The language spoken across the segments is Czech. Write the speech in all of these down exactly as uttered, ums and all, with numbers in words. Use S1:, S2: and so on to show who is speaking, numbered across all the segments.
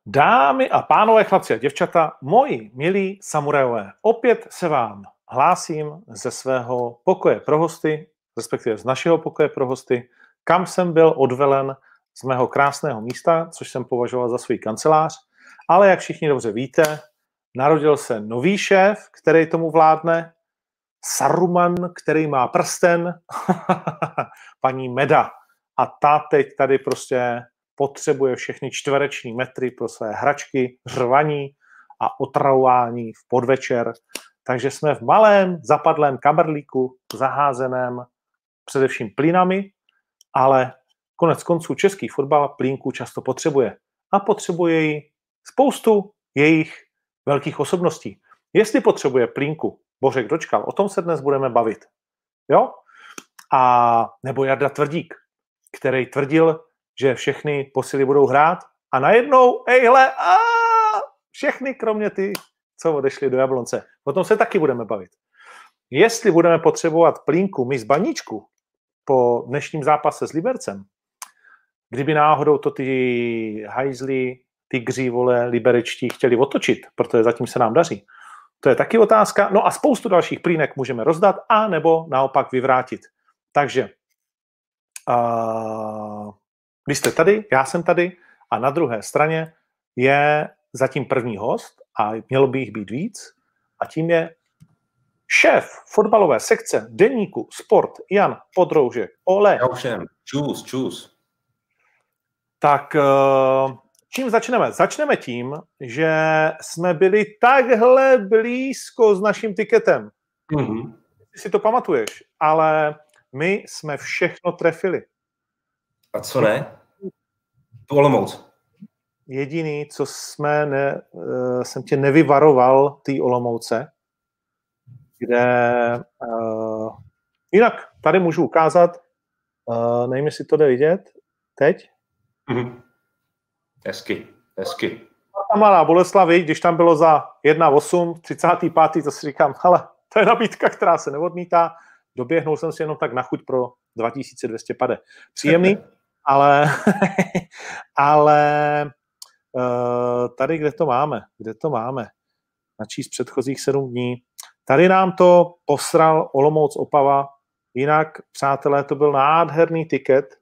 S1: Dámy a pánové, chlapci a děvčata, moji milí samurajové, opět se vám hlásím ze svého pokoje pro hosty, respektive z našeho pokoje pro hosty, kam jsem byl odvelen z mého krásného místa, což jsem považoval za svůj kancelář, ale jak všichni dobře víte, narodil se nový šéf, který tomu vládne, Saruman, který má prsten, paní Meda. A ta teď tady prostě potřebuje všechny čtvereční metry pro své hračky, řvaní a otravování v podvečer. Takže jsme v malém zapadlém kaberlíku, zaházeném především plínami, ale konec konců český fotbal plínku často potřebuje. A potřebuje ji spoustu jejich velkých osobností. Jestli potřebuje plínku Bořek Dočkal, o tom se dnes budeme bavit. Jo? A nebo Jarda Tvrdík, který tvrdil, že všechny posily budou hrát a najednou, ejhle, a všechny, kromě ty, co odešli do Jablonce. O tom se taky budeme bavit. Jestli budeme potřebovat plínku my z baníčku po dnešním zápase s Libercem, kdyby náhodou to ty hajzli, tygři, vole, liberečtí chtěli otočit, protože zatím se nám daří. To je taky otázka. No a spoustu dalších plínek můžeme rozdat a nebo naopak vyvrátit. Takže uh, vy jste tady, já jsem tady a na druhé straně je zatím první host a mělo by jich být víc a tím je šéf fotbalové sekce deníku Sport Jan Podroužek. Ole.
S2: Já všem. Čus, čus.
S1: Tak čím začneme? Začneme tím, že jsme byli takhle blízko s naším tiketem.
S2: Mm-hmm.
S1: Ty si to pamatuješ, ale my jsme všechno trefili.
S2: A co ne? Tu Olomouc.
S1: Jediný, co jsme ne, jsem tě nevyvaroval, tý Olomouce, kde uh, jinak tady můžu ukázat, uh, nevím, jestli to jde vidět, teď.
S2: Mm-hmm. Hezky, hezky.
S1: Ta malá Boleslavi, když tam bylo za jedna osm, třicátý pátý, to si říkám, hele, to je nabídka, která se neodmítá, doběhnul jsem si jenom tak na chuť pro dva tisíce dvě stě pade. Příjemný, ale, ale uh, tady, kde to máme, kde to máme, načíst předchozích sedm dní, tady nám to posral Olomouc Opava, jinak, přátelé, to byl nádherný tiket,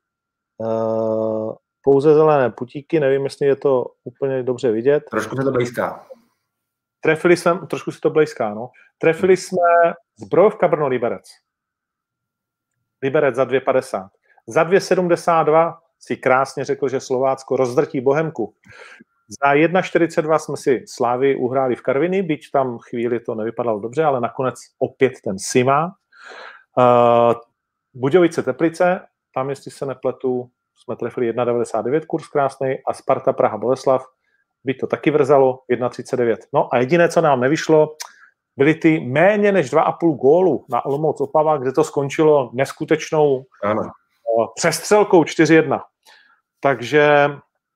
S1: uh, pouze zelené putíky, nevím, jestli je to úplně dobře vidět.
S2: Trošku se to blízká.
S1: Trefili jsme, trošku se to blízká, no. Trefili jsme Zbrojovka Brno Liberec. Liberec za dvě padesát. Za dvě sedmdesát dva si krásně řekl, že Slovácko rozdrtí Bohemku. Za jedna čtyřicet dva jsme si Slávy uhráli v Karviní, byť tam chvíli to nevypadalo dobře, ale nakonec opět ten Sima. Uh, Budějovice Teplice, tam, jestli se nepletu, jsme trefili jedna devadesát devět, kurz krásný, a Sparta Praha Boleslav, by to taky vrzalo, jedna třicet devět. No a jediné, co nám nevyšlo, byly ty méně než dva a půl gólu na Olomouc Opava, kde to skončilo neskutečnou
S2: ano.
S1: přestřelkou čtyři jedna. Takže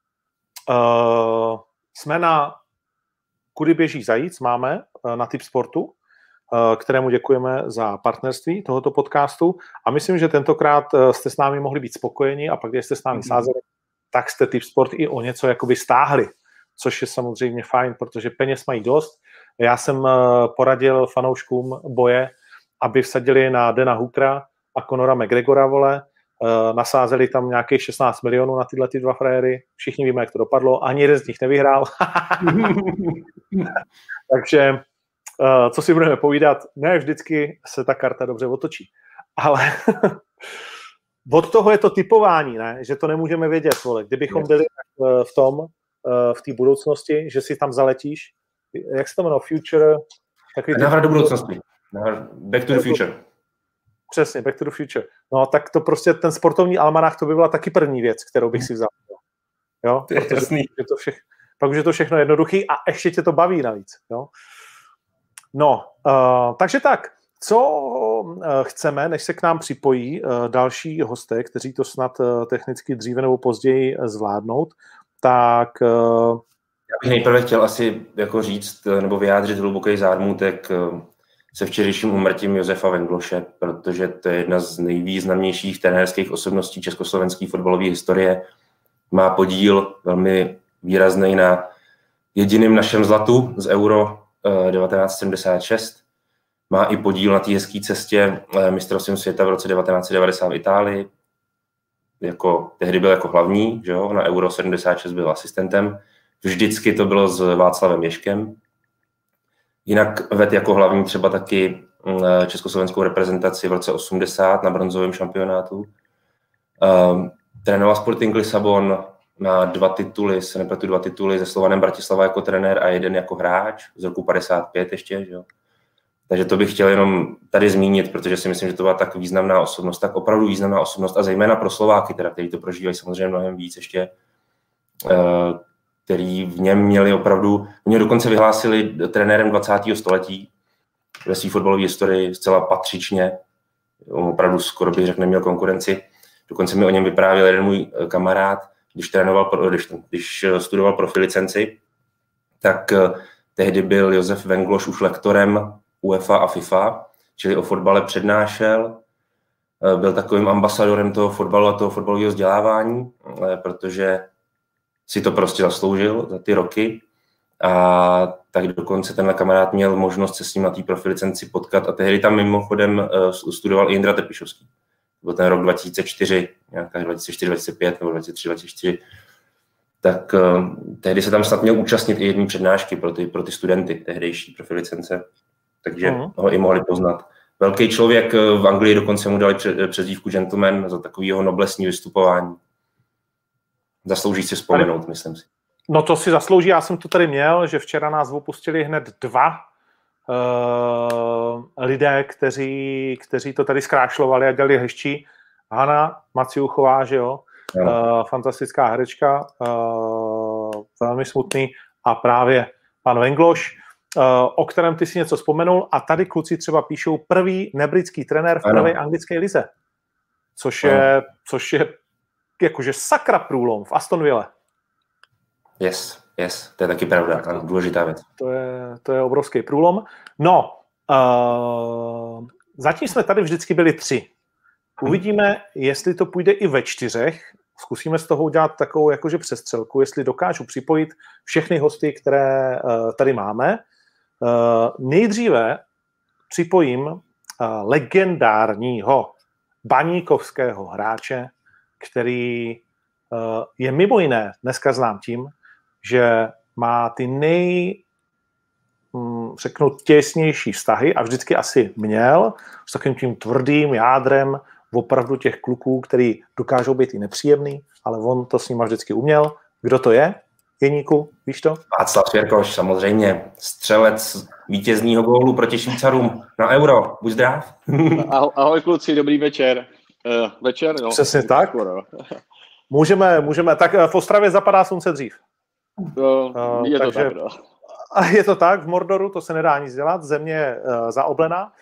S1: uh, jsme na Kudy běží zajíc, máme uh, na Tip Sportu, uh, kterému děkujeme za partnerství tohoto podcastu a myslím, že tentokrát uh, jste s námi mohli být spokojeni a pak, když jste s námi mm-hmm. sázeli, tak jste Tip Sport i o něco jakoby stáhli, což je samozřejmě fajn, protože peněz mají dost. Já jsem uh, poradil fanouškům boje, aby vsadili na Dana Hookera a Conora McGregora, vole, uh, nasázeli tam nějakých šestnáct milionů na tyhle ty dva frajery, všichni víme, jak to dopadlo, ani jeden z nich nevyhrál. Takže uh, co si budeme povídat, ne vždycky se ta karta dobře otočí, ale od toho je to typování, ne? Že to nemůžeme vědět, vole. Kdybychom byli uh, v tom, uh, v té budoucnosti, že si tam zaletíš, jak se to jmenuje, future...
S2: Návrat do budoucnosti. Back to the future.
S1: Přesně, back to the future. No tak to prostě, ten sportovní almanach, to by byla taky první věc, kterou bych si vzal. Jo?
S2: To je jasný.
S1: Je to všech, pak už je to všechno jednoduchý a ještě tě to baví navíc. Jo? No, uh, takže tak, co uh, chceme, než se k nám připojí uh, další hosté, kteří to snad uh, technicky dříve nebo později uh, zvládnout, tak... Uh,
S2: Já bych nejprve chtěl asi jako říct nebo vyjádřit hluboký zármutek se včerejším úmrtím Josefa Vengloše, protože to je jedna z nejvýznamnějších trenérských osobností československé fotbalové historie. Má podíl velmi výrazný na jediným našem zlatu z Euro devatenáct sedmdesát šest. Má i podíl na té hezké cestě mistrovstvím světa v roce devatenáct devadesát v Itálii. Jako, tehdy byl jako hlavní, že jo? Na Euro sedmdesát šest byl asistentem. Vždycky to bylo s Václavem Ježkem. Jinak ved jako hlavní třeba taky československou reprezentaci v roce osmdesát na bronzovém šampionátu. Um, trénoval Sporting Lisabon, má dva tituly, se nepletu dva tituly se Slovanem Bratislava jako trenér a jeden jako hráč z roku padesát pět ještě. Že jo? Takže to bych chtěl jenom tady zmínit, protože si myslím, že to byla tak významná osobnost, tak opravdu významná osobnost a zejména pro Slováky, teda, kteří to prožívají samozřejmě mnohem víc ještě, uh, který v něm měli opravdu, mě dokonce vyhlásili trenérem dvacátého století ve své fotbalové historii zcela patřičně, on opravdu skoro bych řekl neměl konkurenci, dokonce mi o něm vyprávěl jeden můj kamarád, když trénoval, když, když studoval profilicenci, tak tehdy byl Josef Vengloš už lektorem UEFA a FIFA, čili o fotbale přednášel, byl takovým ambasadorem toho fotbalu a toho fotbalového vzdělávání, protože si to prostě zasloužil za ty roky a tak dokonce tenhle kamarád měl možnost se s ním na té profilicenci potkat a tehdy tam mimochodem studoval i Jindra Trpišovský. To byl ten rok dva tisíce čtyři, nějaká dva tisíce čtyři, dva tisíce pět nebo dva tisíce tři, dva tisíce čtyři, tak uh, tehdy se tam snad měl účastnit i jedné přednášky pro ty, pro ty studenty tehdejší profilicence, takže uh-huh. ho i mohli poznat. Velký člověk, v Anglii dokonce mu dali přezdívku gentleman za takového noblesní vystupování. Zaslouží si vzpomenout, myslím si.
S1: No to si zaslouží, já jsem to tady měl, že včera nás opustili hned dva uh, lidé, kteří, kteří to tady zkrášlovali a dělali hezčí. Hana Maciuchová, že jo, uh, fantastická herečka, uh, velmi smutný a právě pan Vengloš, uh, o kterém ty si něco vzpomenul a tady kluci třeba píšou první nebritský trenér v prvé anglické lize, což je, což je jakože sakra průlom v Aston Ville.
S2: Yes, yes, to je taky pravda, ano, důležitá věc.
S1: To je, to je obrovský průlom. No, uh, zatím jsme tady vždycky byli tři. Uvidíme, jestli to půjde i ve čtyřech. Zkusíme z toho udělat takovou jakože přestřelku, jestli dokážu připojit všechny hosty, které uh, tady máme. Uh, nejdříve připojím uh, legendárního baníkovského hráče, který uh, je mimo jiné dneska znám tím, že má ty nej, hm, řeknu, těsnější vztahy a vždycky asi měl s takovým tím tvrdým jádrem opravdu těch kluků, který dokážou být i nepříjemný, ale on to s nima vždycky uměl. Kdo to je? Jeníku, víš to?
S2: Václav Svěrkoš, samozřejmě. Střelec vítězního gólu proti Švýcarům na Euro. Buď zdrav.
S3: Ahoj, ahoj kluci, dobrý večer. Uh, večer, no.
S1: Přesně tak. Můžeme, můžeme. Tak v Ostravě zapadá slunce dřív.
S3: No, je to takže, tak, no.
S1: Je to tak, v Mordoru to se nedá nic dělat, země je uh, zaoblená.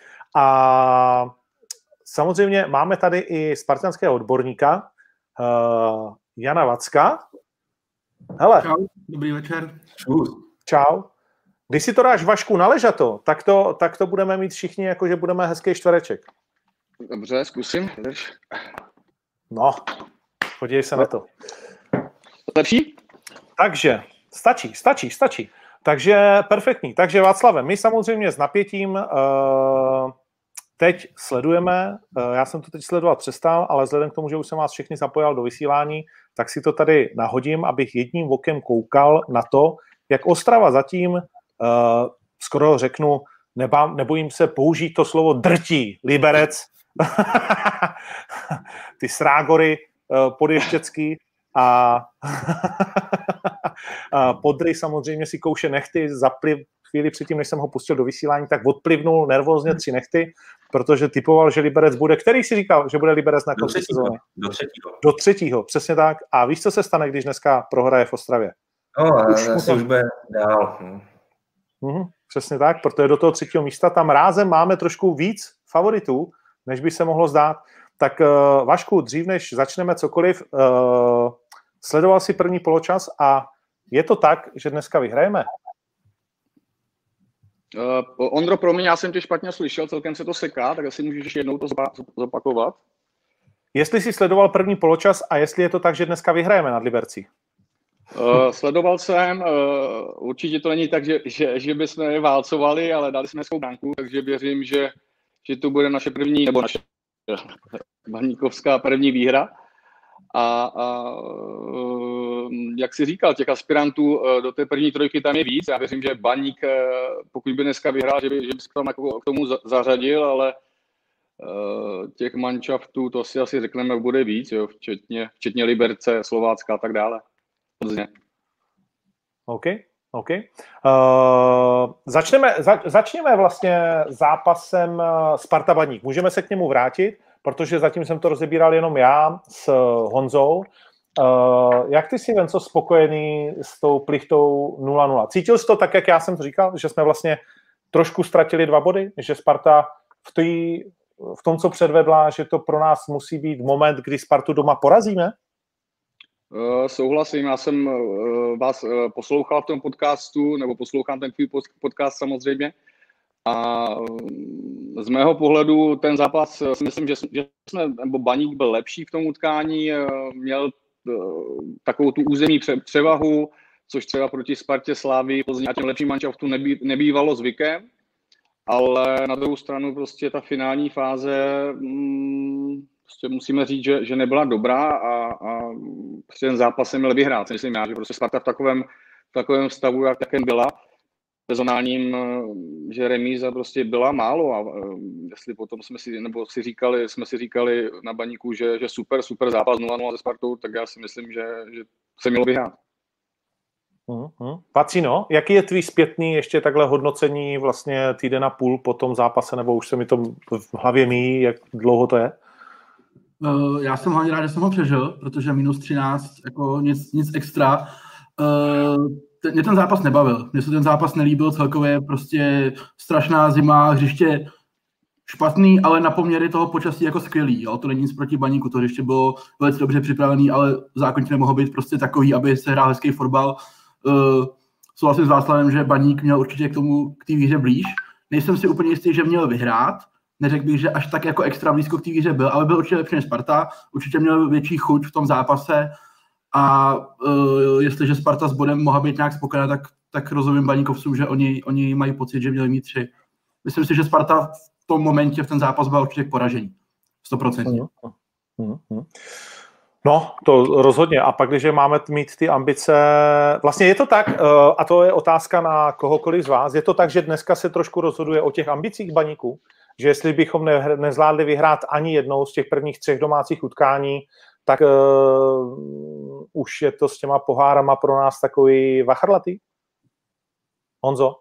S1: A samozřejmě máme tady i spartanského odborníka, uh, Jana Vacka. Hele.
S4: Čau, dobrý večer.
S1: Čau. Když si to dáš, Vašku, na ležato, tak to, tak to budeme mít všichni, jakože budeme hezký čtvereček.
S3: Dobře, zkusím.
S1: No, podívej se no. na to.
S3: Lepší?
S1: Takže, stačí, stačí, stačí. Takže perfektní. Takže Václave, my samozřejmě s napětím uh, teď sledujeme, uh, já jsem to teď sledovat přestal, ale vzhledem k tomu, že už jsem vás všechny zapojil do vysílání, tak si to tady nahodím, abych jedním okem koukal na to, jak Ostrava zatím, uh, skoro řeknu, neba, nebojím se použít to slovo drtí, Liberec, ty srágory uh, podještěcký a, a Podry samozřejmě si kouše nechty, zapliv, chvíli předtím, než jsem ho pustil do vysílání, tak odplivnul nervózně tři nechty, protože typoval, že Liberec bude, který si říkal, že bude Liberec na konci sezóny?
S2: Do třetího.
S1: Do třetího, přesně tak. A víš, co se stane, když dneska prohraje v Ostravě?
S2: No, už asi už bude dál.
S1: Mhm, přesně tak, protože do toho třetího místa tam rázem máme trošku víc favoritů, než by se mohlo zdát. Tak uh, Vašku, dřív než začneme cokoliv, uh, sledoval si první poločas a je to tak, že dneska vyhrajeme?
S3: Uh, Ondro, promiň, já jsem tě špatně slyšel, celkem se to seká, tak asi můžeš ještě jednou to zopakovat.
S1: Jestli jsi sledoval první poločas a jestli je to tak, že dneska vyhrajeme nad Libercí?
S3: Uh, sledoval jsem, uh, určitě to není tak, že, že, že bychom je válcovali, ale dali jsme svou branku, takže věřím, že, že to bude naše první, nebo naše baníkovská první výhra. A, a jak si říkal, těch aspirantů do té první trojky tam je víc. Já věřím, že Baník, pokud by dneska vyhrál, že by, že by se tam jako k tomu zařadil, ale těch manšaftů, to si asi řekneme, bude víc, jo, včetně, včetně Liberce, Slovácka a tak dále.
S1: OK, OK. Uh, začneme, za, začněme vlastně zápasem Sparta Baník. Můžeme se k němu vrátit, protože zatím jsem to rozebíral jenom já s Honzou. Uh, jak ty jsi, Venco, spokojený s tou plichtou nula nula? Cítil jsi to tak, jak já jsem to říkal, že jsme vlastně trošku ztratili dva body, že Sparta v, tý, v tom, co předvedla, že to pro nás musí být moment, kdy Spartu doma porazíme?
S3: Uh, souhlasím, já jsem uh, vás uh, poslouchal v tom podcastu, nebo poslouchám ten tvůj podcast samozřejmě. A z mého pohledu ten zápas, si myslím, že, že jsme, nebo Baník byl lepší v tom utkání, měl takovou tu územní převahu, což třeba proti Spartě, Slávii, Plzni a těm lepším manšaftům nebý, nebývalo zvykem, ale na druhou stranu prostě ta finální fáze mm, prostě musíme říct, že, že nebyla dobrá a, a prostě ten zápas se měl vyhrát. Myslím já, že prostě Sparta v takovém, v takovém stavu, jak takém byla, personálním, že remíza prostě byla málo a jestli potom jsme si, nebo si říkali, jsme si říkali na Baníku, že, že super, super zápas nula nula se Spartou, tak já si myslím, že, že se mělo vyhrát.
S1: Mm-hmm. Pacino, jaký je tvý zpětný ještě takhle hodnocení vlastně týden a půl po tom zápase, nebo už se mi to v hlavě míjí, jak dlouho to je?
S4: Uh, já jsem hlavně rád, že jsem ho přežil, protože minus třináct, jako nic, nic extra. Uh, Mě ten zápas nebavil. Mně se ten zápas nelíbil celkově, prostě strašná zima, hřiště špatný, ale na poměry toho počasí jako skvělý. Jo? To není nic proti Baníku, to hřiště bylo velice dobře připravený, ale zákonitě nemohlo být prostě takový, aby se hrál hezký fotbal. Uh, souhlasím s Václavem, že Baník měl určitě k tomu, k té výhře blíž. Nejsem si úplně jistý, že měl vyhrát. Neřekl bych, že až tak jako extra blízko k té výhře byl, ale byl určitě lepší než Sparta. Určitě měl větší chuť v tom zápase. A uh, jestliže Sparta s bodem mohla být nějak spokojená, tak, tak rozumím Baníkovcům, že oni, oni mají pocit, že měli mít tři. Myslím si, že Sparta v tom momentě v ten zápas byla určitě k poražení. sto procent.
S1: Mm, mm, mm. No, to rozhodně. A pak, když máme mít ty ambice... Vlastně je to tak, uh, a to je otázka na kohokoliv z vás, je to tak, že dneska se trošku rozhoduje o těch ambicích Baníku, že jestli bychom ne, nezvládli vyhrát ani jednou z těch prvních třech domácích utkání, tak uh, už je to s těma pohárama pro nás takový vachrlatý? Honzo?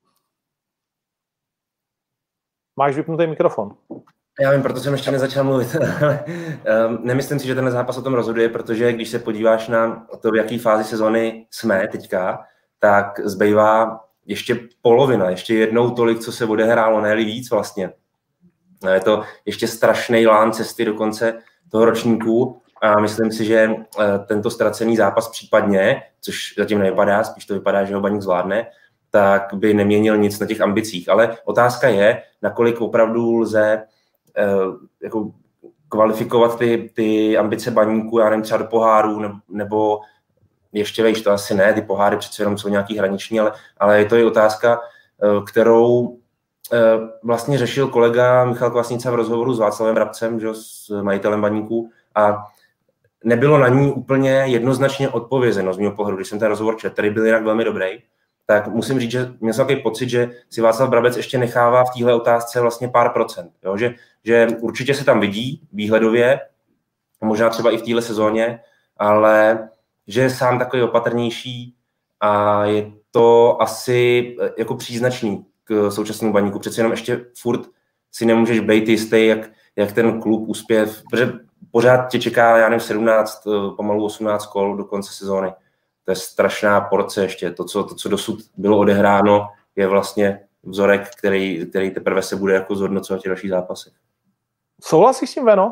S1: Máš vypnutý mikrofon.
S2: Já vím, proto jsem ještě nezačal mluvit. Nemyslím si, že tenhle zápas o tom rozhoduje, protože když se podíváš na to, v jaké fázi sezony jsme teďka, tak zbývá ještě polovina, ještě jednou tolik, co se odehrálo, ne-li víc vlastně. Je to ještě strašný lán cesty do konce toho ročníku a myslím si, že tento ztracený zápas případně, což zatím nevypadá, spíš to vypadá, že ho Baník zvládne, tak by neměnil nic na těch ambicích. Ale otázka je, nakolik opravdu lze jako kvalifikovat ty, ty ambice Baníku, já nevím, třeba do poháru, nebo ještě vejš, to asi ne, ty poháry přece jenom jsou nějaký hraniční, ale, ale je to i otázka, kterou vlastně řešil kolega Michal Kvasnica v rozhovoru s Václavem Brabcem, že, s majitelem Baníku, a nebylo na ní úplně jednoznačně odpovězeno z mého pohledu, když jsem ten rozhovor četl, který byl jinak velmi dobrý, tak musím říct, že měl jsem takový pocit, že si Václav Brabec ještě nechává v téhle otázce vlastně pár procent. Jo? Že, že určitě se tam vidí výhledově, možná třeba i v téhle sezóně, ale že je sám takový opatrnější a je to asi jako příznačný k současnému Baníku. Přece jenom ještě furt si nemůžeš být jistý, jak, jak ten klub uspěje, protože pořád tě čeká, já nevím, sedmnáct, pomalu osmnáct kol do konce sezóny. To je strašná porce ještě. To, co, to, co dosud bylo odehráno, je vlastně vzorek, který, který teprve se bude jako zhodnocovat v těch dalších zápasech.
S1: Souhlasíš s tím, Veno?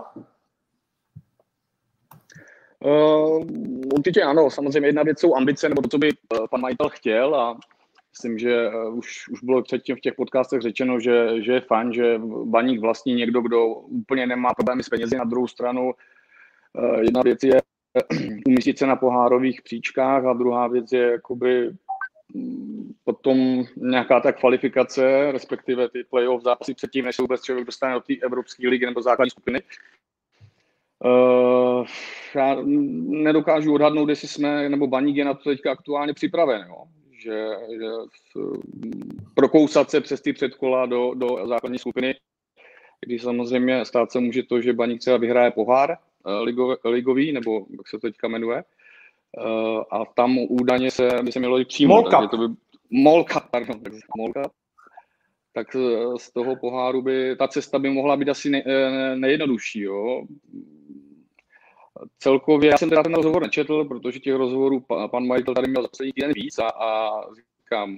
S3: Uh, určitě ano. Samozřejmě jedna věc jsou ambice, nebo to, co by uh, pan majitel chtěl, a myslím, že uh, už, už bylo předtím v těch podcastech řečeno, že, že je fajn, že Baník vlastní někdo, kdo úplně nemá problémy s penězi. Na druhou stranu uh, jedna věc je umístit se na pohárových příčkách a druhá věc je jakoby potom nějaká ta kvalifikace, respektive ty playoff zápasy předtím, než se vůbec člověk dostane do té Evropské ligy nebo základní skupiny. Uh, já nedokážu odhadnout, jestli jsme, nebo Baník je na to teďka aktuálně připraven, jo? Že, že prokousat se přes ty předkola do, do základní skupiny, když samozřejmě stát se může to, že Baník třeba vyhraje pohár ligový, ligový nebo jak se to teďka jmenuje, uh, a tam údajně se by se mělo jít přímo.
S1: Molka.
S3: To by, Molka, pardon, tak, Molka. Tak z toho poháru by, ta cesta by mohla být asi ne, nejjednodušší, jo. Celkově, já jsem teda ten rozhovor nečetl, protože těch rozhovorů pan majitel tady měl za poslední týden víc a, a říkám,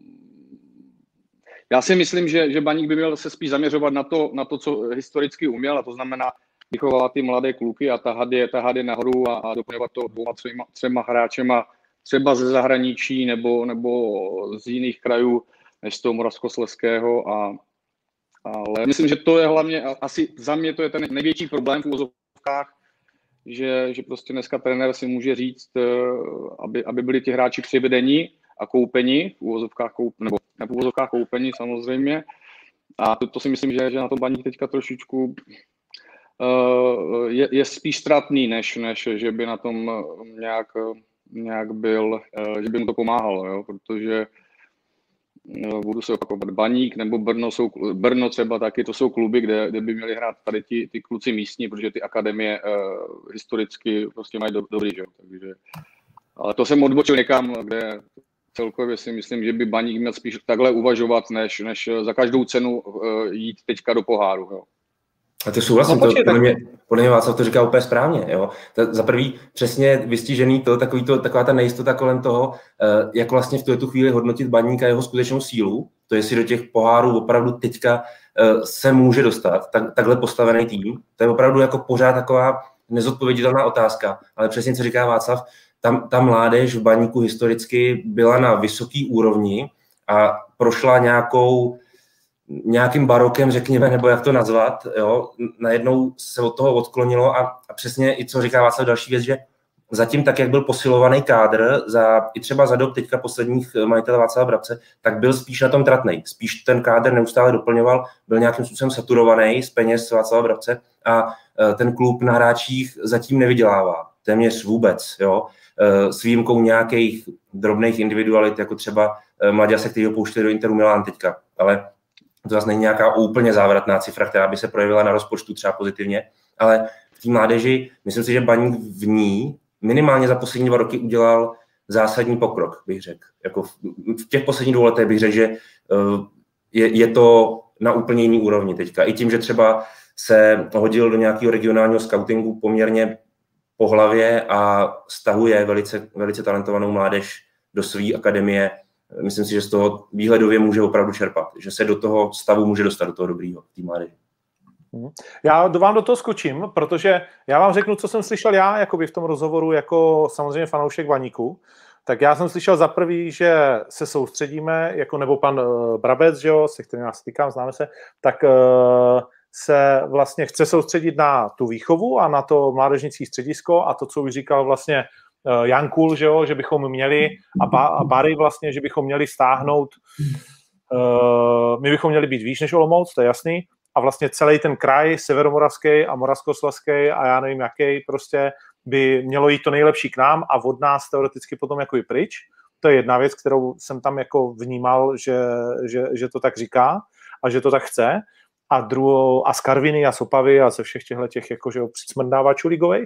S3: já si myslím, že, že Baník by měl se spíš zaměřovat na to, na to, co historicky uměl, a to znamená vychovávat ty mladé kluky a tahat je, tahat je nahoru a, a doplňovat to dvouma, třema, třema hráčema, třeba ze zahraničí nebo, nebo z jiných krajů, než z toho Moravskoslezského. A, ale myslím, že to je hlavně, asi za mě to je ten největší problém v úvozovkách, že, že prostě dneska trenér si může říct, aby, aby byli ti hráči přivedení a koupení, v úvozovkách koup, nebo ne v úvozovkách koupení samozřejmě. A to, to si myslím, že, že na tom Baník teďka trošičku uh, je, je spíš ztratný, než, než že by na tom nějak, nějak byl, uh, že by mu to pomáhalo, jo? Protože uh, budu se opakovat, Baník nebo Brno, jsou, Brno třeba taky, to jsou kluby, kde, kde by měli hrát tady ti, ty kluci místní, protože ty akademie uh, historicky prostě mají do, dobrý, jo? Takže, ale to jsem odbočil někam, kde celkově si myslím, že by Baník měl spíš takhle uvažovat, než, než za každou cenu uh, jít teďka do poháru. Jo.
S2: A to souhlasím, no, to, podle, mě, podle mě Václav to říká úplně správně. Jo. To, za prvý přesně vystižený to, takový to, taková ta nejistota kolem toho, uh, jak vlastně v tu chvíli hodnotit Baníka jeho skutečnou sílu, to jestli do těch pohárů opravdu teďka uh, se může dostat, tak, takhle postavený tým. To je opravdu jako pořád taková nezodpověditelná otázka, ale přesně co říká Václav, Tam, ta mládež v Baníku historicky byla na vysoký úrovni a prošla nějakou, nějakým barokem, řekněme, nebo jak to nazvat. Jo? Najednou se od toho odklonilo a, a přesně i co říká Václav další věc, že zatím tak, jak byl posilovaný kádr, za, i třeba za dob teďka posledních majitele Václava Brabce, tak byl spíš na tom tratnej. Spíš ten kádr neustále doplňoval, byl nějakým způsobem saturovaný z peněz Václava Brabce a ten klub na hráčích zatím nevydělává. Téměř vůbec, jo. S výjimkou nějakých drobných individualit, jako třeba Mlaďase, který ho pouštěli do Interu Milán teďka. Ale to zase není nějaká úplně závratná cifra, která by se projevila na rozpočtu třeba pozitivně. Ale v té mládeži, myslím si, že Baník v ní minimálně za poslední dva roky udělal zásadní pokrok, bych řekl. Jako v těch posledních dvou letech bych řekl, že je, je to na úplně jiný úrovni teďka. I tím, že třeba se hodil do nějakého regionálního scoutingu poměrně po hlavě a stahuje velice, velice talentovanou mládež do své akademie. Myslím si, že z toho výhledově může opravdu čerpat, že se do toho stavu může dostat, do toho dobrýho, té mládeže.
S1: Já vám do toho skočím, protože já vám řeknu, co jsem slyšel já jakoby v tom rozhovoru jako samozřejmě fanoušek Baníku. Tak já jsem slyšel za prvý, že se soustředíme, jako nebo pan uh, Brabec, že jo, se kterým já stykám, známe se, tak uh, se vlastně chce soustředit na tu výchovu a na to mládežnické středisko a to, co už říkal vlastně uh, Jan Kul, že jo, že bychom měli a, ba, a Barry vlastně, že bychom měli stáhnout, uh, my bychom měli být výš než Olomouc, to je jasný, a vlastně celý ten kraj, severomoravský a moravskoslezský a já nevím jaký, prostě by mělo jít to nejlepší k nám a od nás teoreticky potom jako i pryč. To je jedna věc, kterou jsem tam jako vnímal, že, že, že to tak říká a že to tak chce. A druhou, a z Karviny a z Opavy a ze všech těchto těch jakože přicmrdávačů ligových.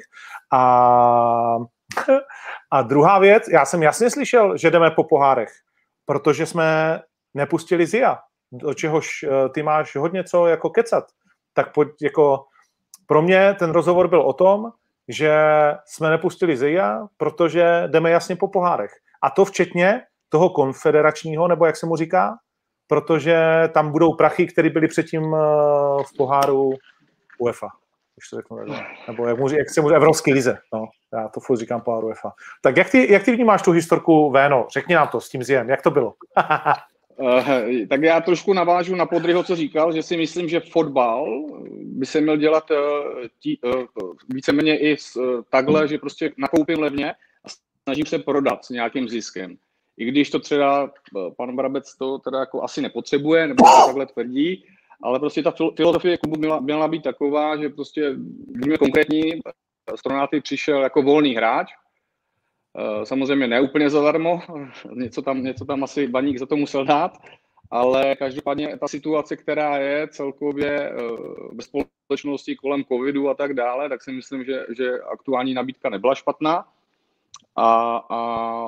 S1: A, a druhá věc, já jsem jasně slyšel, že jdeme po pohárech, protože jsme nepustili Zia, do čehož ty máš hodně co jako kecat. Tak pojď, jako pro mě ten rozhovor byl o tom, že jsme nepustili Zia, protože jdeme jasně po pohárech. A to včetně toho konfederačního, nebo jak se mu říká, protože tam budou prachy, které byly předtím v poháru UEFA. Když to řeknu, nebo jak, mu, jak se mu Evropské lize. No, já to furt říkám poháru UEFA. Tak jak ty, jak ty vnímáš tu historku, Véno? Řekni nám to s tím Ziem, jak to bylo?
S3: Uh, tak já trošku navážu na Podryho, co říkal, že si myslím, že fotbal by se měl dělat uh, tí, uh, víceméně i s, uh, takhle, že prostě nakoupím levně a snažím se prodat s nějakým ziskem. I když to třeba uh, pan Brabec to teda jako asi nepotřebuje, nebo to takhle tvrdí, ale prostě ta filozofie klubu měla, měla být taková, že prostě víme konkrétní, Stronáty přišel jako volný hráč, samozřejmě ne úplně zadarmo, něco tam, něco tam asi Baník za to musel dát, ale každopádně ta situace, která je celkově ve společnosti kolem covidu a tak dále, tak si myslím, že, že aktuální nabídka nebyla špatná. A, a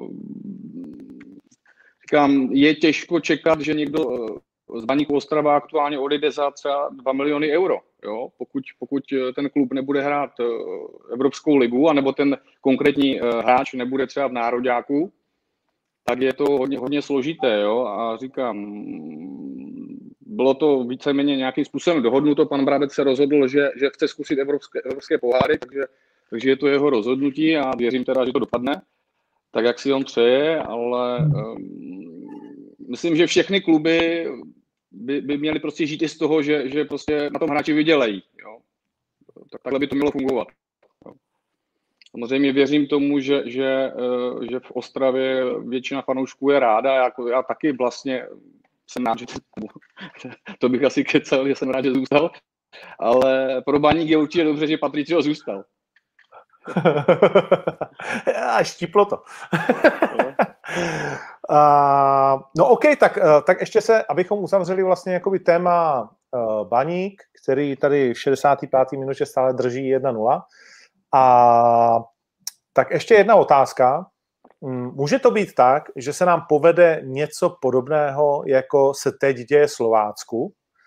S3: říkám, je těžko čekat, že někdo z Baníku Ostrava aktuálně odejde za třeba dva miliony euro. Jo? Pokud, pokud ten klub nebude hrát Evropskou ligu, anebo ten konkrétní hráč nebude třeba v nároďáku, tak je to hodně, hodně složité. Jo? A říkám, bylo to víceméně nějakým způsobem dohodnuto. Pan Brabec se rozhodl, že, že chce zkusit evropské, evropské poháry, takže, takže je to jeho rozhodnutí a věřím teda, že to dopadne tak, jak si on přeje, ale um, myslím, že všechny kluby by, by měly prostě žít i z toho, že, že prostě na tom hráči vydělají. Jo. Tak takhle by to mělo fungovat. Jo. Samozřejmě věřím tomu, že, že, že v Ostravě většina fanoušků je ráda. Já, já taky vlastně jsem rád, že to bych asi kecal, že jsem rád, že zůstal. Ale pro Baník je určitě dobře, že Patricio zůstal.
S1: A štíplo to. Uh, no OK, tak, uh, tak ještě se, abychom uzavřeli vlastně jakoby téma uh, Baník, který tady v šedesáté páté minutě stále drží jedna nula. A tak ještě jedna otázka. Může to být tak, že se nám povede něco podobného, jako se teď děje Slovácku,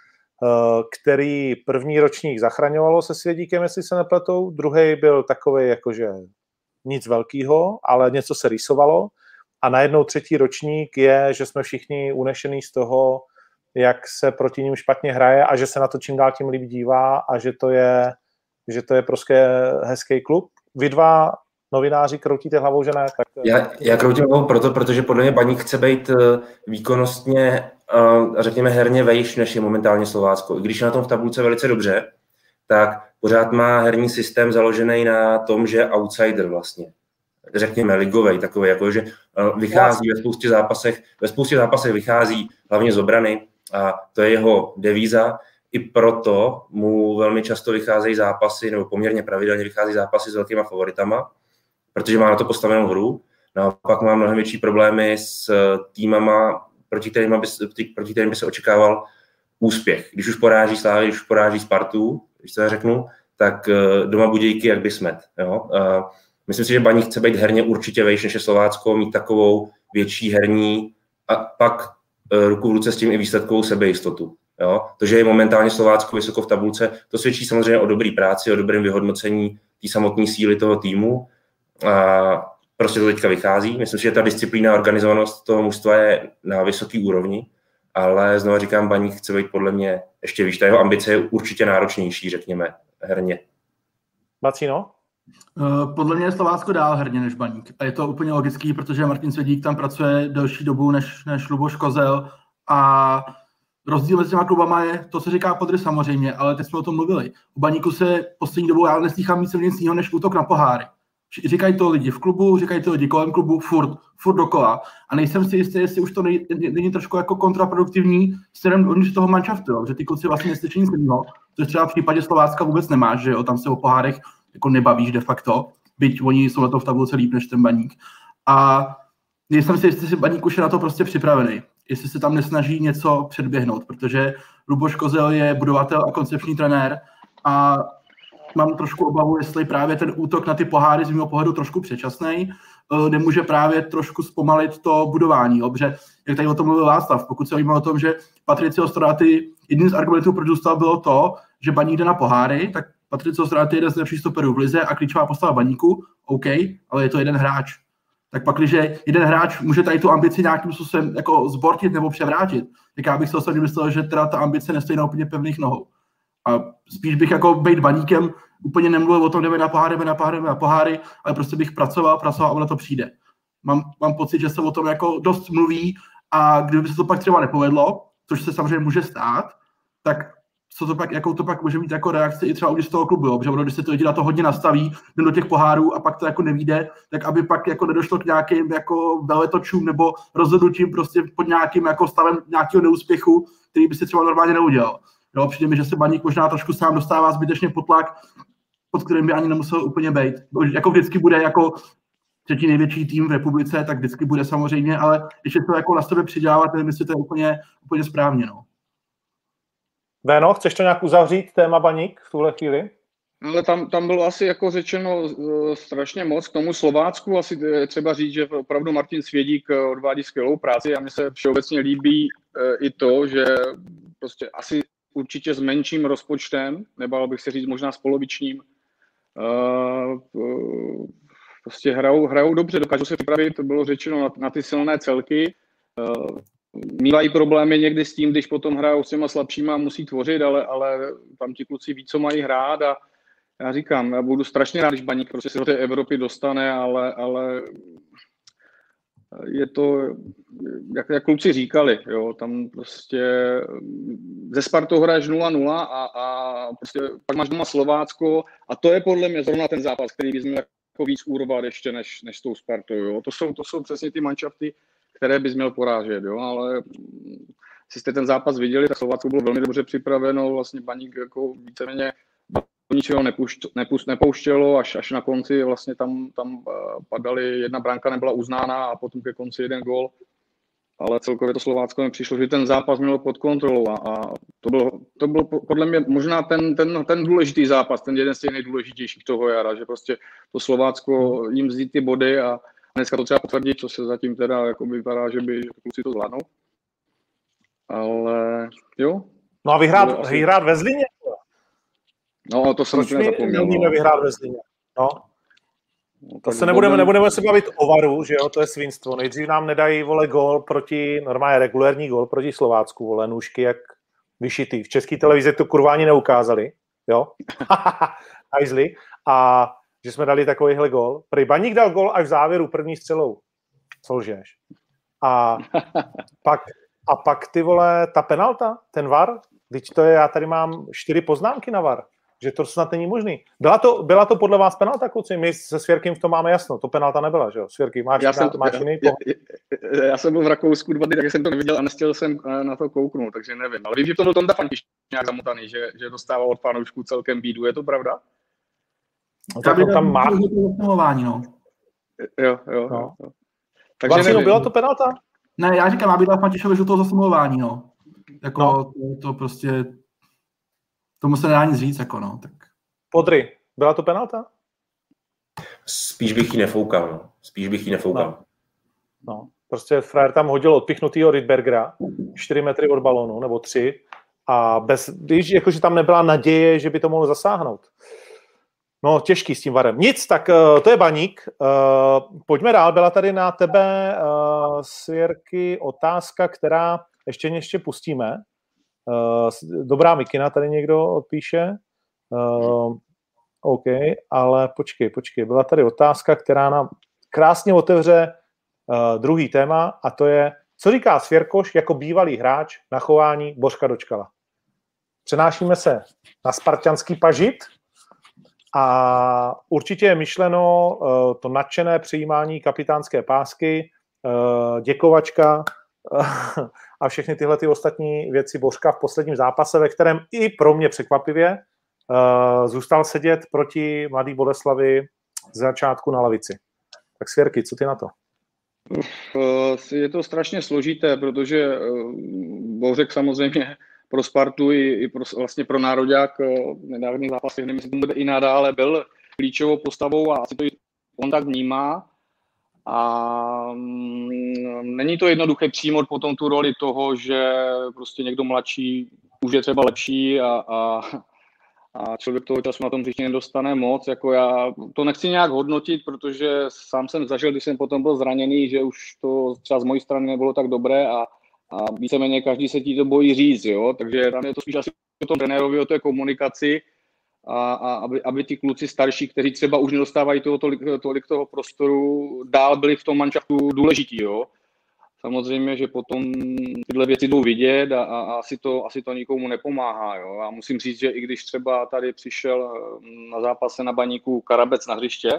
S1: uh, který první ročník zachraňovalo se Svědíkem, jestli se nepletou, druhý byl takový jakože nic velkýho, ale něco se rýsovalo. A najednou třetí ročník je, že jsme všichni unešení z toho, jak se proti ním špatně hraje a že se na to čím dál tím líp dívá a že to je, že to je prostě hezký klub. Vy dva novináři kroutíte hlavou, že ne? Tak...
S2: Já, já kroutím hlavou proto, protože podle mě Baník chce být výkonnostně, řekněme herně vejš, než je momentálně Slovácko. I když je na tom v tabulce velice dobře, tak pořád má herní systém založený na tom, že je outsider vlastně. Řekněme ligovej, takový, jako, že vychází ve spoustě zápasech, ve spoustě zápasech vychází hlavně z obrany a to je jeho devíza. I proto mu velmi často vycházejí zápasy, nebo poměrně pravidelně vychází zápasy s velkýma favoritama, protože má na to postavenou hru. Naopak má mnohem větší problémy s týmama, proti kterým by, proti kterým by se očekával úspěch. Když už poráží Slávy, když už poráží Spartu, když to řeknu, tak doma Budějky jak by smet. Jo? Myslím si, že Baník chce být herně určitě vejš než je Slovácko, mít takovou větší herní a pak ruku v ruce s tím i výsledkovou sebejistotu. Jo? To, že je momentálně Slovácko vysoko v tabulce, to svědčí samozřejmě o dobré práci, o dobrém vyhodnocení té samotné síly toho týmu. A prostě to teďka vychází. Myslím si, že ta disciplína a organizovanost toho mužstva je na vysoké úrovni, ale znovu říkám, Baník chce být podle mě ještě výš. Ta jeho ambice je určitě náročnější, řekněme, herně.
S1: Macino?
S4: Podle mě je Slovácko dál herně než Baník. A je to úplně logický, protože Martin Svědík tam pracuje delší dobu než, než Luboš Kozel a rozdíl mezi těma klubama je, to se říká Podry samozřejmě, ale teď jsme o tom mluvili. U Baníku se poslední dobou já neslýchám nic jiného než útok na poháry. Říkají to lidi v klubu, říkají to lidi kolem klubu, furt, furt dokola. A nejsem si jistý, jestli už to nej, není trošku jako kontraproduktivní směrem do toho manšaftu, jo? Že ty kluci vlastně neslyší nic jiného, což třeba v případě Slovácka vůbec nemáš, že jo, tam se o pohárech jako nebavíš de facto, byť oni jsou na to v tabulce líp než ten Baník. A nejsem si jistý, jestli Baník už je na to prostě připravený, jestli se tam nesnaží něco předběhnout, protože Luboš Kozel je budovatel a koncepční trenér a mám trošku obavu, jestli právě ten útok na ty poháry z mého pohledu trošku předčasnej, nemůže právě trošku zpomalit to budování. Dobře, jak tady o tom mluvil Václav, pokud se víme o tom, že Patricio Stronáty, jedním z argumentů, proč zůstal, bylo to, že Baník jde na poháry, tak Patricio Stronáty je jeden z nejlepších stoperů v lize a klíčová postava Baníku, OK, ale je to jeden hráč. Tak pak, když jeden hráč může tady tu ambici nějakým způsobem jako zbortit nebo převrátit, tak já bych se osobně myslel, že teda ta ambice nestojí na úplně pevných nohou. A spíš bych jako být Baníkem úplně nemluvil o tom, jdeme na poháry, jdeme na poháry, jdeme na poháry, ale prostě bych pracoval, pracoval a ono to přijde. Mám, mám pocit, že se o tom jako dost mluví a kdyby se to pak třeba nepovedlo, což se samozřejmě může stát, tak co to pak, jakou to pak může mít jako reakci i třeba z toho klubu, jo? Protože když se to lidi na to hodně nastaví, jdem do těch pohárů a pak to jako nevíde, tak aby pak jako nedošlo k nějakým jako veletočům nebo rozhodnutím prostě pod nějakým jako stavem nějakého neúspěchu, který by si třeba normálně neudělal. Jo? Přijde mi, že se Baník možná trošku sám dostává zbytečně pod tlak, pod kterým by ani nemusel úplně být. Jako vždycky bude jako třetí největší tým v republice, tak vždycky bude samozřejmě, ale když je to jako na sebe přidělávat, nevím, jestli to je úplně, úplně správně. No.
S1: Véno, chceš to nějak uzavřít, téma Baník v tuhle chvíli?
S3: Ale tam, tam bylo asi jako řečeno uh, strašně moc k tomu Slovácku. Asi třeba říct, že opravdu Martin Svědík odvádí skvělou práci a mně se všeobecně líbí uh, i to, že prostě asi určitě s menším rozpočtem, nebál bych se říct možná s polovičním, uh, uh, prostě hrajou, hrajou dobře, dokážou se připravit, to bylo řečeno na, na ty silné celky. Uh, Mívají problémy někdy s tím, když potom hrajou s těma slabšíma, musí tvořit, ale, ale tam ti kluci ví, co mají hrát a já říkám, já budu strašně rád, když Baník prostě se do té Evropy dostane, ale, ale je to, jak, jak kluci říkali, jo, tam prostě ze Spartou hraješ nula nula a, a prostě pak máš doma Slovácko a to je podle mě zrovna ten zápas, který bys měl jako víc urvat ještě než, než s tou Spartou, jo. To jsou, to jsou přesně ty manšafty, které bys měl porážet, jo, ale jestli jste ten zápas viděli, tak Slovácko bylo velmi dobře připraveno, vlastně Baník jako víceméně ničeho nepušť, nepust, nepouštělo, až, až na konci vlastně tam, tam padaly, jedna branka nebyla uznána a potom ke konci jeden gól, ale celkově to Slovácko mi přišlo, že ten zápas mělo pod kontrolou a, a to bylo, to bylo podle mě možná ten, ten, ten důležitý zápas, ten jeden z těch nejdůležitějších toho jara, že prostě to Slovácko jim vzít ty body a dneska to třeba potvrdit, co se zatím teda jako vypadá, že by že kluci to zvládnou. Ale jo.
S1: No a vyhrát, asi... vyhrát ve Zlíně?
S3: No, to jsem úplně zapomněl.
S1: Proč no. vyhrát ve Zlíně? No.
S3: No,
S1: to se nebudeme, nebudeme se bavit o VARu, že jo, to je svinstvo. Nejdřív nám nedají, vole, gól proti, normálně regulérní gól proti Slovácku, vole, nůžky jak vyšitý. V české televizi to kurva ani neukázali, jo. Hajzli. A že jsme dali takovýhle gól. Prý Baník dal gól až v závěru první střelou. Co lžeš? A pak, a pak ty vole, ta penalta, ten VAR, teď to je, já tady mám čtyři poznámky na VAR, že to snad není možný. Byla to, byla to podle vás penalta, kluci? My se Svěrkým v tom máme jasno, to penalta nebyla, že jo? Svěrky, máš,
S3: já jsem to,
S1: máš
S3: já,
S1: jiný
S3: já, já, já jsem byl v Rakousku dva dny, takže jsem to neviděl a nestěl jsem na to kouknout, takže nevím. Ale vím, že to byl Tonda Fantiš nějak zamotaný, že, že dostával od fanoušků celkem bídu, je to pravda?
S1: No, tak tam, tam má...
S4: No.
S3: Jo, jo. No. jo.
S1: Takže vlastně nevím. Byla to penalta?
S4: Ne, já říkám, aby dal Fantišovi žlutou za samování, no. Jako no. To, to prostě... Tomu se nedá nic říct, jako no. Tak...
S1: Podry, byla to penalta?
S2: Spíš bych ji nefoukal, no. Spíš bych ji nefoukal.
S1: No. no. Prostě frajer tam hodil odpichnutýho Rydbergera, čtyři metry od balónu, nebo tři, a bez, když jakože tam nebyla naděje, že by to mohlo zasáhnout. No, těžký s tím VARem. Nic, tak uh, to je Baník. Uh, pojďme dál. Byla tady na tebe, uh, Svěrky, otázka, která ještě ještě pustíme. Uh, dobrá Mikina tady někdo odpíše. Uh, OK, ale počkej, počkej. Byla tady otázka, která nám krásně otevře uh, druhý téma, a to je, co říká Svěrkoš jako bývalý hráč na chování Bořka Dočkala. Přenášíme se na spartanský Pažit, a určitě je myšleno uh, to nadšené přijímání kapitánské pásky, uh, děkovačka uh, a všechny tyhle ty ostatní věci Bořka v posledním zápase, ve kterém i pro mě překvapivě uh, zůstal sedět proti Mladý Boleslavi z začátku na lavici. Tak Svěrky, co ty na to?
S3: Je to strašně složité, protože Bořek samozřejmě pro Spartu i, i pro, vlastně pro nároďák nedávný zápasy, nevím, jestli to bude i nadále, byl klíčovou postavou a asi to on tak vnímá. A mm, není to jednoduché přijmout potom tu roli toho, že prostě někdo mladší už je třeba lepší a, a, a člověk toho času na tom hřišti nedostane moc. Jako já to nechci nějak hodnotit, protože sám jsem zažil, když jsem potom byl zraněný, že už to třeba z mojí strany nebylo tak dobré a A víceméně každý se ti to bojí říct, jo? Takže tam je to spíš asi o tom trenérovi, o té komunikaci a, a aby, aby ti kluci starší, kteří třeba už nedostávají toho, tolik, tolik toho prostoru, dál byli v tom manšaftu důležití, jo? samozřejmě, že potom tyhle věci jdou vidět a, a, a asi, to, asi to nikomu nepomáhá. Jo. Já musím říct, že i když třeba tady přišel na zápase na Baníku Karabec na hřiště,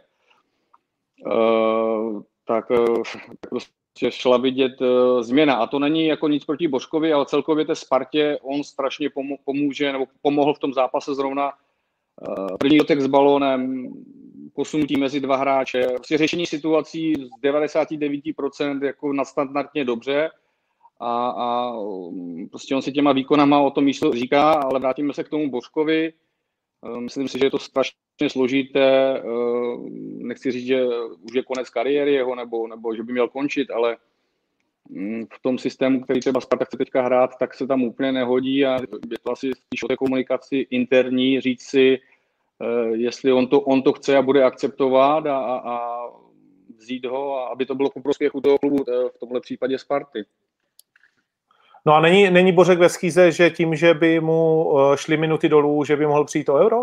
S3: uh, tak uh, prostě šla vidět uh, změna. A to není jako nic proti Božkovi, ale celkově té Spartě on strašně pomo- pomůže, nebo pomohl v tom zápase zrovna uh, první dotek s balónem, posunutí mezi dva hráče, vlastně řešení situací z devadesát devět procent jako nadstandardně dobře a, a prostě on si těma výkonama o tom místo říká, ale vrátíme se k tomu Božkovi. Myslím si, že je to strašně složité, nechci říct, že už je konec kariéry jeho, nebo, nebo že by měl končit, ale v tom systému, který třeba Sparta chce teďka hrát, tak se tam úplně nehodí a je to asi spíš o té komunikaci interní, říct si, jestli on to, on to chce a bude akceptovat a, a, a vzít ho, a aby to bylo ku prospěchu toho klubu, v tomhle případě Sparty.
S1: No a není, není Bořek ve skýze, že tím, že by mu šly minuty dolů, že by mohl přijít o Euro?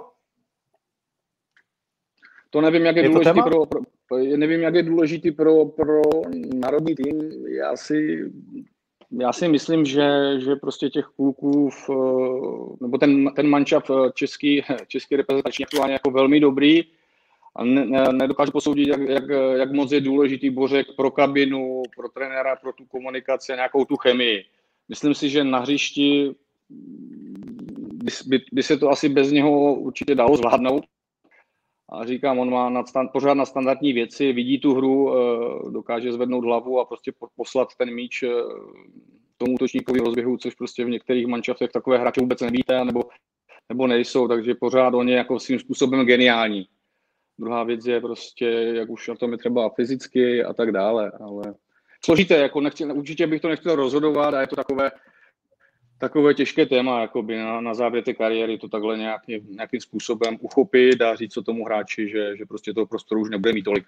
S3: To nevím, jak je, je důležitý pro, pro, nevím, jak je důležitý pro, pro národní tým. Já si, já si myslím, že, že prostě těch kluků, v, nebo ten, ten mančaft český, český reprezentační aktuálně jako velmi dobrý a ne, ne, nedokážu posoudit, jak, jak, jak moc je důležitý Bořek pro kabinu, pro trenéra, pro tu komunikaci a nějakou tu chemii. Myslím si, že na hřišti by, by, by se to asi bez něho určitě dalo zvládnout. A říkám, on má nadstand, pořád na standardní věci, vidí tu hru, dokáže zvednout hlavu a prostě poslat ten míč tomu útočníkovi rozběhu, což prostě v některých mančaftech takové hráče vůbec nevíte, nebo, nebo nejsou, takže pořád on je jako svým způsobem geniální. Druhá věc je prostě, jak už na tom je třeba fyzicky a tak dále, ale složité, jako nechci, určitě bych to nechtěl rozhodovat a je to takové, takové těžké téma, jakoby na, na závěr té kariéry to takhle nějaký, nějakým způsobem uchopit a říct co tomu hráči, že, že prostě toho prostoru už nebude mít tolik.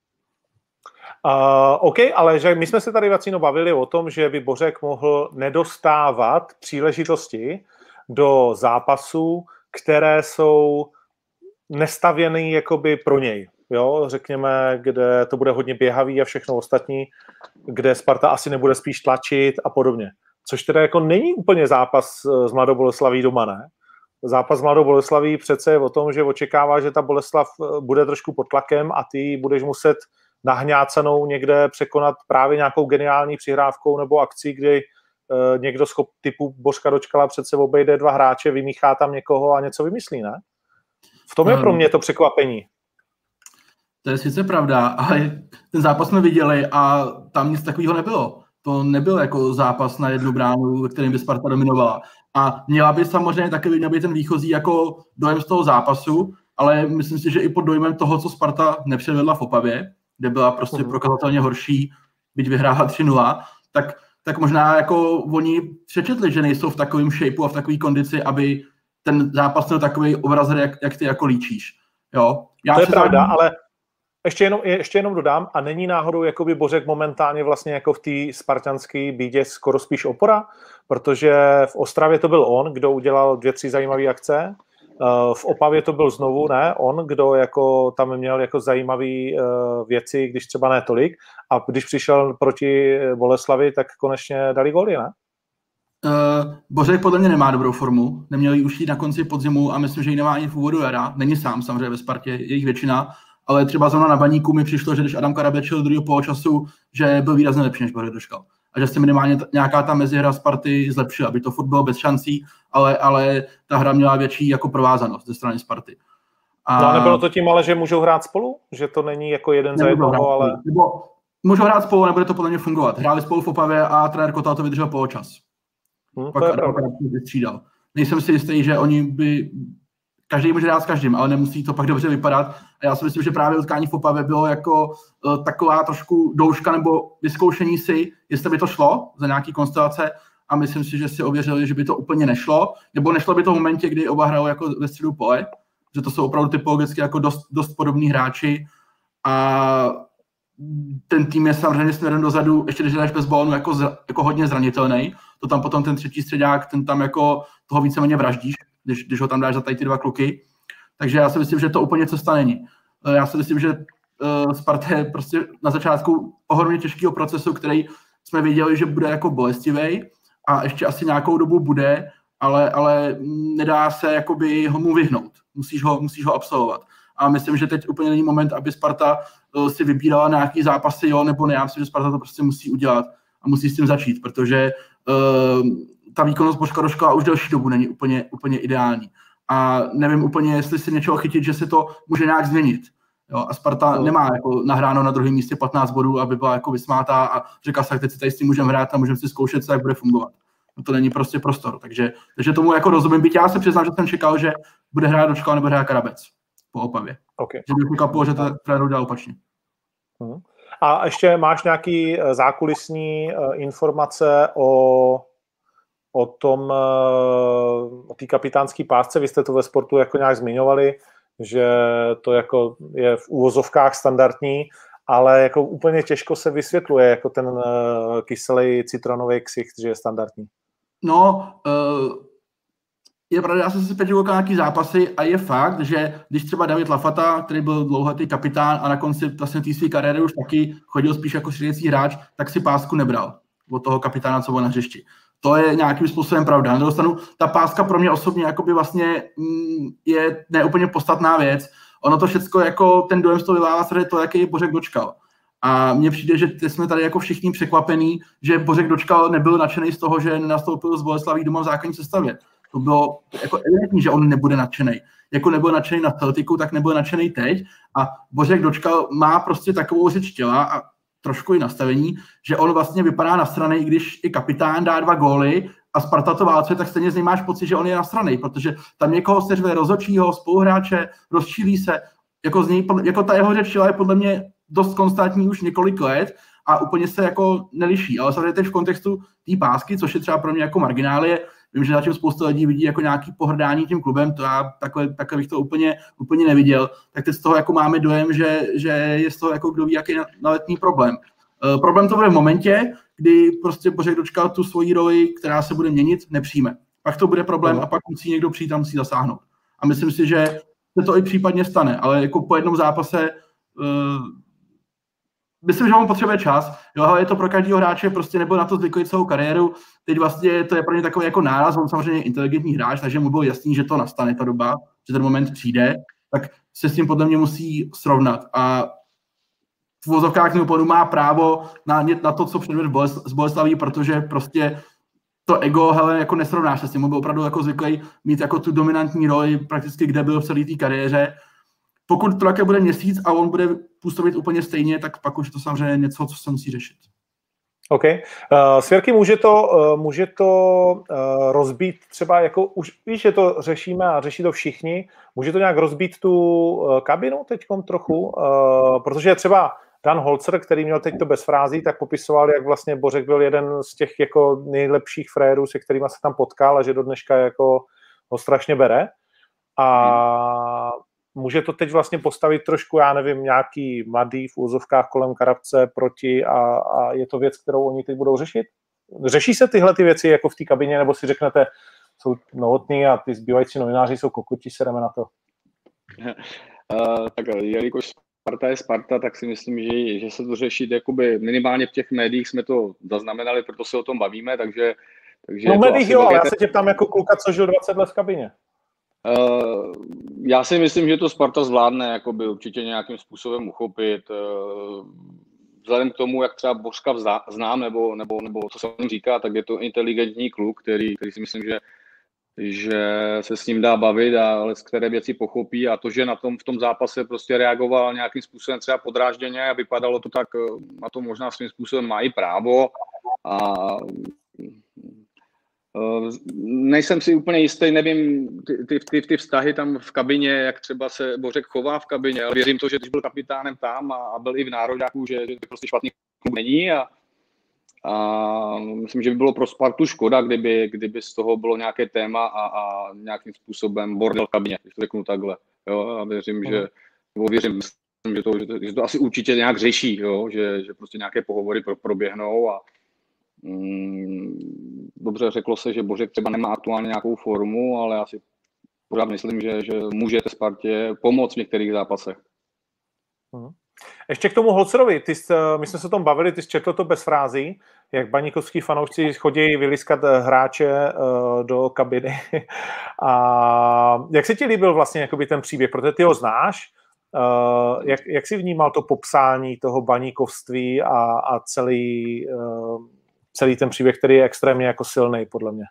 S1: Uh, OK, ale že my jsme se tady, Vacíno, bavili o tom, že by Bořek mohl nedostávat příležitosti do zápasů, které jsou nestavěný jakoby pro něj. Jo, řekněme, kde to bude hodně běhavý a všechno ostatní, kde Sparta asi nebude spíš tlačit a podobně. Což teda jako není úplně zápas s Mladou Boleslaví doma, ne? Zápas s Mladou Boleslaví přece je o tom, že očekává, že ta Boleslav bude trošku pod tlakem a ty budeš muset nahňácanou někde překonat právě nějakou geniální přihrávkou nebo akcí, kdy uh, někdo schop typu Božka Dočkala přece obejde dva hráče, vymíchá tam někoho a něco vymyslí, ne? V tom je pro mě to překvapení.
S4: To je sice pravda, ale ten zápas jsme viděli a tam nic takového nebylo. To nebyl jako zápas na jednu bránu, ve kterém by Sparta dominovala. A měla by samozřejmě taky měl být ten výchozí jako dojem z toho zápasu, ale myslím si, že i pod dojmem toho, co Sparta nepředvedla v Opavě, kde byla prostě uh-huh. prokazatelně horší, byť vyhrála tři nula, tak, tak možná jako oni přečetli, že nejsou v takovém shapeu a v takové kondici, aby ten zápas měl takový obraz, jak, jak ty jako líčíš. Jo? Já
S1: to je pravda,
S4: zároveň...
S1: ale ještě jenom, ještě jenom dodám, a není náhodou jakoby Bořek momentálně vlastně jako v té spartanské bídě skoro spíš opora, protože v Ostravě to byl on, kdo udělal dvě, tři zajímavé akce, v Opavě to byl znovu, ne, on, kdo jako tam měl jako zajímavé věci, když třeba ne tolik, a když přišel proti Boleslavi, tak konečně dali góly, ne?
S4: Uh, Bořek podle mě nemá dobrou formu, neměl ji už jít na konci podzimu a myslím, že ji nemá ani v úvodu jara, není sám samozřejmě ve Spartě, je jich většina, ale třeba zrovna na Baníku mi přišlo, že když Adam Karabec šel do druhého poločasu, že byl výrazně lepší než Bořek Dočkal. A že se minimálně t- nějaká ta mezihra Sparty zlepšila, aby to furt bylo bez šancí, ale, ale ta hra měla větší jako provázanost ze strany Sparty.
S1: A... No a nebylo to tím ale, že můžou hrát spolu? Že to není jako jeden za jednoho, ale...
S4: Nebo můžou hrát spolu, nebude to podle mě fungovat. Hráli spolu v Opavě a trenér Kotal to vydržel poločas. Hmm, Pak Adam Karabec vystřídal. Nejsem si jistý, že oni by... Každý může hrát s každým, ale nemusí to pak dobře vypadat. A já si myslím, že právě utkání v Opavě bylo jako uh, taková trošku douška nebo vyzkoušení si, jestli by to šlo za nějaký konstelace, a myslím si, že si ověřili, že by to úplně nešlo, nebo nešlo by to v momentě, kdy oba hrajou jako ve středu pole, že to jsou opravdu typologicky jako dost, dost podobní hráči a ten tým je samozřejmě směrem dozadu, ještě když hraješ bez balónu, jako, zra, jako hodně zranitelný, to tam potom ten třetí středák, ten tam jako toho víceméně vraždíš, když, když ho tam dáš za tady ty dva kluky. Takže já si myslím, že to úplně cesta není. Já si myslím, že uh, Sparta je prostě na začátku ohromně těžkého procesu, který jsme věděli, že bude jako bolestivý a ještě asi nějakou dobu bude, ale, ale nedá se jakoby ho mu vyhnout. Musíš ho, musíš ho absolvovat. A myslím, že teď úplně není moment, aby Sparta uh, si vybírala nějaký zápasy, jo, nebo ne. Já myslím, že Sparta to prostě musí udělat a musí s tím začít, protože uh, ta výkonnost Božka Doškala už delší dobu není úplně, úplně ideální. A nevím úplně, jestli si něčeho chytit, že se to může nějak změnit. Jo, a Sparta no. nemá jako nahráno na druhém místě patnáct bodů, aby byla jako vysmátá a řekla se, teď si tady s tím můžeme hrát a můžeme si zkoušet, co jak bude fungovat. No to není prostě prostor. Takže, takže tomu jako rozumím. Byť já se přiznám, že jsem čekal, že bude hrát Dočkal nebo hrát Karabec po Opavě.
S1: Okay.
S4: Že bych překvapilo, že to trenér dělá opačně.
S1: Hmm. A ještě máš nějaký zákulisní informace o, o tom, o té kapitánské pásce? Vy jste to ve Sportu jako nějak zmiňovali, že to jako je v úvozovkách standardní, ale jako úplně těžko se vysvětluje jako ten uh, kyselý citronový ksicht, že je standardní.
S4: No, uh, je pravda, já jsem si teď koukal nějaký zápasy a je fakt, že když třeba David Lafata, který byl dlouholetý kapitán a na konci vlastně té své kariéry už taky chodil spíš jako střídající hráč, tak si pásku nebral od toho kapitána, co byl na hřišti. To je nějakým způsobem pravda. Na druhou stranu, ta páska pro mě osobně jakoby vlastně mm, je neúplně podstatná věc. Ono to všechno jako ten dojem z toho vyvává se to, jaký Bořek Dočkal. A mně přijde, že jsme tady jako všichni překvapení, že Bořek Dočkal nebyl nadšený z toho, že nenastoupil z Boleslaví doma v základní sestavě. To bylo jako evidentní, že on nebude nadšený. Jako nebyl nadšený na Celticu, tak nebyl nadšený teď. A Bořek Dočkal má prostě takovou řeč těla a trošku i nastavení, že on vlastně vypadá nasranej, když i kapitán dá dva góly a Sparta to válcuje, tak stejně z něj máš pocit, že on je nasranej, protože tam někoho seřve rozhodčího, spoluhráče, rozčílí se, jako, z něj, jako ta jeho řeč je podle mě dost konstantní už několik let a úplně se jako neliší, ale samozřejmě teď v kontextu té pásky, což je třeba pro mě jako marginálie, vím, že zatím spousta lidí vidí jako nějaký pohrdání tím klubem, to já takhle, takhle bych to úplně, úplně neviděl, tak teď z toho jako máme dojem, že, že je z toho jako kdo ví, jaký naletný problém. Uh, problém to bude v momentě, kdy prostě Bořek Dočkal tu svoji roli, která se bude měnit, nepřijme. Pak to bude problém no. a pak musí někdo přijít a musí zasáhnout. A myslím si, že se to i případně stane, ale jako po jednom zápase uh, myslím, že on potřebuje čas, jo, ale je to pro každého hráče, prostě nebyl na to zvyklý celou kariéru, teď vlastně to je pro ně takový jako náraz, on samozřejmě je inteligentní hráč, takže mu bylo jasný, že to nastane ta doba, že ten moment přijde, tak se s tím podle mě musí srovnat a v vozovkách nebo má právo na, na to, co předved z Boleslaví, protože prostě to ego, hele, jako nesrovnáš se s tím, on byl opravdu jako zvyklý mít jako tu dominantní roli prakticky kde byl v celé té kariéře. Pokud to také bude měsíc a on bude působit úplně stejně, tak pak už je to samozřejmě něco, co se musí řešit.
S1: OK. Uh, Svěrky, může to, uh, může to uh, rozbít třeba, jako už víš, že to řešíme a řeší to všichni, může to nějak rozbít tu uh, kabinu teďkom trochu, uh, protože třeba Dan Holzer, který měl teď to bez frází, tak popisoval, jak vlastně Bořek byl jeden z těch jako nejlepších frérů, se kterými se tam potkal a že do dneška jako ho strašně bere. A může to teď vlastně postavit trošku, já nevím, nějaký mladý v úzovkách kolem Karabce proti a, a je to věc, kterou oni teď budou řešit? Řeší se tyhle ty věci jako v té kabině, nebo si řeknete, jsou Novotný a ty zbývající novináři jsou kokoti, se jdeme na to?
S3: Uh, tak jelikož Sparta je Sparta, tak si myslím, že, že se to řešit jakoby minimálně v těch médiích jsme to zaznamenali, proto se o tom bavíme, takže... takže
S1: no v médiích jo, ale já se tě ptám jako kluka, co žil dvacet let v kabině.
S3: Uh, já si myslím, že to Sparta zvládne jakoby určitě nějakým způsobem uchopit. Uh, vzhledem k tomu, jak třeba Bořka vzá, znám, nebo, nebo, nebo co se o něm říká, tak je to inteligentní kluk, který, který si myslím, že, že se s ním dá bavit a ale z které věci pochopí a to, že na tom v tom zápase prostě reagoval nějakým způsobem třeba podrážděně a vypadalo to tak, na to možná svým způsobem má i právo a nejsem si úplně jistý, nevím, ty, ty, ty, ty vztahy tam v kabině, jak třeba se Bořek chová v kabině, ale věřím to, že když byl kapitánem tam a, a byl i v nároďáku, že, že to prostě špatný klub není a, a myslím, že by bylo pro Spartu škoda, kdyby, kdyby z toho bylo nějaké téma a, a nějakým způsobem bordel v kabině, když to řeknu takhle. Jo, a věřím, mm. že, věřím, že to, že, to, že to asi určitě nějak řeší, jo, že, že prostě nějaké pohovory pro, proběhnou a dobře řeklo se, že Bořek třeba nemá aktuálně nějakou formu, ale já si pořád myslím, že, že můžete Spartě pomoct v některých zápasech.
S1: Ještě k tomu Holcerovi, ty jsi, my jsme se o tom bavili, ty jsi četl to bez frází, jak baníkovský fanoušci chodí vyliskat hráče uh, do kabiny. A jak se ti líbil vlastně jakoby ten příběh, protože ty ho znáš, uh, jak, jak jsi vnímal to popsání toho baníkovství a, a celý, uh, celý ten příběh, který je extrémně jako silný podle mě?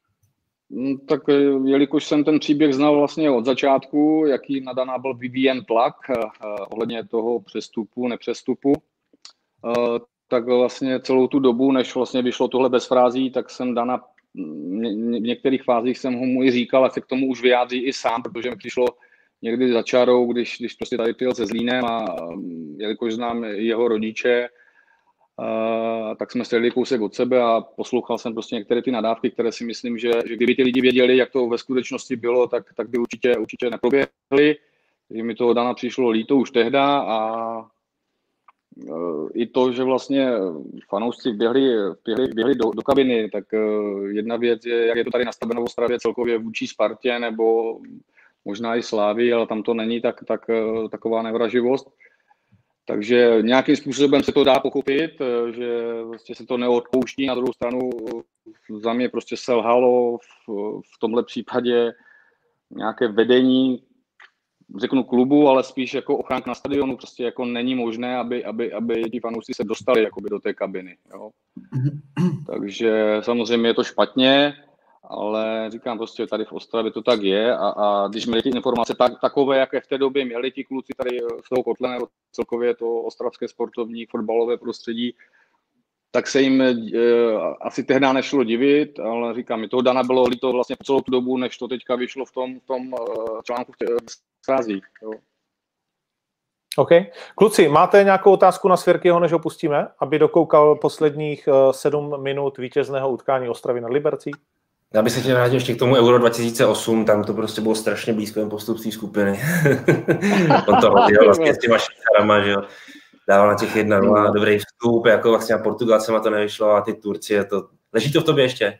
S3: Tak jelikož jsem ten příběh znal vlastně od začátku, jaký na Dana byl vyvíjen tlak uh, ohledně toho přestupu, nepřestupu, uh, tak vlastně celou tu dobu, než vlastně vyšlo tohle bez frází, tak jsem Dana, v některých fázích jsem ho mu i říkal, a se k tomu už vyjádří i sám, protože mi přišlo někdy za čarou, když, když prostě tady přijel se Zlínem a jelikož znám jeho rodiče, Uh, tak jsme sedli kousek od sebe a poslouchal jsem prostě některé ty nadávky, které si myslím, že, že kdyby ty lidi věděli, jak to ve skutečnosti bylo, tak, tak by určitě, určitě neproběhli. Takže mi toho Dana přišlo líto už tehda a uh, i to, že vlastně fanoušci běhli, běhli, běhli do, do kabiny, tak uh, jedna věc je, jak je to tady nastaveno v Ostravě celkově vůči Spartě nebo možná i Slávii, ale tam to není tak, tak, uh, taková nevraživost. Takže nějakým způsobem se to dá pochopit, že vlastně se to neodpouští. Na druhou stranu za mě prostě selhalo v, v tomhle případě nějaké vedení, řeknu klubu, ale spíš jako ochránka na stadionu. Prostě jako není možné, aby, aby, aby ti fanoušci se dostali jakoby do té kabiny. Jo. Takže samozřejmě je to špatně, ale říkám prostě tady v Ostravě to tak je a, a když měli ty informace tak, takové, jaké v té době měli ti kluci tady z toho kotle nebo celkově to ostravské sportovní fotbalové prostředí, tak se jim e, asi tehdy nešlo divit, ale říkám, mi toho Dana bylo líto vlastně po celou tu dobu, než to teďka vyšlo v tom, v tom článku v Strázích.
S1: OK. Kluci, máte nějakou otázku na Svěrkyho, než ho pustíme, aby dokoukal posledních sedm minut vítězného utkání Ostravy nad Libercí?
S2: Já bych se tě vrátil ještě k tomu Euro dva tisíce osm, tam to prostě bylo strašně blízko ten postup z té skupiny. On to hodil vlastně s těma Švýcarama, že jo. Dával na těch jedna nula dobrý vstup, jako vlastně na Portugalcema to nevyšlo a ty Turci, to... Leží to v tobě ještě?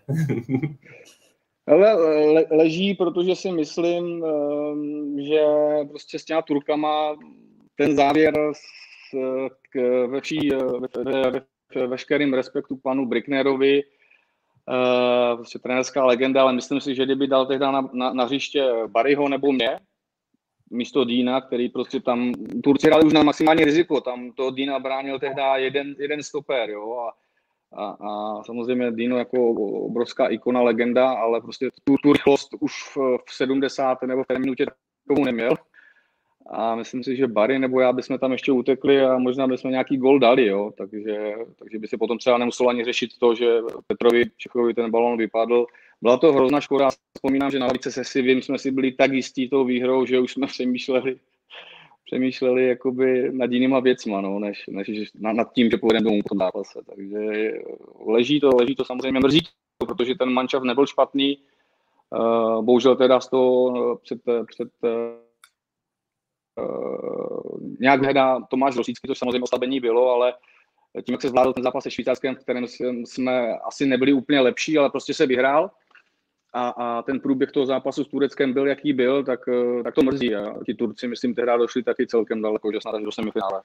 S3: Ale le, leží, protože si myslím, že prostě s těma Turkama ten závěr s, k, ve, vší, ve, ve, ve veškerým respektu panu Bricknerovi, Uh, prostě trenérská legenda, ale myslím si, že kdyby dal tehdy na, na, na hřiště Barryho nebo mě, místo Dýna, který prostě tam, Turci dali už na maximální riziko, tam to Dýna bránil tehdy jeden, jeden stoper, jo, a, a, a samozřejmě Dýno jako obrovská ikona, legenda, ale prostě tu, tu rychlost už v, v sedmdesáté nebo v té minutě tomu neměl. A myslím si, že Barry nebo já bychom tam ještě utekli a možná bychom nějaký gol dali, jo. Takže, takže by se potom třeba nemuselo ani řešit to, že Petrovi Čechovi ten balón vypadl. Byla to hrozná škoda. Vzpomínám, že na lavice se Sivím jsme si byli tak jistí tou výhrou, že už jsme přemýšleli, přemýšleli jakoby nad jinýma věcma, no, než, než nad tím, že povedeme domů po tom zápase. Takže leží to, leží to samozřejmě, mrzí to, protože ten manšaft nebyl špatný. Uh, bohužel teda z toho před, před Uh, nějak hledá Tomáš Rosícký, což samozřejmě oslabení bylo, ale tím, jak se zvládl ten zápas se Švýcarskem, v kterém jsme asi nebyli úplně lepší, ale prostě se vyhrál a, a ten průběh toho zápasu s Tureckem byl, jaký byl, tak, tak to mrzí. A ti Turci, myslím, tehdy došli taky celkem daleko, že snad až do semifinále.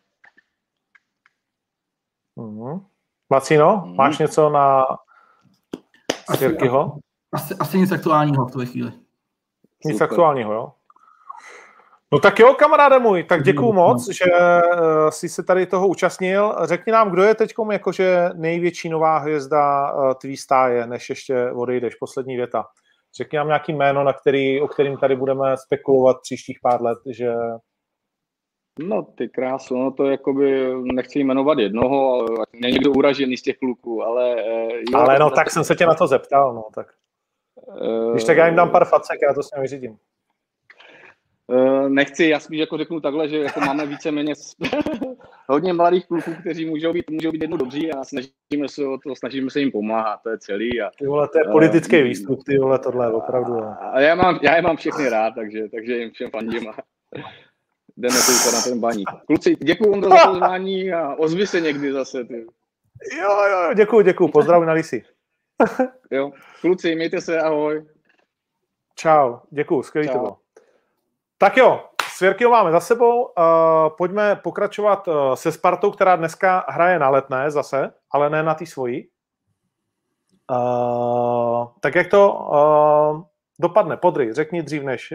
S1: Mm-hmm. Macino, mm-hmm. máš něco na Svěrkyho?
S4: Asi, asi, asi nic aktuálního v té chvíli.
S1: Nic Super. aktuálního, jo? No tak jo, kamaráde můj, tak děkuju moc, že uh, jsi se tady toho účastnil. Řekni nám, kdo je teďkom jakože největší nová hvězda uh, tvý stáje, než ještě odejdeš, poslední věta. Řekni nám nějaký jméno, na který, o kterým tady budeme spekulovat příštích pár let, že...
S3: No ty krásu, no to jakoby nechci jmenovat jednoho, ale není někdo uražený z těch kluků, ale...
S1: Jo, ale no, tak jsem se tě na to zeptal, no tak. Uh, Když tak já jim dám pár facek, já to s ním vyřídím.
S3: Uh, nechci, já spíš jako řeknu takhle, že jako máme víceméně hodně mladých kluků, kteří můžou být, můžou být jednou dobří a snažíme se o to, snažíme se jim pomáhat, to je celý. A,
S1: ty vole, to je politický uh, výstup, ty vole, tohle, opravdu.
S3: A, a já, mám, já je mám všechny rád, takže, takže jim všem fandím a jdeme koukat na ten baník. Kluci, děkuju Ondro za pozvání a ozvi se někdy zase. Ty.
S1: Jo, jo, děkuju, děkuju, pozdravuj na Lisi.
S3: Jo, kluci, mějte se, ahoj.
S1: Čau, děkuju, skvělý to bylo. Tak jo, Svěrkyho máme za sebou. Uh, pojďme pokračovat uh, se Spartou, která dneska hraje na Letné zase, ale ne na té svojí. Uh, tak jak to uh, dopadne? Podry, řekni dřív než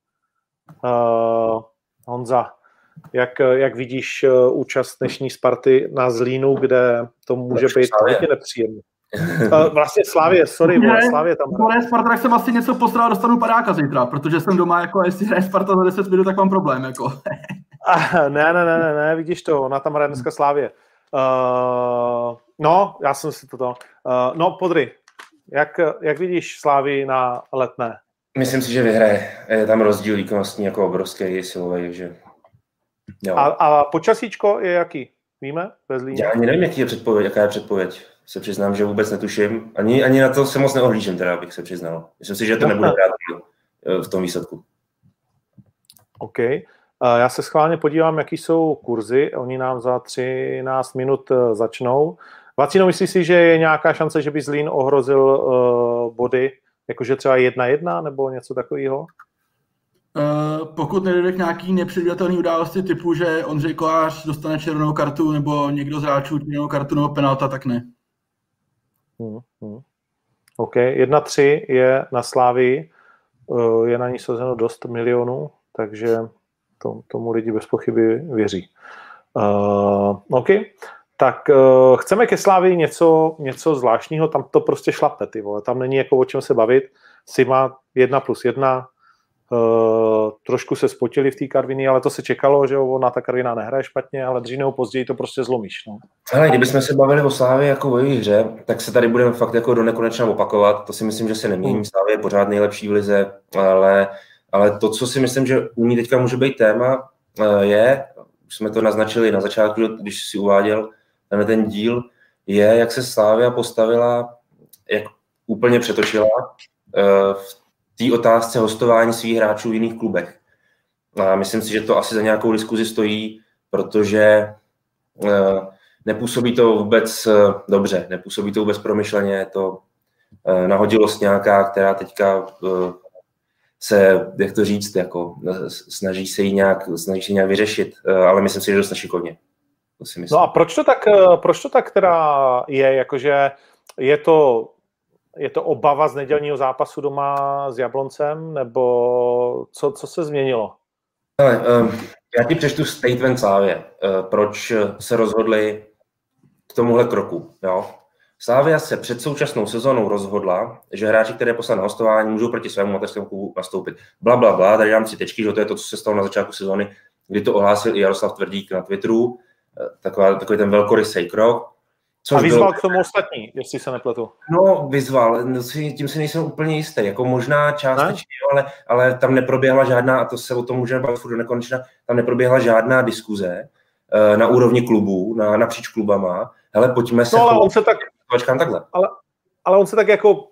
S1: uh, Honza. Jak, jak vidíš uh, účast dnešní Sparty na Zlínu, kde to může být hodně nepříjemné? Uh, vlastně Slávě, sorry, vole, Slávě tam.
S4: Když Sparta, tak jsem asi něco postaral, dostanu padáka zítra, protože jsem doma, jako jestli hraje Sparta za deset minut, tak mám problém, jako.
S1: uh, ne, ne, ne, ne, ne, vidíš to, ona tam hraje dneska Slávě. Uh, no, já jsem si toto. Uh, no, Podry, jak, jak vidíš Slávy na Letné?
S2: Myslím si, že vyhraje. Je tam rozdíl výkonnostní jako obrovský, silový, takže... Jo.
S1: A, a počasíčko je jaký? Víme? Bez Líně?
S2: Já ani nevím, jaký je předpověď, jaká je předpověď. Se přiznám, že vůbec netuším. Ani, ani na to se moc neohlížím, teda, abych se přiznal. Myslím si, že to nebude hrát v tom výsledku.
S1: OK. Já se schválně podívám, jaký jsou kurzy. Oni nám za třináct minut začnou. Vacino, myslíš si, že je nějaká šance, že by Zlín ohrozil uh, body, jakože třeba jedna jedna nebo něco takového?
S4: Uh, pokud nedojde k nějaký nepředvídatelný události typu, že Ondřej Kolář dostane červenou kartu nebo někdo z hráčů červenou kartu nebo penalta, tak ne.
S1: Hmm, hmm. OK, jedna tři je na Slávii, uh, je na ní sazeno dost milionů, takže to, tomu lidi bez pochyby věří. Uh, OK, tak uh, chceme ke Slávii něco, něco zvláštního, tam to prostě šlape, ty vole, tam není jako o čem se bavit, Sima jedna plus jedna, Uh, trošku se spotili v té Karviní, ale to se čekalo, že ona ta Karviná nehraje špatně, ale dřív nebo později to prostě zlomíš. No.
S2: Ale kdybychom se bavili o Slávě jako o její hře, tak se tady budeme fakt jako do nekonečna opakovat. To si myslím, že se nemění. Slávě je pořád nejlepší v lize, ale, ale to, co si myslím, že u ní teďka může být téma, je, už jsme to naznačili na začátku, když si uváděl ten, ten díl, je, jak se Slávia postavila, jak úplně přetočila v té otázce hostování svých hráčů v jiných klubech. A myslím si, že to asi za nějakou diskuzi stojí, protože uh, nepůsobí to vůbec uh, dobře, nepůsobí to vůbec promyšleně, je to uh, nahodilost nějaká, která teďka uh, se, jak to říct, jako, snaží se ji nějak, snaží se nějak vyřešit, uh, ale myslím si, že dost nešikovně. To si myslím.
S1: No a proč to tak, proč to tak teda je, jakože je to Je to obava z nedělního zápasu doma s Jabloncem, nebo co, co se změnilo?
S2: Ale, um, já ti přečtu statement Slávie, uh, proč se rozhodli k tomuhle kroku. Jo? Slávia se před současnou sezónou rozhodla, že hráči, které poslali na hostování, můžou proti svému mateřskému klubu nastoupit. Bla, bla, bla, tady dám tři tečky, že to je to, co se stalo na začátku sezóny, kdy to ohlásil i Jaroslav Tvrdík na Twitteru, taková, takový ten velkorysej krok.
S1: Což a vyzval bylo... k tomu ostatní, jestli se nepletu.
S2: No, vyzval, tím si nejsem úplně jistý, jako možná částečně, ale, ale tam neproběhla žádná, a to se o tom můžeme bavit furt do nekonečna, tam neproběhla žádná diskuze uh, na úrovni klubů, na, napříč klubama, hele, pojďme se...
S1: No, ale on se tak...
S2: takhle.
S1: Ale, ale on se tak jako...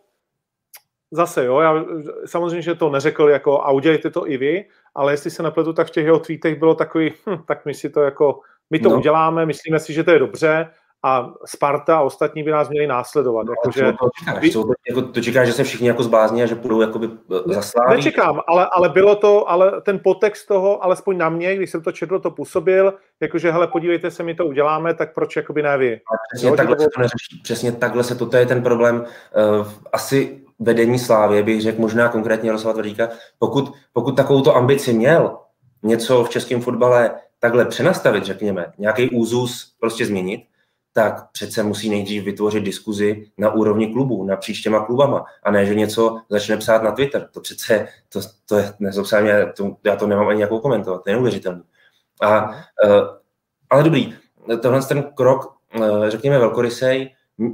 S1: Zase, jo, já samozřejmě, že to neřekl jako a udělejte to i vy, ale jestli se nepletu, tak v těch jeho tweetech bylo takový, hm, tak my si to jako, my to no. uděláme, myslíme si, že to je dobře, a Sparta a ostatní by nás měli následovat.
S2: No,
S1: jako, že...
S2: to, čekáš, vy... to, jako, to čekáš, že se všichni jako zblázní a že půjdou jakoby za Sláví?
S1: Nečekám, ale, ale bylo to, ale ten podtext toho, alespoň na mě, když jsem to četl, to působil, jakože hele, podívejte se, my to uděláme, tak proč jakoby ne vy?
S2: Přesně, jo, takhle to... se to neřeší. Přesně takhle se to, to je ten problém. Uh, asi vedení Slávie, bych řekl, možná konkrétně Jaroslava Tvrdíka, pokud, pokud takovouto ambici měl něco v českém fotbale takhle přenastavit, řekněme, nějaký úzus prostě změnit, tak přece musí nejdřív vytvořit diskuzi na úrovni klubů, napříč těma klubama, a ne, že něco začne psát na Twitter. To přece, to, to je, nezobsám, já to, já to nemám ani jakou komentovat, to je neuvěřitelné. A, uh, ale dobrý, tohle ten krok, uh, řekněme velkorysej,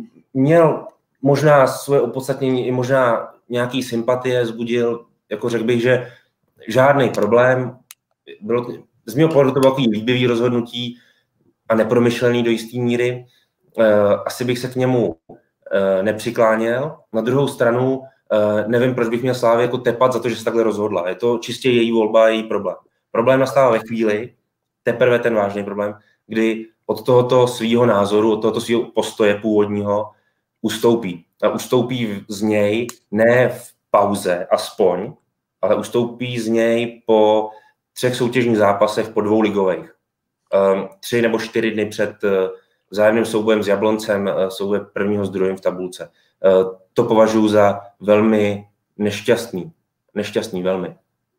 S2: měl možná svoje opodstatnění i možná nějaký sympatie, zbudil, jako řekl bych, že žádný problém, bylo, z mého pohledu to bylo takový líbivý rozhodnutí, a nepromyšlený do jisté míry, uh, asi bych se k němu uh, nepřikláněl. Na druhou stranu uh, nevím, proč bych měl Slávě jako tepat za to, že se takhle rozhodla. Je to čistě její volba a její problém. Problém nastává ve chvíli, teprve ten vážný problém, kdy od tohoto svýho názoru, od tohoto svýho postoje původního ustoupí. A ustoupí z něj ne v pauze aspoň, ale ustoupí z něj po třech soutěžních zápasech po dvou ligových. Um, tři nebo čtyři dny před uh, vzájemným soubojem s Jabloncem, uh, souboj prvního s druhým v tabulce. Uh, to považuji za velmi nešťastný. Nešťastný velmi.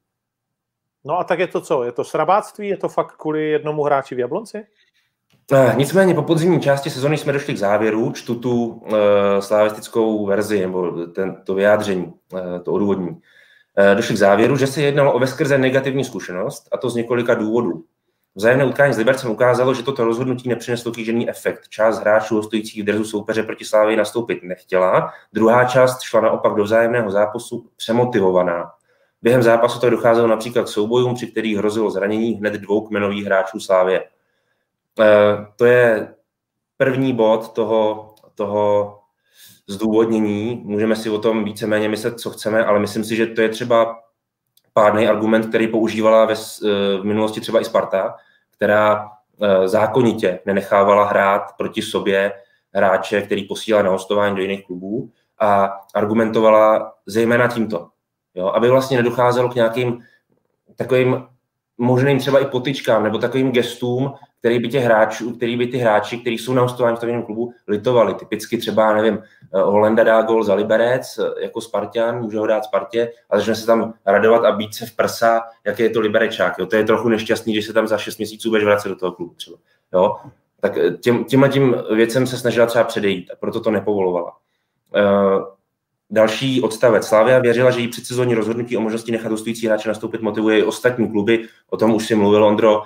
S1: No a tak je to co? Je to srabáctví? Je to fakt kvůli jednomu hráči v Jablonci?
S2: Uh, nicméně po podzimní části sezony jsme došli k závěru, čtu tu uh, slavistickou verzi, nebo ten, to vyjádření, uh, to odůvodnění. Uh, došli k závěru, že se jednalo o veskrze negativní zkušenost, a to z několika důvodů. Vzájemné utkání s Libercem ukázalo, že toto rozhodnutí nepřineslo kýžený efekt. Část hráčů hostujících v dresu soupeře proti Slavii nastoupit nechtěla, druhá část šla naopak do vzájemného zápasu přemotivovaná. Během zápasu tak docházelo například k soubojům, při kterých hrozilo zranění hned dvou kmenových hráčů Slavie. E, to je první bod toho, toho zdůvodnění. Můžeme si o tom víceméně myslet, co chceme, ale myslím si, že to je třeba pádný argument, který používala ve, v minulosti třeba i Sparta, která zákonitě nenechávala hrát proti sobě hráče, který posílá na hostování do jiných klubů, a argumentovala zejména tímto. Jo, aby vlastně nedocházelo k nějakým takovým možným třeba i potyčkám nebo takovým gestům, který by, těch hráčů, který by ty hráči, kteří jsou na hostování v tom jiném klubu, litovali. Typicky třeba, nevím, Holenda dá gól za Liberec jako Spartan, může ho dát Spartě a začne se tam radovat a bít se v prsa, jaký je to Liberečák. Jo? To je trochu nešťastný, když se tam za šest měsíců budeš vracet do toho klubu třeba. Jo? Tak tím, tímhle tím věcem se snažila třeba předejít a proto to nepovolovala. Uh, Další odstavec. Slavia věřila, že jí předsezónní rozhodnutí o možnosti nechat hostující hráče nastoupit motivuje i ostatní kluby. O tom už si mluvil, Ondro. Uh,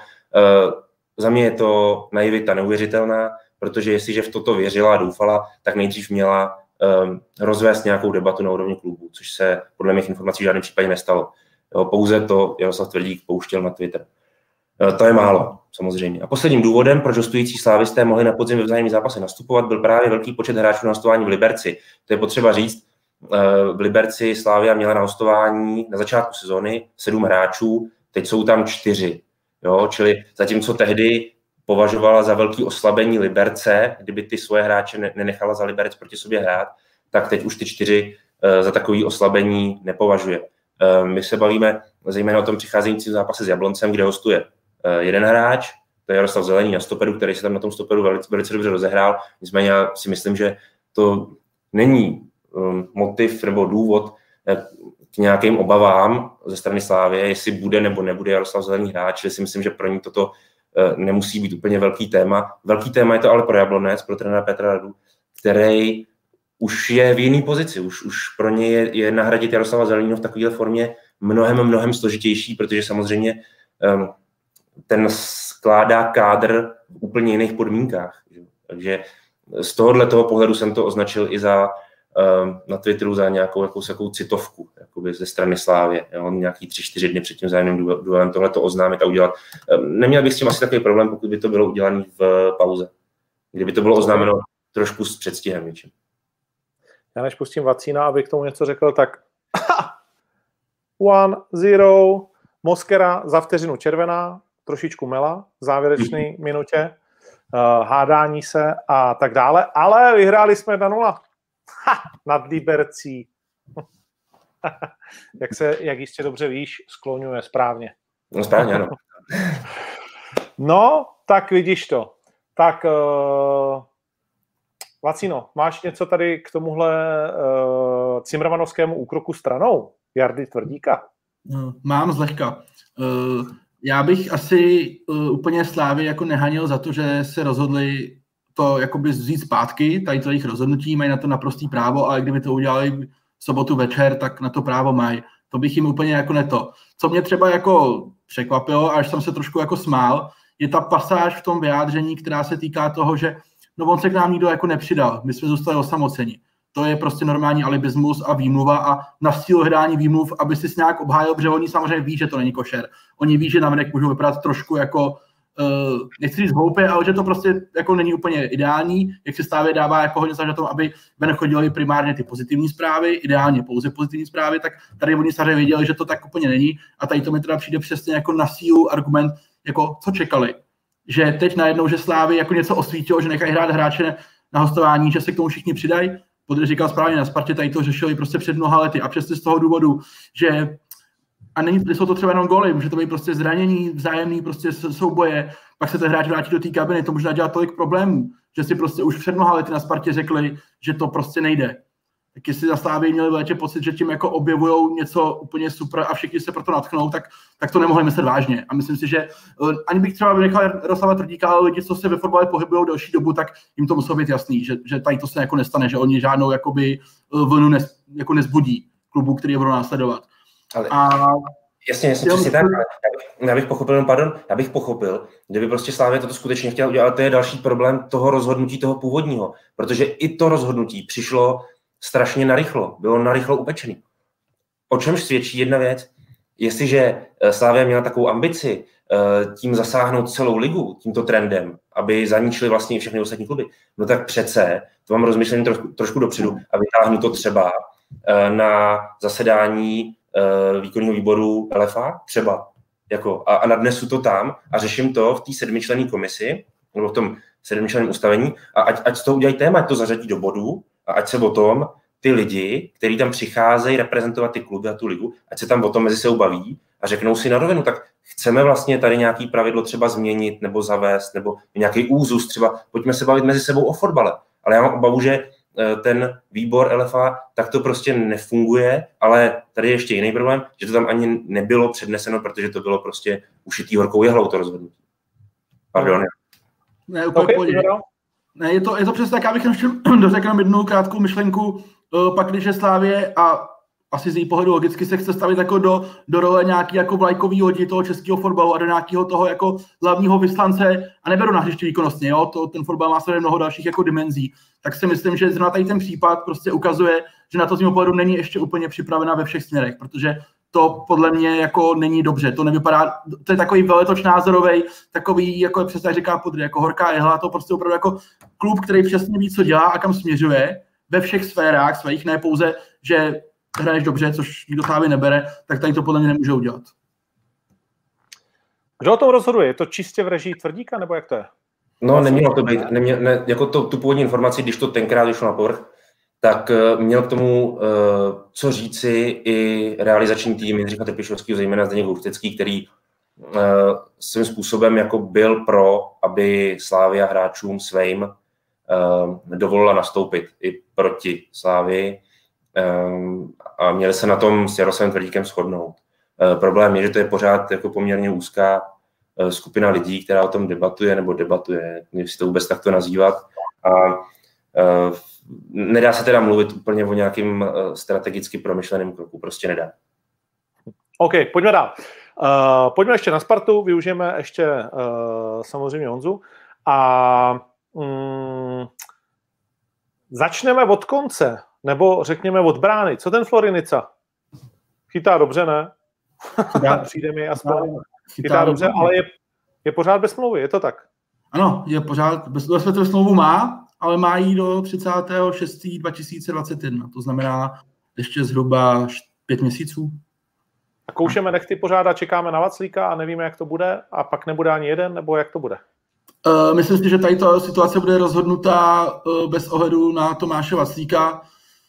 S2: za mě je to naivita neuvěřitelná, protože jestliže v toto věřila a doufala, tak nejdřív měla um, rozvést nějakou debatu na úrovni klubu, což se podle mých informací v žádném případě nestalo. Jo, pouze to Jaroslav Tvrdík pouštěl na Twitter. Uh, to je málo, samozřejmě. A posledním důvodem, proč hostující slávisté mohli na podzim ve vzájemných zápasech nastupovat, byl právě velký počet hráčů na hostování v Liberci. To je potřeba říct. V Liberci Slavia měla na hostování na začátku sezóny sedm hráčů, teď jsou tam čtyři. Jo? Čili zatímco tehdy považovala za velký oslabení Liberce, kdyby ty svoje hráče nenechala za Liberec proti sobě hrát, tak teď už ty čtyři za takový oslabení nepovažuje. My se bavíme zejména o tom přicházejícím zápase s Jabloncem, kde hostuje jeden hráč, to je Jaroslav Zelený na stoperu, který se tam na tom stoperu velice, velice dobře rozehrál. Nicméně já si myslím, že to není motiv nebo důvod k nějakým obavám ze strany Slávie, jestli bude nebo nebude Jaroslav Zelený hráč, že si myslím, že pro ní toto nemusí být úplně velký téma. Velký téma je to ale pro Jablonec, pro trenéra Petra Radu, který už je v jiný pozici, už, už pro ně je, je nahradit Jaroslava Zeleného v takové formě mnohem, mnohem složitější, protože samozřejmě um, ten skládá kádr v úplně jiných podmínkách. Že? Takže z tohohle toho pohledu jsem to označil i za na Twitteru za nějakou jakou, jakou citovku jakoby ze strany Slávie. Jo, nějaký tři, čtyři dny před tím vzájemným duelem tohle to oznámit a udělat. Neměl bych s tím asi takový problém, pokud by to bylo udělané v pauze. Kdyby to bylo oznámeno trošku s předstihem něčím.
S1: Já než pustím Vacína, aby k tomu něco řekl, tak one, zero, Moskera za vteřinu červená, trošičku mela v závěrečné minutě, uh, hádání se a tak dále, ale vyhráli jsme jedna nula. Ha, nad Libercí. jak se, jak jistě dobře víš, skloňuje správně.
S2: No správně, ano.
S1: No, tak vidíš to. Tak, uh, Vacino, máš něco tady k tomuhle uh, cimrmanovskému úkroku stranou Jardy Tvrdíka?
S4: Mám zlehka. Uh, já bych asi uh, úplně Slávy jako nehanil za to, že se rozhodli to jakoby vzít zpátky, tady to jejich rozhodnutí, mají na to naprostý právo, ale kdyby to udělali v sobotu večer, tak na to právo mají. To bych jim úplně jako neto. Co mě třeba jako překvapilo, až jsem se trošku jako smál, je ta pasáž v tom vyjádření, která se týká toho, že no on se k nám nikdo jako nepřidal, my jsme zůstali osamoceni. To je prostě normální alibismus a výmluva a na sílu hledání výmluv, aby si nějak obhájil, protože oni samozřejmě ví, že to není košer. Oni ví, že navenek můžou vypadat trošku jako Uh, nechci říct hloupě, ale že to prostě jako není úplně ideální, jak se Slávě dává jako hodně na tom, aby ven chodili primárně ty pozitivní zprávy, ideálně pouze pozitivní zprávy, tak tady oni samozřejmě věděli, že to tak úplně není a tady to mi teda přijde přesně jako na sílu argument, jako co čekali, že teď najednou, že Slávy jako něco osvítilo, že nechají hrát hráče na hostování, že se k tomu všichni přidají, protože říkal správně na Spartě, tady to řešili prostě před mnoha lety a přesně z toho důvodu, že A není, jsou to třeba jenom góly, může to být prostě zranění, vzájemný prostě souboje, pak se ten hráč vrátí do té kabiny, to může dělat tolik problémů, že si prostě už před mnoha lety na Spartě řekli, že to prostě nejde. Tak jestli za Slávy měli v létě pocit, že tím jako objevujou něco úplně super a všichni se proto natknou, tak, tak to nemohli myslet vážně. A myslím si, že uh, ani bych třeba vynechal Jaroslava Tvrdíka, ale lidi, co se ve fotbale pohybují delší dobu, tak jim to muselo být jasný, že, že tady to se jako nestane, že oni žádnou jakoby vlnu nes, jako nezbudí klubu, který je budou následovat.
S2: Ale...
S4: A
S2: Jasně, jasně, přesně tak. Já bych, já bych pochopil, no pardon, já bych pochopil, kdyby prostě Slavia toto skutečně chtěl udělat, ale to je další problém toho rozhodnutí, toho původního, protože i to rozhodnutí přišlo strašně narychlo, bylo narychlo upečený. O čemž svědčí jedna věc, jestliže Slavia měla takovou ambici tím zasáhnout celou ligu, tímto trendem, aby zaníčili vlastně i všechny ostatní kluby, no tak přece, to mám rozmyšlený trošku, trošku dopředu a vytáhnu to třeba na zasedání výkonného výboru L F A třeba. Jako, a, a nadnesu to tam a řeším to v té sedmičlenné komisi, nebo v tom sedmičlenném ustavení a ať, ať z toho udělají téma, ať to zařadí do bodu a ať se o tom ty lidi, kteří tam přicházejí reprezentovat ty kluby a tu ligu, ať se tam o tom mezi sebou baví a řeknou si na rovinu, tak chceme vlastně tady nějaký pravidlo třeba změnit nebo zavést, nebo nějaký úzus třeba, pojďme se bavit mezi sebou o fotbale. Ale já mám obavu, že ten výbor L F A tak to prostě nefunguje, ale tady je ještě jiný problém, že to tam ani nebylo předneseno, protože to bylo prostě ušitý horkou jehlou to rozhodnutí. Pardon.
S4: Ne, úplně okay, ne, je to, je to přesně tak, já bych ještě dořekl jednu krátkou myšlenku, pak když je Slávě a asi z její pohledu logicky se chce stavit jako do, do role nějaký jako vlajkový hodí toho českého fotbalu a do nějakého toho jako hlavního vyslance a neberu na hřiště výkonnostně, jo, to, ten fotbal má samozřejmě mnoho dalších jako dimenzí, tak si myslím, že zrovna tady ten případ prostě ukazuje, že na to z mého pohledu není ještě úplně připravená ve všech směrech, protože to podle mě jako není dobře, to nevypadá, to je takový veletoč názorovej, takový, jako přesně říká Podry, jako horká jehla, to prostě opravdu jako klub, který přesně ví, co dělá a kam směřuje ve všech sférách svých, ne pouze, že hraješ dobře, což nikdo Slávy nebere, tak tady to podle mě nemůže udělat.
S1: Kdo o tom rozhoduje? Je to čistě v režii Tvrdíka, nebo jak to je?
S2: No, nemělo to být, nemě, ne, jako to, tu původní informaci, když to tenkrát vyšlo na povrch, tak uh, měl k tomu uh, co říci i realizační tým Jindřicha Trpišovského, zejména Zdeněk Houštecký, který uh, svým způsobem jako byl pro, aby Slavia hráčům svým uh, dovolila nastoupit i proti Slavii um, a měli se na tom s Jaroslavem Tvrdíkem shodnout. Uh, problém je, že to je pořád jako poměrně úzká uh, skupina lidí, která o tom debatuje nebo debatuje, nevím si to vůbec takto nazývat. A uh, nedá se teda mluvit úplně o nějakým uh, strategicky promyšleným kroku, prostě nedá.
S1: OK, pojďme dál. Uh, pojďme ještě na Spartu, využijeme ještě uh, samozřejmě Honzu a um, začneme od konce, nebo řekněme od brány. Co ten Florinica? Chytá dobře, ne? Chytá, přijde mi aspoň. Chytá, chytá dobře, dobře, ale je, je pořád bez smlouvy, je to tak?
S4: Ano, je pořád, bez, bez smlouvu má, ale má jí do třicátého šestého dva tisíce dvacet jedna, to znamená ještě zhruba pět měsíců.
S1: A koušeme nechty pořád a čekáme na Vaclíka a nevíme, jak to bude a pak nebude ani jeden, nebo jak to bude?
S4: Uh, myslím si, že tady ta situace bude rozhodnutá uh, bez ohledu na Tomáše Vaclíka.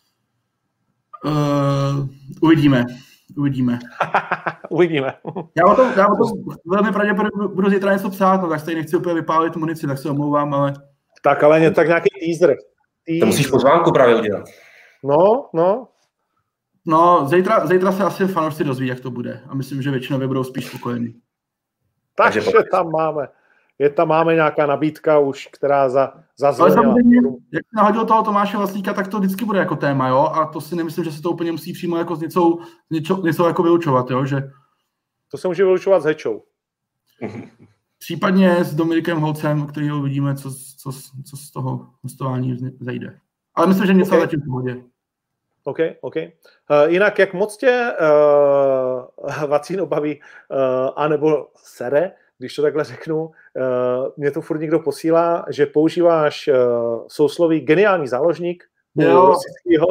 S4: Uh, uvidíme. Uvidíme.
S1: Uvidíme.
S4: Já o tom, já o tom velmi pravděpodobně budu zítra něco psát, no tak stejně nechci úplně vypálit munici, tak se omlouvám, ale...
S1: Tak ale ně, tak nějaký teaser.
S2: teaser. To musíš pozvánku právě udělat.
S1: No, no.
S4: No, zítra, zítra se asi fanoušci dozví, jak to bude. A myslím, že většinově budou spíš spokojení.
S1: Takže tam máme. Je tam máme nějaká nabídka už, která za, zazvonila.
S4: Ale samozřejmě, jak jsi nahodil toho Tomáše Vaclíka, tak to vždycky bude jako téma, jo? A to si nemyslím, že se to úplně musí přímo jako s něco, něco, něco jako vylučovat, jo? Že...
S1: To se může vylučovat s Hečou.
S4: Případně s Dominikem Holcem, kterýho uvidíme, co, co, co z toho hostování zajde. Ale myslím, že něco okay. zatím v pohodě.
S1: OK, OK. Uh, jinak, jak moc tě uh, Vacín obaví, uh, anebo sere, když to takhle řeknu, uh, mě to furt někdo posílá, že používáš uh, sousloví geniální záložník u Rosickýho.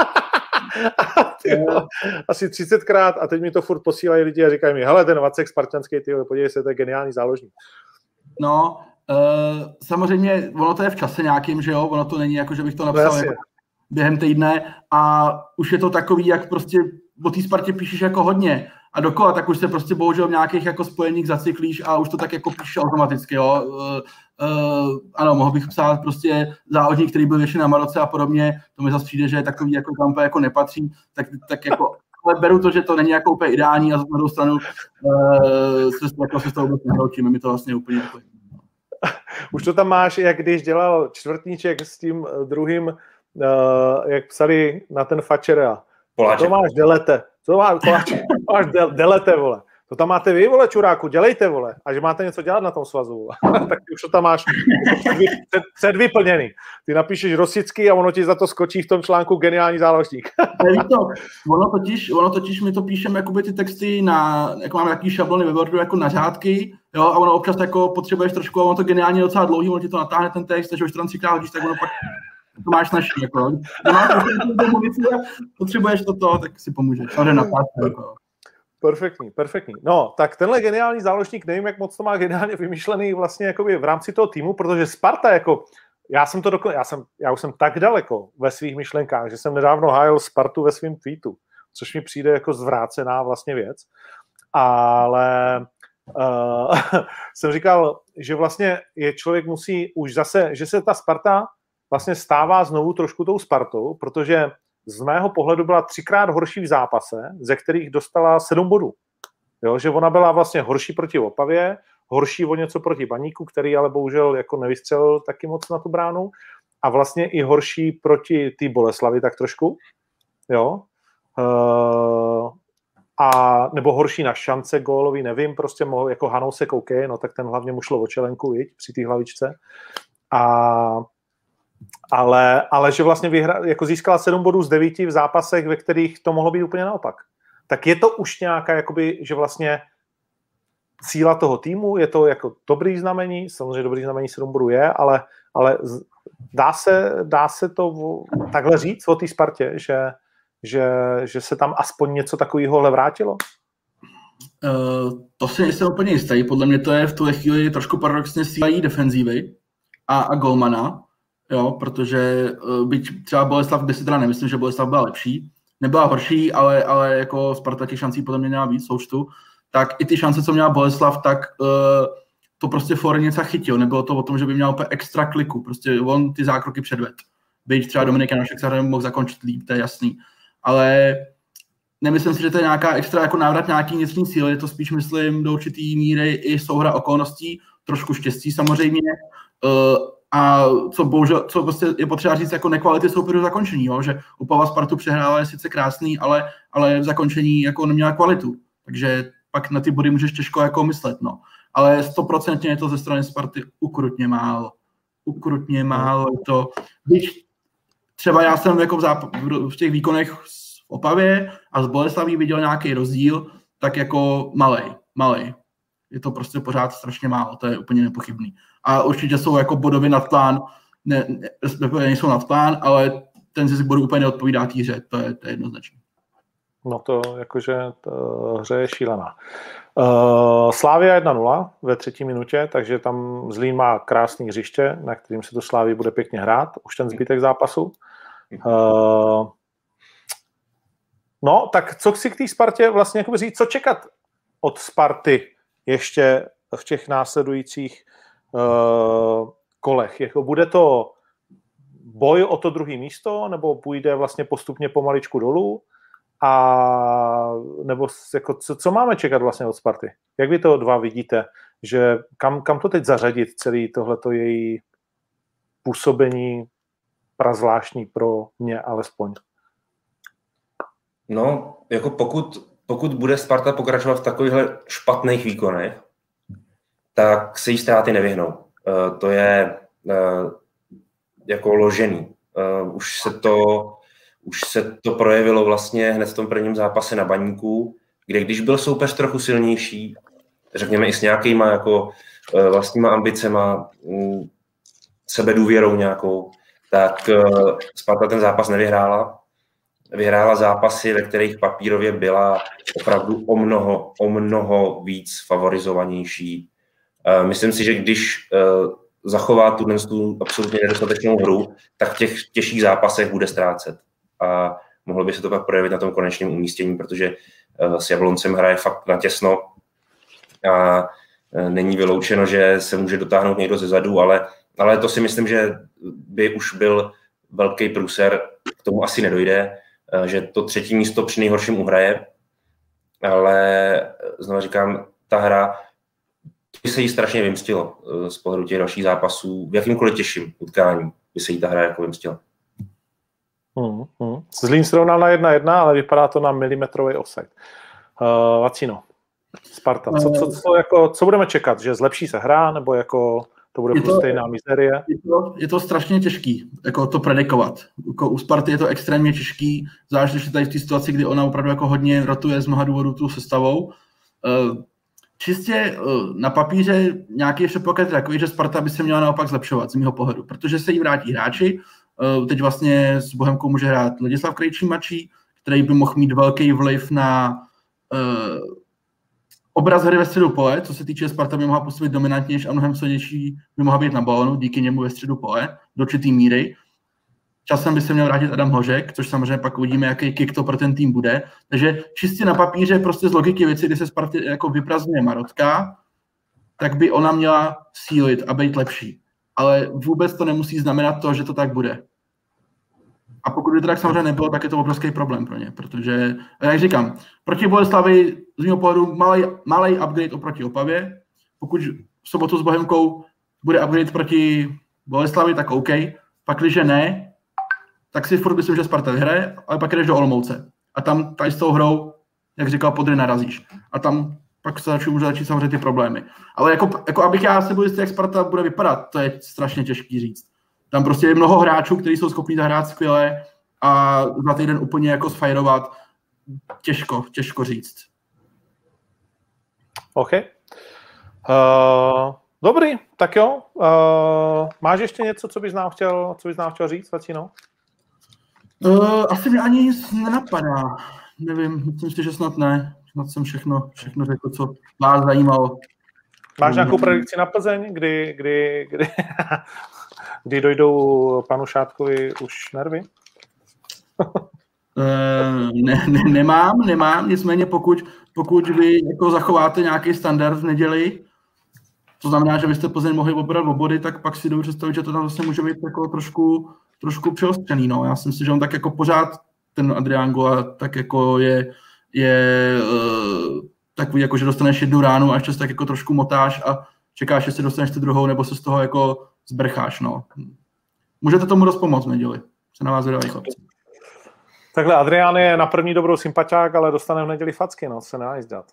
S1: Asi třicetkrát a teď mi to furt posílají lidi a říkají mi, hele, ten Vacek spartanský, tyjo, podívej se, to je geniální záložník.
S4: No, uh, samozřejmě, ono to je v čase nějakým, že jo, ono to není jako, že bych to napsal no, jako během týdne a už je to takový, jak prostě o té Spartě píšeš jako hodně a dokola, tak už se prostě bohužel v nějakých jako spojeních zacyklíš a už to tak jako píše automaticky, jo. Uh, uh, ano, mohl bych psát prostě závodník, který byl ještě na Maroce a podobně, to mi zase přijde, že je takový, jako tam jako nepatří, tak, tak jako, ale beru to, že to není jako úplně ideální a z druhou stranu uh, se, jako se z toho vůbec nehroučíme, mi to vlastně úplně jako...
S1: Už to tam máš, jak když dělal čtvrtníček s tím druhým, uh, jak psali na ten Fatschera. To máš delete. To máš, máš del, delete, vole. To tam máte vy, vole, čuráku, dělejte, vole. A že máte něco dělat na tom svazu. Tak už to tam máš před, předvyplněný. Ty napíšeš Rosický a ono ti za to skočí v tom článku geniální záložník.
S4: to, ono, totiž, ono totiž my to píšeme jakoby ty texty na, jako máme takový šablony ve Wordu jako na řádky, jo, a ono občas jako potřebuješ trošku, a ono to geniálně docela dlouhý, ono ti to natáhne ten text, takže už to tam třikrát hodíš, tak ono pak to máš naší, jako. Potřebuješ toto, tak si pomůžeš. Samozřejmě napásne, jako.
S1: Perfektní, perfektní. No, tak tenhle geniální záložník, nevím, jak moc to má geniálně vymyšlený vlastně jakoby v rámci toho týmu, protože Sparta jako, já jsem to dokon, já jsem, já už jsem tak daleko ve svých myšlenkách, že jsem nedávno hájil Spartu ve svém tweetu, což mi přijde jako zvrácená vlastně věc, ale uh, jsem říkal, že vlastně je člověk musí už zase, že se ta Sparta vlastně stává znovu trošku tou Spartou, protože z mého pohledu byla třikrát horší v zápase, ze kterých dostala sedm bodů. Jo, že ona byla vlastně horší proti Opavě, horší o něco proti Baníku, který ale bohužel jako nevystřelil taky moc na tu bránu, a vlastně i horší proti té Boleslavi tak trošku. Jo. Uh, a nebo horší na šance gólový, nevím, prostě mohl, jako Hanousek OK, no tak ten hlavně mu šlo o čelenku, viď, při té hlavičce. A Ale, ale že vlastně vyhra, jako získala sedm bodů z devíti v zápasech, ve kterých to mohlo být úplně naopak. Tak je to už nějaká, jakoby, že vlastně síla toho týmu, je to jako dobrý znamení, samozřejmě dobrý znamení sedm bodů je, ale, ale dá, se, dá se to takhle říct o té Spartě, že, že, že se tam aspoň něco takového vrátilo?
S4: Uh, to si nejsem úplně jistý. Podle mě to je v tuhle chvíli trošku paradoxně síla jí defenzívy a, a golmana. Jo, protože uh, byť třeba Boleslav, kde si teda nemyslím, že Boleslav byla lepší, nebyla horší, ale, ale jako Sparta těch šancí podle mě měla víc součtu, tak i ty šance, co měla Boleslav, tak uh, to prostě for něco chytil. Nebylo to o tom, že by měl úplně extra kliku. Prostě on ty zákroky předved. Byť třeba Dominik Janošek se mohl zakončit líp, to je jasný. Ale nemyslím si, že to je nějaká extra jako návrat nějaký vnitřní síly, je to spíš, myslím, do určitý míry i souhra okolností, trošku štěstí samozřejmě. Uh, A co bohužel, co prostě je potřeba říct jako nekvality soupeřů zakončení, jo? Že Opava Spartu přehrála je sice krásný, ale, ale v zakončení jako neměla kvalitu. Takže pak na ty body můžeš těžko jako myslet, no. Ale stoprocentně je to ze strany Sparty ukrutně málo. Ukrutně málo to. Když třeba já jsem jako v, záp- v těch výkonech v Opavě a z Boleslaví viděl nějaký rozdíl, tak jako malej, malej. Je to prostě pořád strašně málo, to je úplně nepochybný. A určitě jsou jako bodově nad plán, ne, ne, nejsou nad plán, ale ten zisk bodů úplně neodpovídá té hře, to je, to je jednoznačné.
S1: No to jakože to, hře je šílená. Uh, Slavia jedna nula ve třetí minutě, takže tam Zlín má krásný hřiště, na kterým se to Slavii bude pěkně hrát, už ten zbytek zápasu. Uh, no, tak co si k té Spartě vlastně jakoby říct, co čekat od Sparty ještě v těch následujících uh, kolech? Jako bude to boj o to druhé místo, nebo půjde vlastně postupně pomaličku dolů? A nebo jako, co, co máme čekat vlastně od Sparty? Jak vy to dva vidíte? Že kam, kam to teď zařadit, celý tohleto její působení prazvláštní pro mě alespoň?
S2: No, jako pokud, pokud bude Sparta pokračovat v takovýchhle špatných výkonech, tak se jí ztráty nevyhnou. Uh, to je uh, jako ložený. Uh, už se to Už se to projevilo vlastně hned v tom prvním zápase na Baníku, kde když byl soupeř trochu silnější, řekněme i s nějakýma jako vlastníma ambicema, sebedůvěrou nějakou, tak Sparta ten zápas nevyhrála. Vyhrála zápasy, ve kterých papírově byla opravdu o mnoho, o mnoho víc favorizovanější. Myslím si, že když zachová tu absolutně nedostatečnou hru, tak v těch těžších zápasech bude ztrácet. A mohlo by se to pak projevit na tom konečném umístění, protože s Jabloncem hraje fakt natěsno a není vyloučeno, že se může dotáhnout někdo ze zadu, ale, ale to si myslím, že by už byl velký průser, k tomu asi nedojde, že to třetí místo při nejhorším uhraje, ale znovu říkám, ta hra by se jí strašně vymstilo z pohledu těch dalších zápasů, v jakýmkoliv těžším utkání by se jí ta hra jako vymstila.
S1: Hmm, hmm. Zlín srovnal na jedna jedna, ale vypadá to na milimetrový offside. Uh, Vacino, Sparta, co, co, co, jako, co budeme čekat? Že zlepší se hra, nebo jako to bude to, stejná mizerie?
S4: Je to, je to strašně těžký, jako to predikovat. Jako u Sparty je to extrémně těžký, zvlášť ještě tady v té situaci, kdy ona opravdu jako hodně rotuje z mnoha důvodů tu sestavou. Uh, čistě uh, na papíře nějaký předpoklad takový, že Sparta by se měla naopak zlepšovat z mého pohledu, protože se jí vrátí hráči. Uh, teď vlastně s Bohemkou může hrát Ladislav Krejčí mladší, který by mohl mít velký vliv na uh, obraz hry ve středu pole, co se týče Sparta by mohla působit dominantnější a mnohem silnější by mohla být na balonu, díky němu ve středu pole, do určitý míry. Časem by se měl vrátit Adam Hořek, což samozřejmě pak uvidíme, jaký kick to pro ten tým bude. Takže čistě na papíře, prostě z logiky věci, kdy se Spartě jako vyprazňuje Marotka, tak by ona měla sílit a být lepší. Ale vůbec to nemusí znamenat to, že to tak bude. A pokud by to tak samozřejmě nebylo, tak je to obrovský problém pro ně, protože, jak říkám, proti Boleslavi z mého pohledu malý upgrade oproti Opavě. Pokud v sobotu s Bohemkou bude upgrade proti Boleslavi, tak OK. Pak, když ne, tak si furt myslím, že Sparta vyhraje, ale pak jdeš do Olomouce. A tam tady s tou hrou, jak říkal, podry narazíš. A tam pak se začít, může začít samozřejmě ty problémy. Ale jako, jako abych já se byl jistý, jak Sparta bude vypadat, to je strašně těžký říct. Tam prostě je mnoho hráčů, kteří jsou schopní zahrát skvěle a za týden úplně jako sfajrovat. Těžko, těžko říct.
S1: OK. Uh, dobrý, tak jo. Uh, máš ještě něco, co bys nám chtěl, co bys nám chtěl říct, Vacino?
S4: Uh, asi mi ani nic nenapadá. Nevím, myslím si, že snad ne. Snad jsem všechno, všechno řekl, co vás zajímalo.
S1: Máš nějakou predikci na Plzeň, kdy, kdy, kdy, kdy dojdou panu Šátkovi už nervy?
S4: Uh, ne, ne, nemám, nemám, nicméně pokud, pokud vy jako zachováte nějaký standard v neděli, to znamená, že byste Plzeň mohli obrat o body, tak pak si dovedu představit, že to tam zase může být jako trošku, trošku přeostřený. No. Já si myslím, že on tak jako pořád, ten Adrián Gola, tak jako je, je uh, takový, jako, že dostaneš jednu ránu a ještě tak jako trošku motáš a čekáš, jestli dostaneš tu druhou, nebo se z toho jako zbrcháš. No. Můžete tomu dost pomoct v neděli. Se na vás vydávají chlapci.
S1: Takhle Adrián je na první dobrou sympatiák, ale dostane v neděli facky, no, se nedá dát.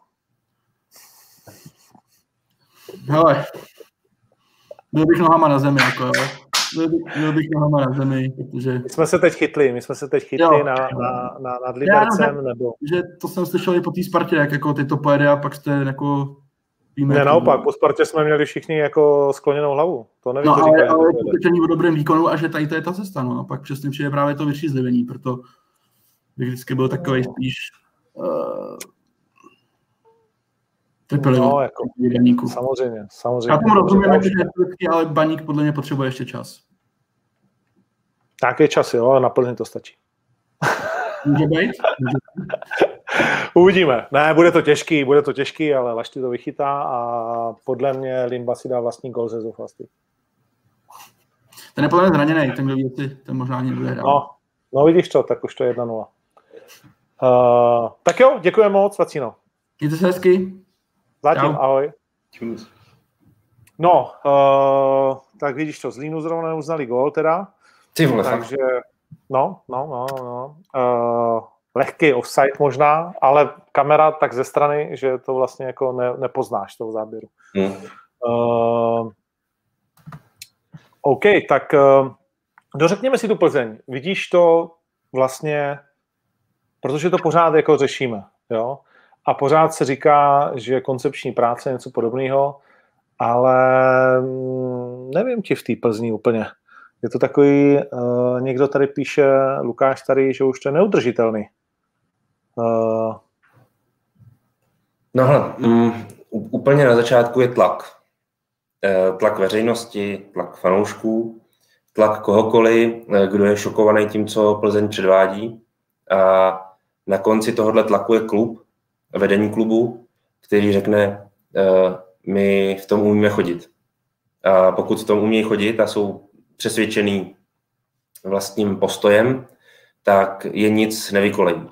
S4: Hele, byl bych nohama na zemi, jako jo. Byl bych, byl bych nohama na zemi, protože...
S1: My jsme se teď chytli, my jsme se teď chytli jo. na, na, na, nad Libercem,
S4: Já,
S1: nebo...
S4: Že to jsem slyšel i po té Spartě, jak jako ty to pojede a pak jste jako...
S1: Víme, ne, naopak, bylo. Po Spartě jsme měli všichni jako skloněnou hlavu. To nevím,
S4: no,
S1: co
S4: ale,
S1: říkají.
S4: ale to o dobrém výkonu a že tady to je ta cesta, no. A pak přesně přijde právě to vyřízlivení, proto bych vždycky byl takový spíš... Uh,
S1: No, jako, samozřejmě, samozřejmě.
S4: Já tomu rozumím, že je ale Baník podle mě potřebuje ještě čas.
S1: Nějaký čas, jo, ale na Plzeň to stačí.
S4: Může být?
S1: Uvidíme. Ne, bude to těžký, bude to těžký, ale Lašty to vychytá a podle mě Limba si dá vlastní gol ze Zouflasty.
S4: Ten je podle mě zraněný, ten kdo ví, ten možná ani nebude hrát.
S1: No, no vidíš to, tak už to je jedna nula. Uh, tak jo, děkujeme moc, Vacino.
S4: Mějte se hezky.
S1: Zatím, ahoj.
S2: Čus.
S1: No, uh, tak vidíš to, Zlínu zrovna neuznali gól teda.
S2: Ty vole,
S1: takže, no, no, no, no. Uh, lehký offside možná, ale kamera tak ze strany, že to vlastně jako ne, nepoznáš toho záběru. Hmm. Uh, OK, tak uh, dořekněme si tu Plzeň. Vidíš to vlastně, protože to pořád jako řešíme, jo? A pořád se říká, že koncepční práce je něco podobného, ale nevím ti v té Plzni úplně. Je to takový, uh, někdo tady píše, Lukáš tady, že už to je neudržitelný. Uh...
S2: No hele, um, úplně na začátku je tlak. Uh, tlak veřejnosti, tlak fanoušků, tlak kohokoliv, uh, kdo je šokovaný tím, co Plzeň předvádí. A na konci tohohle tlaku je klub, vedení klubu, který řekne, my v tom umíme chodit. A pokud v tom umějí chodit a jsou přesvědčený vlastním postojem, tak je nic nevykolejí.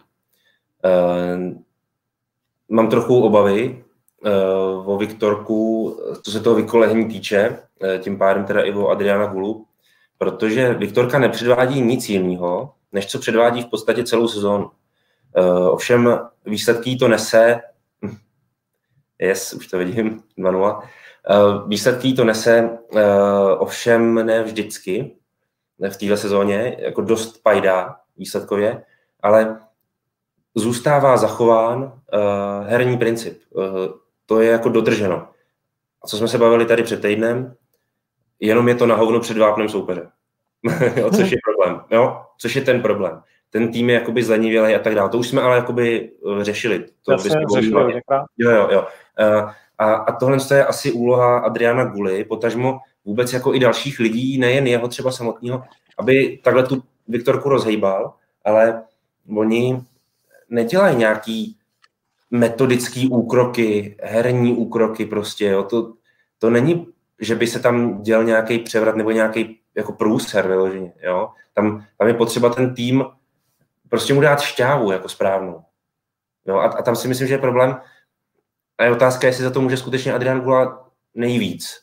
S2: Mám trochu obavy o Viktorku, co se toho vykolení týče, tím pádem teda i o Adriana Gulu, protože Viktorka nepředvádí nic jiného, než co předvádí v podstatě celou sezónu. Ovšem výsledky to nese, yes, už to vidím, dva nula, výsledky to nese, ovšem ne vždycky v téhle sezóně, jako dost pajdá výsledkově, ale zůstává zachován uh, herní princip. Uh, to je jako dodrženo. A co jsme se bavili tady před týdnem, jenom je to na hovno před vápnem soupeře. jo, což je problém. Jo, což je ten problém. Ten tým je jakoby zlenivělej a tak dále. To už jsme ale jakoby uh, řešili. To
S1: Jasně, řešili
S2: jo, jo, jo. Uh, a, a tohle je asi úloha Adriana Guly, potažmo vůbec jako i dalších lidí, nejen jeho třeba samotného, aby takhle tu Viktorku rozhejbal, ale oni nedělají nějaký metodický úkroky, herní úkroky prostě, jo. To, to není, že by se tam dělal nějaký převrat nebo nějaký jako průser vyloženě, jo. Tam, tam je potřeba ten tým prostě mu dát šťávu jako správnou. Jo. A, a tam si myslím, že je problém. A je otázka, jestli za to může skutečně Adrian Gula nejvíc.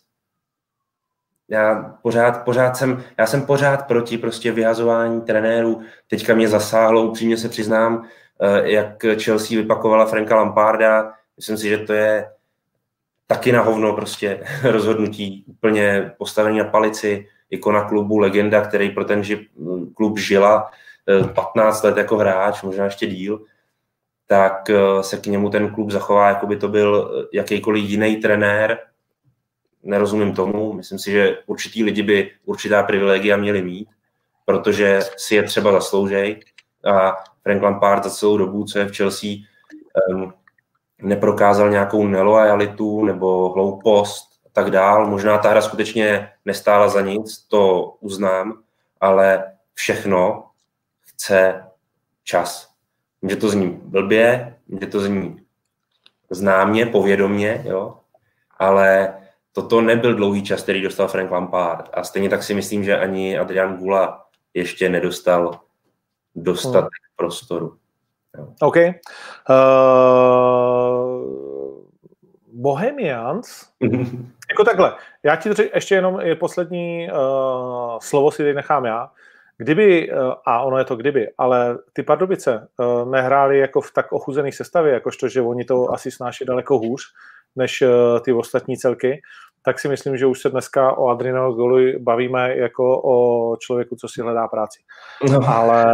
S2: Já pořád, pořád jsem, já jsem pořád proti prostě vyhazování trenérů. Teďka mě zasáhlo, upřímně se přiznám, jak Chelsea vypakovala Franka Lamparda. Myslím si, že to je taky na hovno prostě rozhodnutí. Úplně postavený na palici, ikona klubu, legenda, který pro ten klub žila patnáct let jako hráč, možná ještě díl, tak se k němu ten klub zachová, jako by to byl jakýkoliv jiný trenér. Nerozumím tomu. Myslím si, že určitý lidi by určitá privilegia měli mít, protože si je třeba zasloužej. A Frank Lampard za celou dobu, co je v Chelsea, um, neprokázal nějakou nelojalitu nebo hloupost a tak dál. Možná ta hra skutečně nestála za nic, to uznám, ale všechno chce čas. Může to zní blbě, může to zní známě, povědomně, jo, ale toto nebyl dlouhý čas, který dostal Frank Lampard. A stejně tak si myslím, že ani Adrian Gula ještě nedostal dostatek hmm. prostoru. Jo.
S1: OK. Uh, Bohemians, jako takhle, já ti řek, ještě jenom poslední uh, slovo si teď nechám já. Kdyby, uh, a ono je to kdyby, ale ty Pardubice uh, nehráli jako v tak ochuzených sestavě, jakožto, že oni to asi snáší daleko hůř, než uh, ty ostatní celky, tak si myslím, že už se dneska o Adrianovi Guluji bavíme jako o člověku, co si hledá práci. No. Ale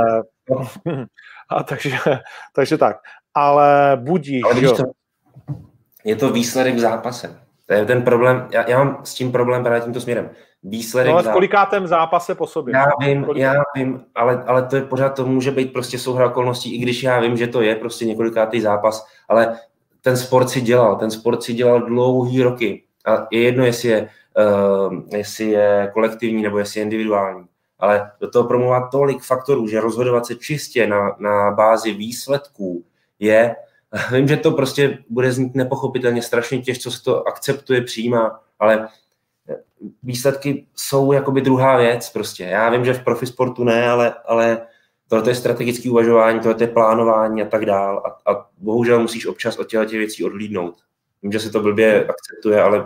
S1: a takže, takže tak. Ale budíš,
S2: ale jo. To, je to výsledek v zápase. To je ten problém. Já, já mám s tím problém právě tímto směrem. Výsledek
S1: no ale v kolikátém zápase po sobě?
S2: Já vím, já vím, ale, ale to je pořád, to může být prostě souhra okolností, i když já vím, že to je prostě několikátý zápas, ale ten sport si dělal, ten sport si dělal dlouhý roky. A je jedno, jestli je, uh, jestli je kolektivní nebo jestli je individuální. Ale do toho promluvá tolik faktorů, že rozhodovat se čistě na, na bázi výsledků je, vím, že to prostě bude znít nepochopitelně strašně těžko, co se to akceptuje, přijímá, ale výsledky jsou jakoby druhá věc prostě. Já vím, že v profisportu ne, ale, ale tohle je strategické uvažování, tohle je plánování a tak dál a, a bohužel musíš občas od těchto věcí odhlídnout. Vím, že se to blbě akceptuje, ale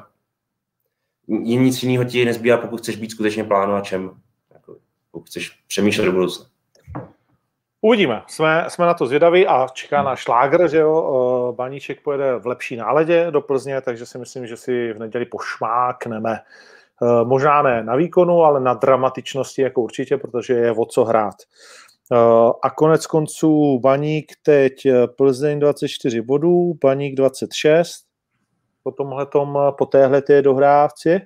S2: nic jiného ti nezbývá, pokud chceš být skutečně plánovačem, pokud chceš přemýšlet do budoucna.
S1: Uvidíme. Jsme, jsme na to zvědaví a čeká na šlágr, že jo. Baníček pojede v lepší náladě do Plzně, takže si myslím, že si v neděli pošmákneme. Možná ne na výkonu, ale na dramatičnosti jako určitě, protože je o co hrát. A konec konců Baník teď Plzeň dvacet čtyři bodů, Baník dvacet šest po tomhletom, po téhleté dohrávci.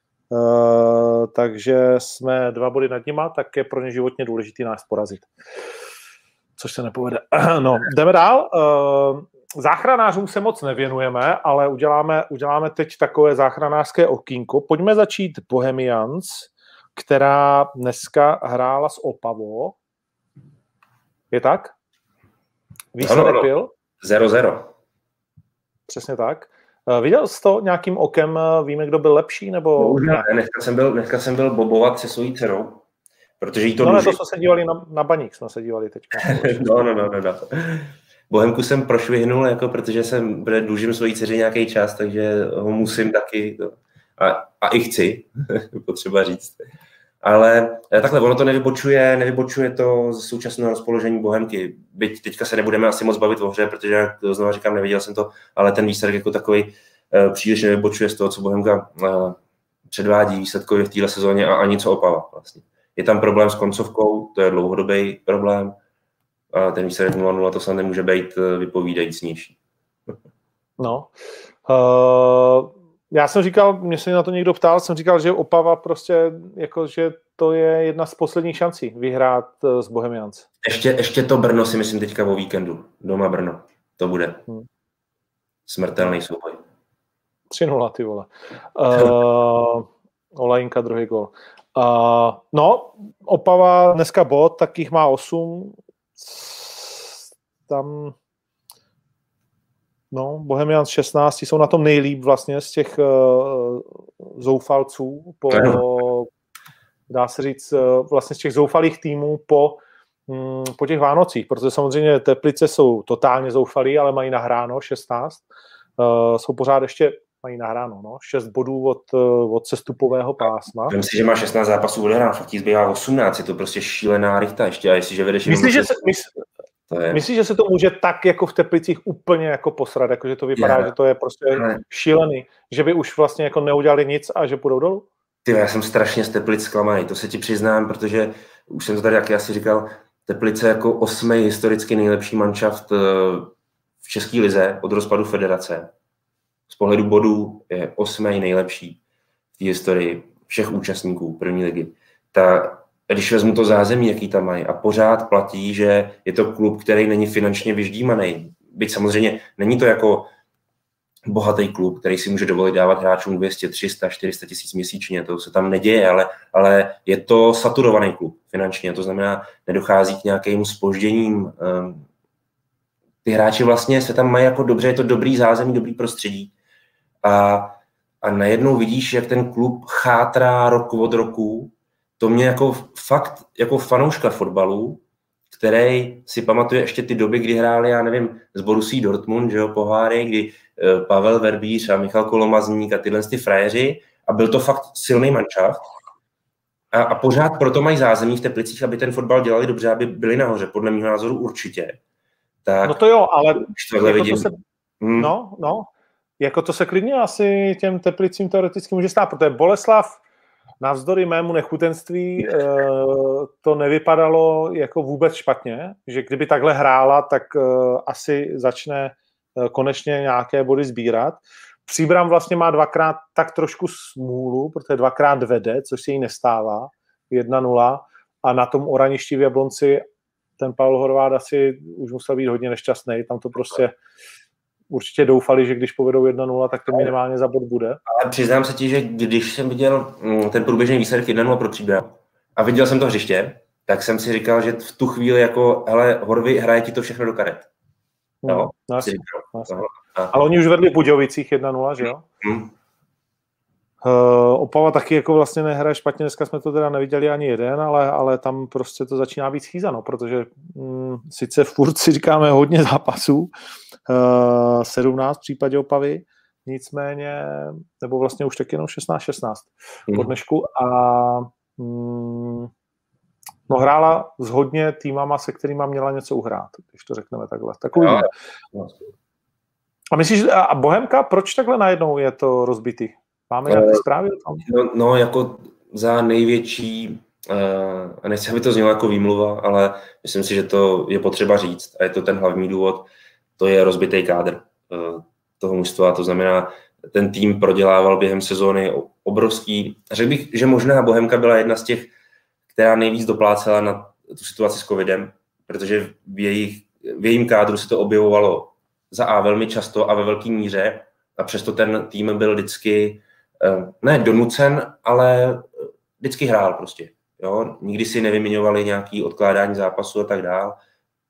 S1: Uh, takže jsme dva body nad nima, tak je pro ně životně důležitý nás porazit. Což se nepovede. No, jdeme dál. Uh, záchranářům se moc nevěnujeme, ale uděláme, uděláme teď takové záchranářské okýnko. Pojďme začít Bohemians, která dneska hrála s Opavou. Je tak? Výsledek byl?
S2: zero zero.
S1: Přesně tak. Viděl jsi to nějakým okem, víme, kdo byl lepší, nebo
S2: no, ne? Dneska jsem byl, dneska jsem byl bobovat se svojí dcerou, protože jí to
S1: no
S2: dluží.
S1: ne, to jsme se dívali na, na Baník, jsme se dívali teď.
S2: no, no, no, no, no. Bohemku jsem prošvihnul, jako, protože jsem dlužím svojí dceři nějaký čas, takže ho musím taky to, a, a i chci, potřeba říct. Ale takhle, ono to nevybočuje, nevybočuje to z současného rozpoložení Bohemky. Byť teďka se nebudeme asi moc bavit o hře, protože, znovu říkám, neviděl jsem to, ale ten výsledek jako takový uh, příliš nevybočuje z toho, co Bohemka uh, předvádí výsledkově v téhle sezóně a ani co Opava vlastně. Je tam problém s koncovkou, to je dlouhodobý problém. A ten výsledek nula nula to se nemůže být vypovídajícnější.
S1: No. Uh, já jsem říkal, mě se na to někdo ptal, jsem říkal, že Opava prostě, jako, že to je jedna z posledních šancí vyhrát s Bohemians.
S2: Ještě, ještě to Brno si myslím teďka o víkendu. Doma Brno. To bude. Hmm. Smrtelný souboj.
S1: tři nula, ty vole. Uh, Olajinka, druhý gol. Uh, no, Opava dneska bod, tak jich má osm. Tam no, Bohemians šestnáct, jsou na tom nejlíp vlastně z těch uh, zoufalců po, dá se říct, uh, vlastně z těch zoufalých týmů po, um, po těch Vánocích, protože samozřejmě Teplice jsou totálně zoufalí, ale mají nahráno šestnáct, uh, jsou pořád ještě mají nahráno, no, šest bodů od, uh, od sestupového pásma.
S2: Myslím si, že má šestnáct zápasů odehrán, fakt jí zbývá osmnáct, je to prostě šílená rychta ještě, a jestliže vedeš...
S1: Myslíš, že se... Mysl... Myslíš, že se to může tak jako v Teplicích úplně jako posrat, jako že to vypadá, yeah. že to je prostě yeah. šílený, že by už vlastně jako neudělali nic a že půjdou dolů?
S2: Ty, já jsem strašně z Teplic zklamaný, to se ti přiznám, protože už jsem to tady, jak já si říkal, Teplice jako osmý historicky nejlepší manšaft v české lize od rozpadu federace. Z pohledu bodů je osmý nejlepší v té historii všech účastníků první ligy. Ta když vezmu to zázemí, jaký tam mají, a pořád platí, že je to klub, který není finančně vyždímaný. Byť samozřejmě není to jako bohatý klub, který si může dovolit dávat hráčům dvě stě, tři sta, čtyři sta tisíc měsíčně, to se tam neděje, ale, ale je to saturovaný klub finančně, to znamená, nedochází k nějakým zpožděním. Ty hráči vlastně se tam mají jako dobře, je to dobrý zázemí, dobrý prostředí. A, a najednou vidíš, jak ten klub chátrá rok od roku. To mě jako fakt, jako fanouška fotbalu, který si pamatuje ještě ty doby, kdy hráli, já nevím, s Borussí Dortmund, že jo, poháry, kdy Pavel Verbíř a Michal Kolomazník a tyhle ty frajeři, a byl to fakt silný manšaft. A, a pořád proto mají zázemí v Teplicích, aby ten fotbal dělali dobře, aby byli nahoře, podle mého názoru určitě. Tak,
S1: no to jo, ale jako
S2: vidím.
S1: To se, hmm. no, no, jako to se klidně asi těm Teplicím teoreticky může stát, protože Boleslav navzdory mému nechutenství to nevypadalo jako vůbec špatně, že kdyby takhle hrála, tak asi začne konečně nějaké body sbírat. Příbram vlastně má dvakrát tak trošku smůlu, protože dvakrát vede, což se jí nestává, jedna nula, a na tom Oraništi v Jablonci ten Pavel Horváth asi už musel být hodně nešťastný, tam to prostě určitě doufali, že když povedou jedna nula, tak to minimálně za bod bude.
S2: Ale přiznám se ti, že když jsem viděl ten průběžný výsledek jedna nula pro Příbram a viděl jsem to hřiště, tak jsem si říkal, že v tu chvíli jako, hele, Horvy, hraje ti to všechno do karet.
S1: No, no, jasný, jasný. Ale oni už vedli v Budějovicích jedna nula, že jo? Hmm. Uh, Opava taky jako vlastně nehraje špatně, dneska jsme to teda neviděli ani jeden, ale, ale tam prostě to začíná být schýzano, protože mm, sice furt si říkáme hodně zápasů, uh, sedmnáct v případě Opavy, nicméně, nebo vlastně už taky jenom šestnáct šestnáct hmm. po dnešku, a mm, no hrála s hodně týmama, se kterýma měla něco uhrát, když to řekneme takhle. Takový. No. A myslíš, a Bohemka, proč takhle najednou je to rozbitý? Máme nějaké zprávy o tom?
S2: No, no, jako za největší, uh, a nechci, aby to znělo jako výmluva, ale myslím si, že to je potřeba říct, a je to ten hlavní důvod, to je rozbitý kádr uh, toho mužstva, to znamená, ten tým prodělával během sezóny obrovský, řekl bych, že možná Bohemka byla jedna z těch, která nejvíc doplácela na tu situaci s covidem, protože v, jejich, v jejím kádru se to objevovalo za A velmi často a ve velké míře, a přesto ten tým byl vždycky ne donucen, ale vždycky hrál prostě. Jo? Nikdy si nevyměňovali nějaký odkládání zápasu a tak dál.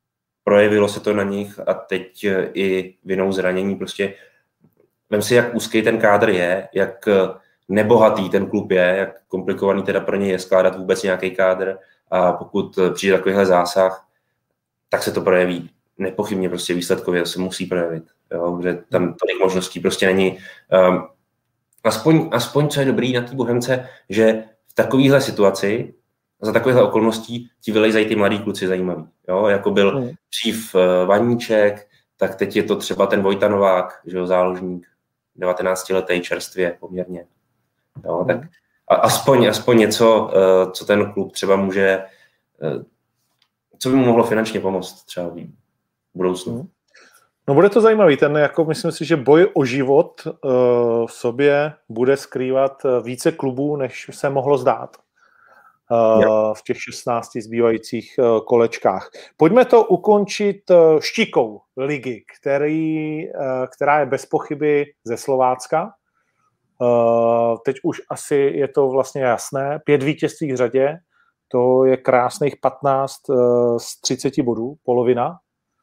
S2: projevilo se to na nich a teď i vinou zranění prostě vem si, jak úzký ten kádr je, jak nebohatý ten klub je, jak komplikovaný teda pro něj je skládat vůbec nějaký kádr a pokud přijde takovýhle zásah, tak se to projeví. Nepochybně prostě výsledkově se musí projevit, jo, že tam tolik možností prostě není. Um, aspoň, aspoň, co je dobrý na té Bohemce, že v takovéhle situaci, za takovéhle okolností ti vylejzají ty mladí kluci zajímavý. Jo, jako byl mm. dřív uh, Vaníček, tak teď je to třeba ten Vojta Novák, že jo, záložník, devatenáctiletý čerstvě poměrně. Jo, tak a, aspoň, aspoň něco, uh, co ten klub třeba může, uh, co by mu mohlo finančně pomoct třeba v budoucnu.
S1: No bude to zajímavý, ten jako myslím si, že boj o život uh, v sobě bude skrývat více klubů, než se mohlo zdát uh, v těch šestnácti zbývajících uh, kolečkách. Pojďme to ukončit uh, štikou ligy, který, uh, která je bez pochyby ze Slovácka. Uh, teď už asi je to vlastně jasné. Pět vítězství v řadě, to je krásných patnáct uh, z třiceti bodů, polovina,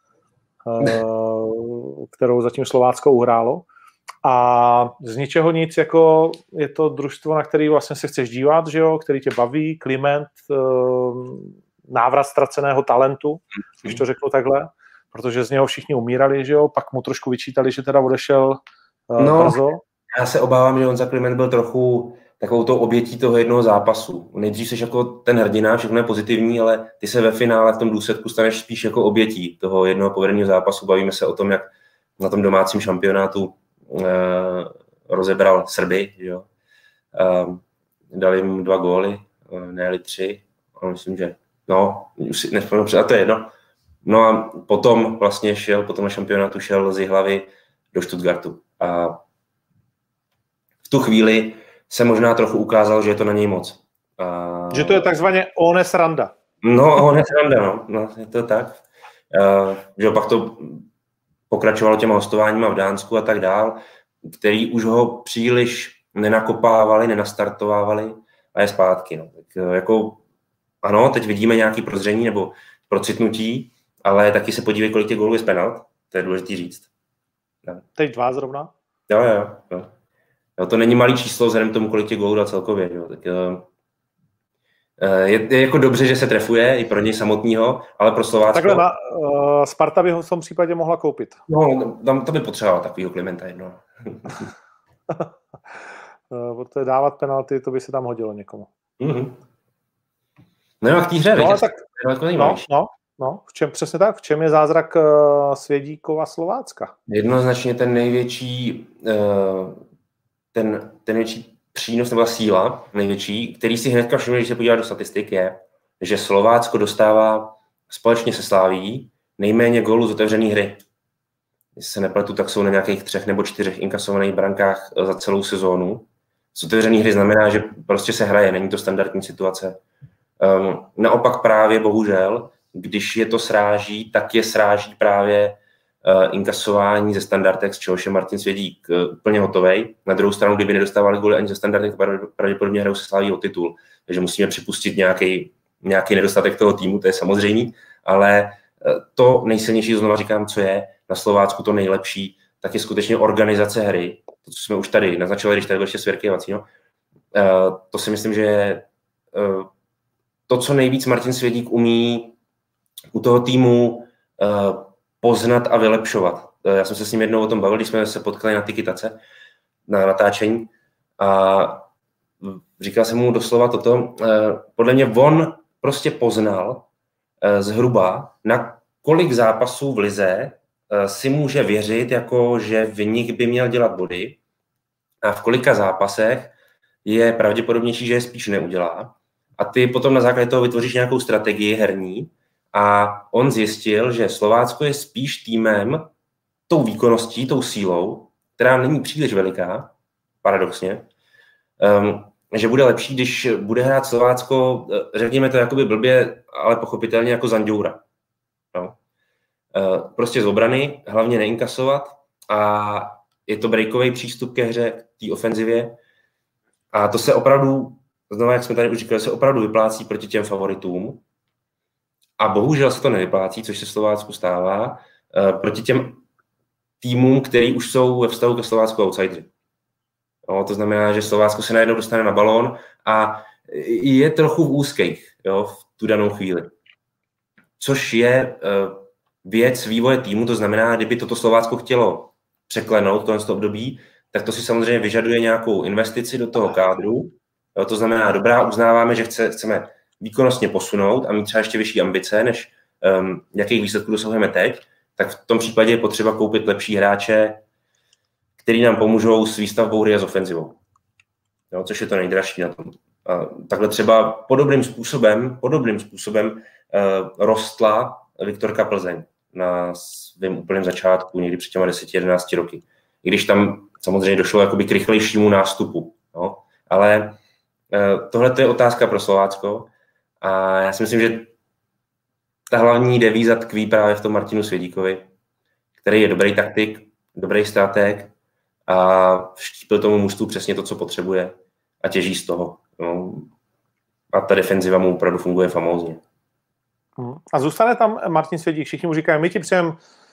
S1: uh, kterou zatím Slovácko uhrálo. A z ničeho nic, jako je to družstvo, na který vlastně se chceš dívat, že jo, který tě baví, Kliment, uh, návrat ztraceného talentu, když to řeknu takhle, protože z něho všichni umírali, že jo, pak mu trošku vyčítali, že teda odešel uh,
S2: no.
S1: brzo.
S2: Já se obávám, že on za Kliment byl trochu takovou tou obětí toho jednoho zápasu. Nejdřív jsi jako ten hrdina, všechno je pozitivní, ale ty se ve finále v tom důsledku staneš spíš jako obětí toho jednoho povedeného zápasu. Bavíme se o tom, jak na tom domácím šampionátu eh, rozebral Srby, jo. Eh, dali mu dva góly, eh, ne tři, ale myslím, že no, už si nespomínám, a to je jedno. No a potom vlastně šel, po tom šampionátu šel z Jihlavy do Stuttgartu. A v tu chvíli se možná trochu ukázal, že je to na něj moc. A...
S1: Že to je takzvaně Ones Randa.
S2: No, Ones Randa, no. no, je to tak. Uh, že pak to pokračovalo těma hostováníma v Dánsku a tak dál, který už ho příliš nenakopávali, nenastartovávali a je zpátky. No. Tak, jako, ano, teď vidíme nějaké prozření nebo procitnutí, ale taky se podívej, kolik těch gólů je z penalt. To je důležité říct. No.
S1: Teď dva zrovna?
S2: Jo, jo, jo. Jo, to není malý číslo vzhledem k tomu, kolik těch gólů dal celkově. Jo. Tak, je, je jako dobře, že se trefuje i pro něj samotného, ale pro Slovácko...
S1: Takhle na, uh, Sparta by ho v tom případě mohla koupit.
S2: No, tam to by potřebovala takovýho Klimenta jedno.
S1: Protože dávat penalty, to by se tam hodilo někomu.
S2: Mm-hmm. No jo, a k té hře,
S1: no,
S2: víte,
S1: tak, no, no, no, v čem, přesně tak, v čem je zázrak uh, Svědíkova Slovácka?
S2: Jednoznačně ten největší... Uh, Ten, ten největší přínos nebo síla, největší, který si hnedka všiml, když se podívá do statistik, je, že Slovácko dostává společně se Slaví nejméně gólů z otevřené hry. Jestli se nepletu, tak jsou na nějakých třech nebo čtyřech inkasovaných brankách za celou sezónu. Z otevřené hry znamená, že prostě se hraje, není to standardní situace. Um, naopak právě, bohužel, když je to sráží, tak je sráží právě Uh, inkasování ze standardek, z čehož je Martin Svědík uh, úplně hotovej. Na druhou stranu, kdyby nedostávali góly ani ze standardek, pravděpodobně hrajou se Slaví o titul. Takže musíme připustit nějaký, nějaký nedostatek toho týmu, to je samozřejmě, ale uh, to nejsilnější, znova říkám, co je na Slovácku to nejlepší, tak je skutečně organizace hry. To, co jsme už tady naznačili, když tady byl ještě Svěrkyjevací. No. Uh, to si myslím, že je uh, to, co nejvíc Martin Svědík umí u toho týmu uh, poznat a vylepšovat. Já jsem se s ním jednou o tom bavil, když jsme se potkali na Tikitace, na natáčení a říkal jsem mu doslova toto. Podle mě on prostě poznal zhruba, na kolik zápasů v lize si může věřit, jako že v nich by měl dělat body a v kolika zápasech je pravděpodobnější, že je spíš neudělá. A ty potom na základě toho vytvoříš nějakou strategii herní. A on zjistil, že Slovácko je spíš týmem tou výkonností, tou sílou, která není příliš veliká, paradoxně, um, že bude lepší, když bude hrát Slovácko, řekněme to jakoby blbě, ale pochopitelně jako Zanďoura. No. Uh, prostě z obrany, hlavně neinkasovat a je to breakový přístup ke hře, k té ofenzivě a to se opravdu, znovu jak jsme tady už říkali, se opravdu vyplácí proti těm favoritům. a bohužel se to nevyplácí, což se Slovácku stává, proti těm týmům, který už jsou ve vztahu ke Slovácku outsideři. No, to znamená, že Slovácko se najednou dostane na balón a je trochu v úzkých, jo, v tu danou chvíli. Což je věc vývoje týmu, to znamená, kdyby toto Slovácko chtělo překlenout tohle období, tak to si samozřejmě vyžaduje nějakou investici do toho kádru. Jo, to znamená, dobrá, uznáváme, že chce, chceme výkonnostně posunout a mít třeba ještě vyšší ambice, než um, jakých výsledků dosahujeme teď, tak v tom případě je potřeba koupit lepší hráče, který nám pomůžou s výstavbou hry a s ofenzivou. Jo, což je to nejdražší na tom. A takhle třeba podobným způsobem, podobným způsobem uh, rostla Viktorka Plzeň na svém úplném začátku, někdy před těma deseti jedenácti roky. I když tam samozřejmě došlo jakoby k rychlejšímu nástupu. Jo. Ale uh, tohle je otázka pro Slovácko a já si myslím, že ta hlavní devíza tkví právě v tom Martinu Svědíkovi, který je dobrý taktik, dobrý strateg a vštípil tomu mužstvu přesně to, co potřebuje a těží z toho. No. A ta defenziva mu opravdu funguje famózně.
S1: A zůstane tam Martin Svědík, všichni mu říkají, my ti přejeme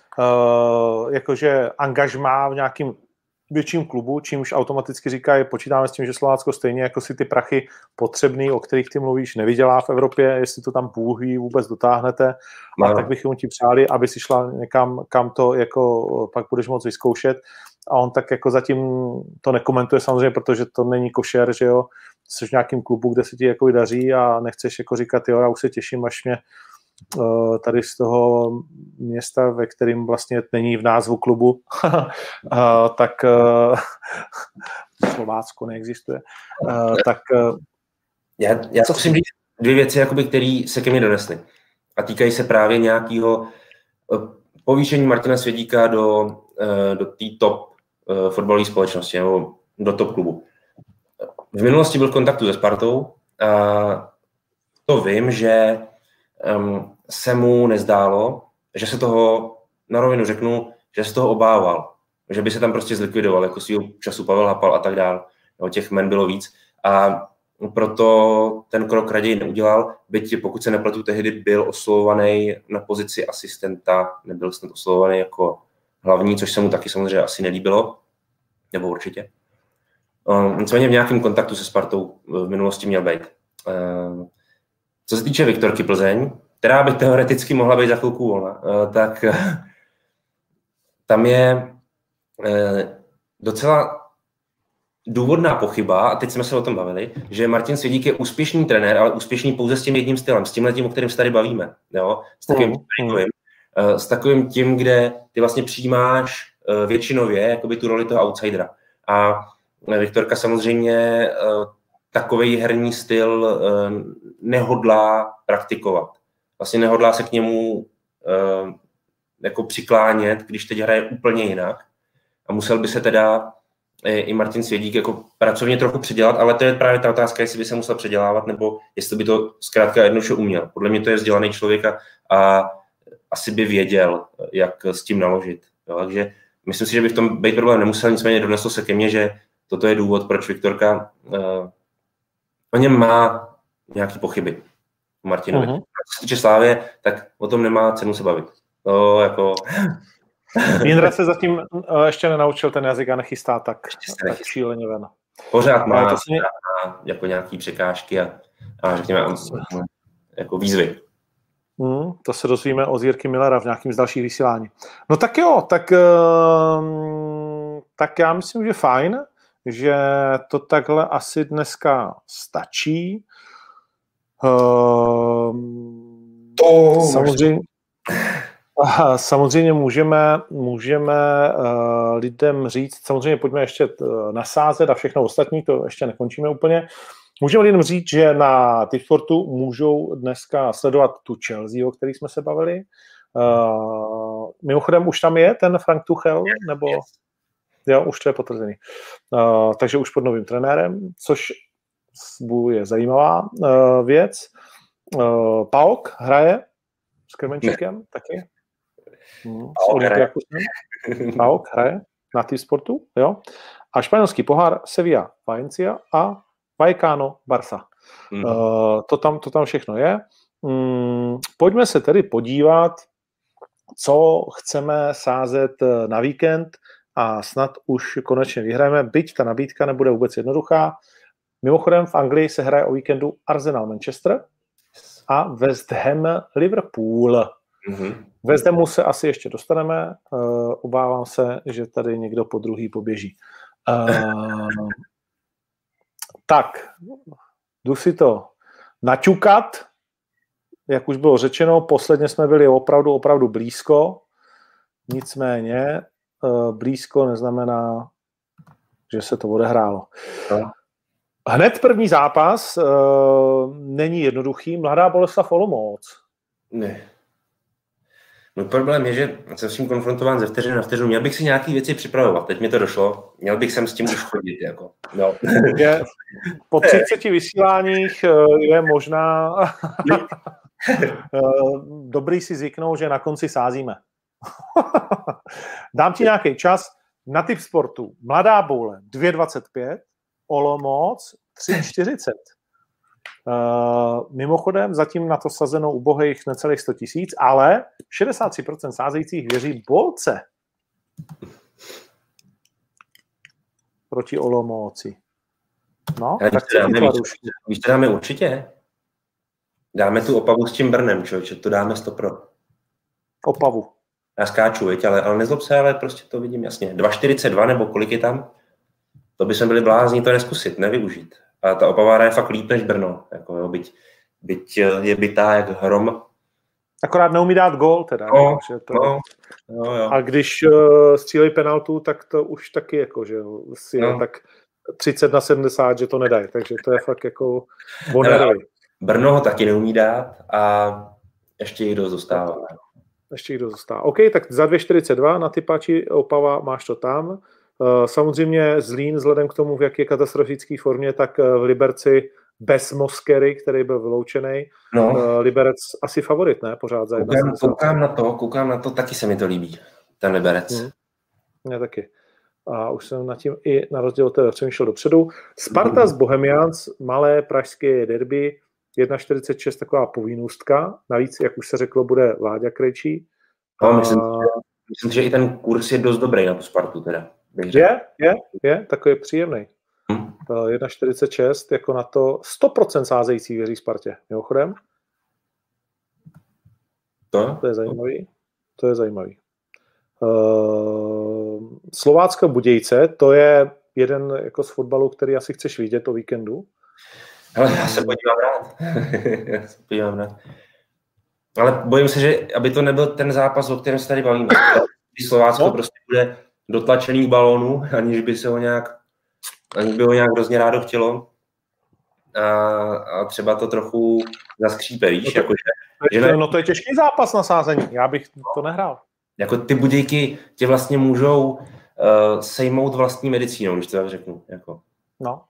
S1: uh, jakože angažmá v nějakým větším klubu, čímž automaticky říkají, počítáme s tím, že Slovácko stejně jako si ty prachy potřebný, o kterých ty mluvíš, nevydělá v Evropě, jestli to tam Bůh ví, vůbec dotáhnete, no. A tak bychom ti přáli, aby si šla někam, kam to jako pak budeš moct vyzkoušet. A on tak jako zatím to nekomentuje samozřejmě, protože to není košer, že jo, jsi v nějakém klubu, kde se ti jako daří a nechceš jako říkat, jo, já už se těším, až mě uh, tady z toho města, ve kterým vlastně není v názvu klubu, uh, tak uh, Slovácko neexistuje, uh, tak uh,
S2: já, já zkusím říct dvě věci, jakoby, které se ke mně donesly a týkají se právě nějakého povýšení Martina Svědíka do, do té top fotbalové společnosti nebo do top klubu. V minulosti byl v kontaktu se Spartou a to vím, že um, se mu nezdálo, že se toho, na rovinu řeknu, že se toho obával, že by se tam prostě zlikvidoval, jako svýho času Pavel Hapal a tak dál. No, těch men bylo víc a proto ten krok raději neudělal, byť pokud se nepletu, tehdy byl oslovovaný na pozici asistenta, nebyl snad oslovovaný jako hlavní, což se mu taky samozřejmě asi nelíbilo, nebo určitě. Um, nicméně v nějakém kontaktu se Spartou v minulosti měl být. Um, co se týče Viktorky Plzeň, která by teoreticky mohla být za chvilku volna, uh, tak uh, tam je uh, docela důvodná pochyba, a teď jsme se o tom bavili, že Martin Svědík je úspěšný trenér, ale úspěšný pouze s tím jedním stylem, s tímhletím, o kterém se tady bavíme. Jo? S takovým, mm. tím, s takovým tím, kde ty vlastně přijímáš většinově jakoby tu roli toho outsidera. A Viktorka samozřejmě takovej herní styl nehodlá praktikovat. Vlastně nehodlá se k němu jako přiklánět, když teď hraje úplně jinak. A musel by se teda i Martin Svědík jako pracovně trochu předělat, ale to je právě ta otázka, jestli by se musel předělávat, nebo jestli by to zkrátka jednoduše uměl. Podle mě to je vzdělaný člověk a asi by věděl, jak s tím naložit. Jo, takže myslím si, že by v tom být problém nemusel, nicméně doneslo se ke mně, že toto je důvod, proč Viktorka uh, o něm má nějaké pochyby. Martinovi. Uh-huh. Co se týče Slávě, tak o tom nemá cenu se bavit. To jako...
S1: Jindra se zatím uh, ještě nenaučil ten jazyk a nechystá tak, tak šíleně ven.
S2: Pořád má to mě... jako nějaké překážky a, a řekněme jako výzvy.
S1: Hmm, to se dozvíme od Jirky Millera v nějakým z dalších vysílání. No tak jo, tak, uh, tak já myslím, že fajn, že to takhle asi dneska stačí. Uh,
S2: to
S1: samozřejmě... Aha, samozřejmě můžeme, můžeme uh, lidem říct, samozřejmě pojďme ještě nasázet a všechno ostatní, to ještě nekončíme úplně. Můžeme lidem říct, že na Tipsportu můžou dneska sledovat tu Chelsea, o který jsme se bavili. Uh, mimochodem už tam je ten Frank Tuchel, nebo jo, už to je potvrzený. Uh, takže už pod novým trenérem, což je zajímavá uh, věc. Uh, Pauk hraje s Krmenčíkem taky. Hmm, Pauk hraje na Tipsportu, jo. A španělský pohár Sevilla, Valencia a Vallecano, Barça. Mm. Uh, to, tam, to tam všechno je. mm, pojďme se tedy podívat, co chceme sázet na víkend a snad už konečně vyhrajeme, byť ta nabídka nebude vůbec jednoduchá. Mimochodem v Anglii se hraje o víkendu Arsenal Manchester a West Ham Liverpool. Mm-hmm. West Hamu se asi ještě dostaneme, uh, obávám se, že tady někdo po druhý poběží. Uh, tak, jdu si to naťukat, jak už bylo řečeno, posledně jsme byli opravdu, opravdu blízko, nicméně uh, blízko neznamená, že se to odehrálo. No. Hned první zápas uh, není jednoduchý. Mladá Boleslav Olomouc.
S2: Ne. Můj problém je, že jsem s tím konfrontován ze vteřiny na vteřinu. Měl bych si nějaké věci připravovat. Teď mi to došlo. Měl bych sem s tím už chodit. Jako. No.
S1: Je, po třiceti vysíláních je možná dobrý si zvyknout, že na konci sázíme. Dám ti nějaký čas. Na tip sportu. Mladá Boule dvě dvacet pět. Olomouc tři čtyřicet. Uh, mimochodem zatím na to sazeno ubohých necelých sto tisíc, ale šedesát tři procent sázejících věří Bolce proti Olomouci. No,
S2: ale
S1: tak
S2: co dáme, víš, víš, to dáme určitě. Dáme tu Opavu s tím Brnem, člověče, to dáme sto pro.
S1: Opavu.
S2: Já skáču, viď, ale, ale nezlob se, ale prostě to vidím jasně. dva čtyřicet dva nebo kolik je tam? To by jsme byli blázní to neskusit, nevyužít. A ta Opava je fakt líp než Brno. Jako, jo, byť, byť je bytá jak hrom.
S1: Akorát neumí dát gól teda.
S2: No,
S1: že to...
S2: no, no, jo.
S1: A když uh, střílejí penaltu, tak to už taky jako, že jo, si no. tak třicet na sedmdesát, že to nedají. Takže to je fakt jako bonerový.
S2: Brno ho taky neumí dát a ještě jich dost dostává.
S1: Ještě jich dost dostává. OK, tak za dvě čtyřicet dva na typači Opava máš to tam. Samozřejmě Zlín, vzhledem k tomu, v jak je katastrofické formě, tak v Liberci bez Moskery, který byl vyloučený. No. Liberec asi favorit, ne? Pořád za
S2: koukám, koukám na to, koukám na to, taky se mi to líbí, ten Liberec. Hmm.
S1: Já taky. A už jsem nad tím i na rozdíl od tebe přemýšlel dopředu. Sparta z Bohemians, malé pražské derby, jedna čtyřicet šest, taková povínůstka. Navíc, jak už se řeklo, bude Láďa Krejčí.
S2: No, a... myslím, myslím, že i ten kurz je dost dobrý na tu Spartu teda.
S1: Je, je, je, takový příjemný. Hmm. jedna čtyřicet šest, jako na to sto procent sázející věří Spartě, mimochodem.
S2: To?
S1: to je zajímavý. To je zajímavý. Uh, Slovácko Budějce, to je jeden jako z fotbalu, který asi chceš vidět o víkendu.
S2: Ale já se podívám rád. já se podívám rád. Ale bojím se, že aby to nebyl ten zápas, o kterém se tady bavíme. Když Slovácko no. prostě bude dotlačený k balónu, aniž by se ho nějak, aniž by ho nějak hrozně rádo chtělo. A, a třeba to trochu zaskřípe, víš?
S1: No to,
S2: jako,
S1: že, že no to je těžký zápas na sázení, já bych to nehrál.
S2: Jako ty Budějky tě vlastně můžou uh, sejmout vlastní medicínou, když to tak řeknu. Jako.
S1: No.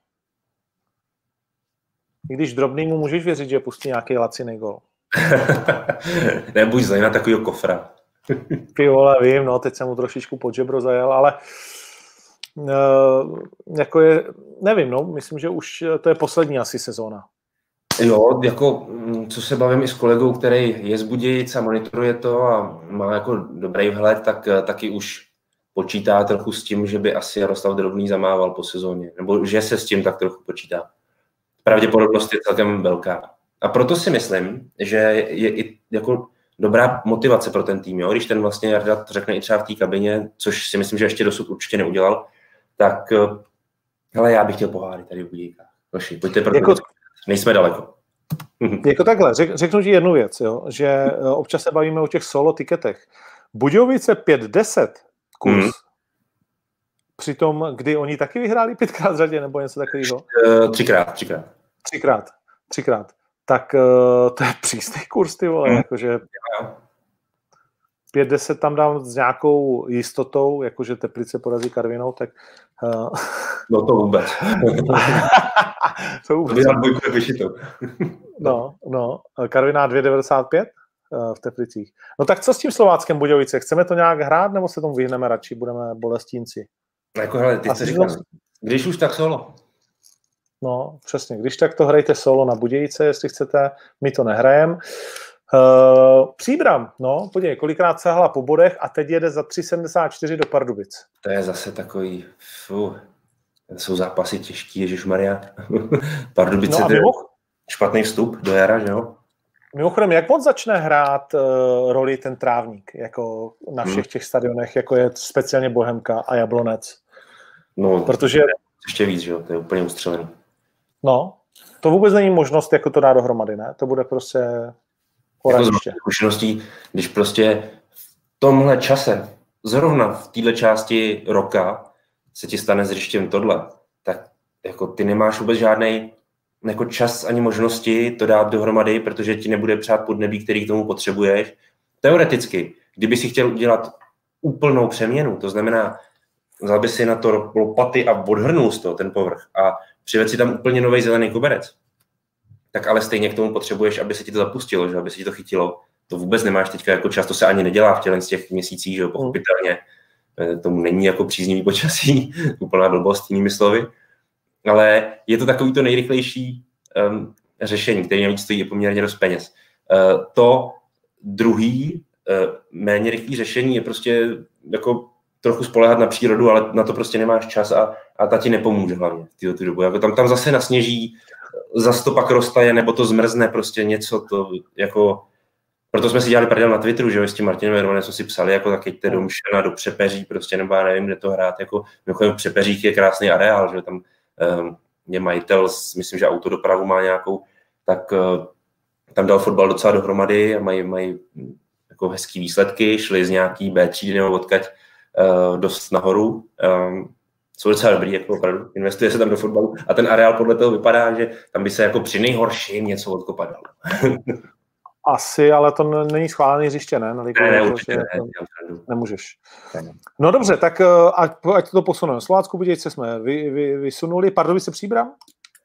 S1: I když drobnýmu můžeš věřit, že pustí nějaký laciný gol.
S2: Nebuď zlej na takovýho kofra.
S1: Ty vole, vím, no, teď jsem mu trošičku pod žebro zajel, ale uh, jako je, nevím, no, myslím, že už to je poslední asi sezóna.
S2: Jo, jako, co se bavím i s kolegou, který je z Budějic a monitoruje to a má jako dobrý vhled, tak taky už počítá trochu s tím, že by asi Jaroslav Drobný zamával po sezóně, nebo že se s tím tak trochu počítá. Pravděpodobnost je celkem velká. A proto si myslím, že je i jako dobrá motivace pro ten tým, jo? Když ten vlastně Jarda řekne i třeba v té kabině, což si myslím, že ještě dosud určitě neudělal, tak hele, já bych chtěl poháry tady v Budějkách. Vaši, pojďte pro jako, nejsme daleko.
S1: Jako takhle, řek, řeknu ti jednu věc, jo? Že občas se bavíme o těch solo tiketech. Budějovice pět deset kurz, mm. přitom, kdy oni taky vyhráli pětkrát v řadě, nebo něco takového?
S2: Třikrát, třikrát.
S1: Třikrát, třikrát. Tak uh, to je přísný kurz, ty vole, mm. jakože pět deset tam dám s nějakou jistotou, jakože Teplice porazí Karvinou, tak... Uh...
S2: No to vůbec.
S1: to vůbec.
S2: To by dám dvojku vyšitou.
S1: no, no, Karviná dvě devadesát pět uh, v Teplicích. No tak co s tím Slováckem Budějovice? Chceme to nějak hrát, nebo se tomu vyhneme radši? Budeme bolestínci?
S2: No jako hele, ty jsi říkal, když už tak solo.
S1: No, přesně. Když tak to hrajte solo na Budějice, jestli chcete, my to nehrajem. Uh, Příbram, no, podívej, kolikrát sahla po bodech a teď jede za tři sedmdesát čtyři do Pardubic.
S2: To je zase takový, fu, to jsou zápasy těžký, ježišmarja. Pardubice, no to je špatný vstup do jara, že jo?
S1: Mimochodem, jak moc začne hrát uh, roli ten trávník, jako na všech těch stadionech, jako je speciálně Bohemka a Jablonec?
S2: No,
S1: protože
S2: ještě víc, že jo, to je úplně ustřelený.
S1: No, to vůbec není možnost, jako to dá dohromady, ne? To bude prostě horaniště.
S2: Jako zkušeností, když prostě v tomhle čase, zrovna v téhle části roka se ti stane s hřištěm tohle, tak jako ty nemáš vůbec žádnej jako čas ani možnosti to dát dohromady, protože ti nebude přát podnebí, který k tomu potřebuješ. Teoreticky, kdyby si chtěl udělat úplnou přeměnu, to znamená, vzal by si na to lopaty a odhrnul z toho ten povrch a přivedl si tam úplně nový zelený koberec, tak ale stejně k tomu potřebuješ, aby se ti to zapustilo, že? Aby se ti to chytilo. To vůbec nemáš teďka jako čas, to se ani nedělá v těle z těch měsících, že jo, pochopitelně. Tomu není jako příznivý počasí, úplná blbost, jinými slovy. Ale je to takový to nejrychlejší um, řešení, který navíc stojí poměrně dost peněz. Uh, to druhý, uh, méně rychlý řešení je prostě jako trochu spoléhat na přírodu, ale na to prostě nemáš čas a, a ta ti nepomůže hlavně v této dobu. Jako tam, tam zase nasněží, zase to pak roztaje, nebo to zmrzne prostě něco, to jako... Proto jsme si dělali prdel na Twitteru, že jo, s tím Martinem Vermanem jsme si psali, jako tak jeďte do Mšena, do Přepeří, prostě nebo já nevím, kde to hrát, jako mimochodem v Přepeřích je krásný areál, že jo, tam um, je majitel, myslím, že autodopravu má nějakou, tak uh, tam dal fotbal docela dohromady a mají, mají jako hezký výsledky, šli z nějaký bé třídy nebo odkaď uh, dost nahoru. Um, jsou docela dobrý, jako opravdu, investuje se tam do fotbalu a ten areál podle toho vypadá, že tam by se jako při nejhorším něco odkopat dalo.
S1: Asi, ale to není schválený hřiště, ne? Na
S2: ne, ne, určitě ne,
S1: nemůžeš. No dobře, tak ať, ať to posuneme. Slovácku Budějce jsme vy, vy, vysunuli. Pardubice Příbram?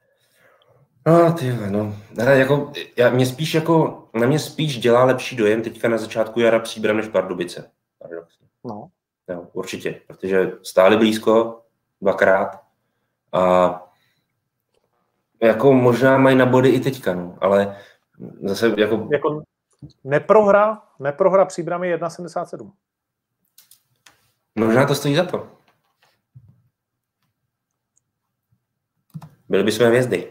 S2: No, ty, no. Ne, jako, já, mě spíš jako, na mě spíš dělá lepší dojem teďka na začátku jara Příbram než Pardubice.
S1: No.
S2: Jo, určitě, protože stáli blízko dvakrát a jako možná mají na body i teďka, no, ale zase jako...
S1: jako neprohra, neprohra Příbram je jedna sedmdesát sedm.
S2: Možná to stojí za to. Byli bychom hvězdy.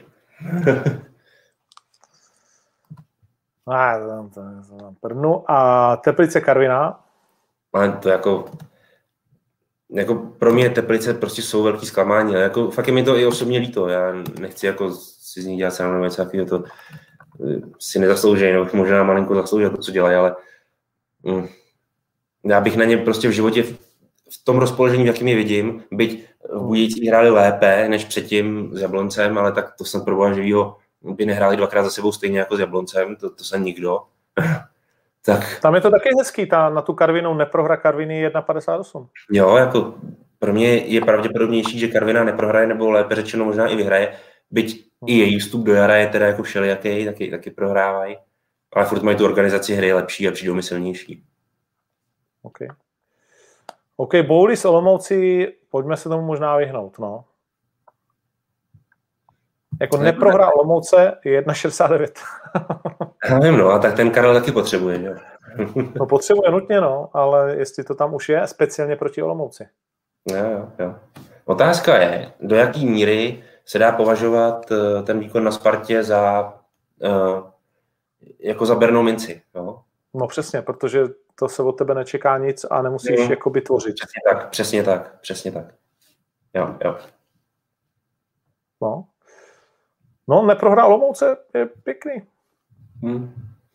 S1: a, to, to, to, prdnu. A Teplice Karviná?
S2: Ale to jako... Jako pro mě Teplice prostě jsou velký zklamání, ale jako fakt je mi to i osobně líto. Já nechci jako si z ní dělat sám něco takového, to si nezaslouží, nebo možná malinko zaslouží to, co dělají, ale mm, já bych na ně prostě v životě v, v tom rozpoložení, v jakým je vidím, byť v Budějcích hráli lépe než předtím s Jabloncem, ale tak to snad pro boha živýho by nehráli dvakrát za sebou stejně jako s Jabloncem, to, to se nikdo. Tak.
S1: Tam je to taky hezký, ta, na tu Karvinu neprohra Karviny jedna padesát osm.
S2: Jo, jako pro mě je pravděpodobnější, že Karviná neprohraje, nebo lépe řečeno možná i vyhraje, byť hmm. i její vstup do jara je teda jako všelijaký, taky, taky prohrávají, ale furt mají tu organizaci hry lepší a přijdou mi silnější.
S1: OK. OK, Bouly s Olomouci, pojďme se tomu možná vyhnout, no. Jako neprohra Olomouce je jedna šedesát devět.
S2: Já nevím, no, a tak ten Karel taky potřebuje, jo.
S1: No potřebuje nutně, no, ale jestli to tam už je, speciálně proti Olomouci.
S2: Jo, jo, jo. Otázka je, do jaký míry se dá považovat ten výkon na Spartě za uh, jako za bernou minci, jo?
S1: No přesně, protože to se od tebe nečeká nic a nemusíš no, jakoby tvořit.
S2: Přesně tak, přesně tak, přesně tak. Jo, jo.
S1: No. No, neprohra Olomouce je pěkný.
S2: Hmm.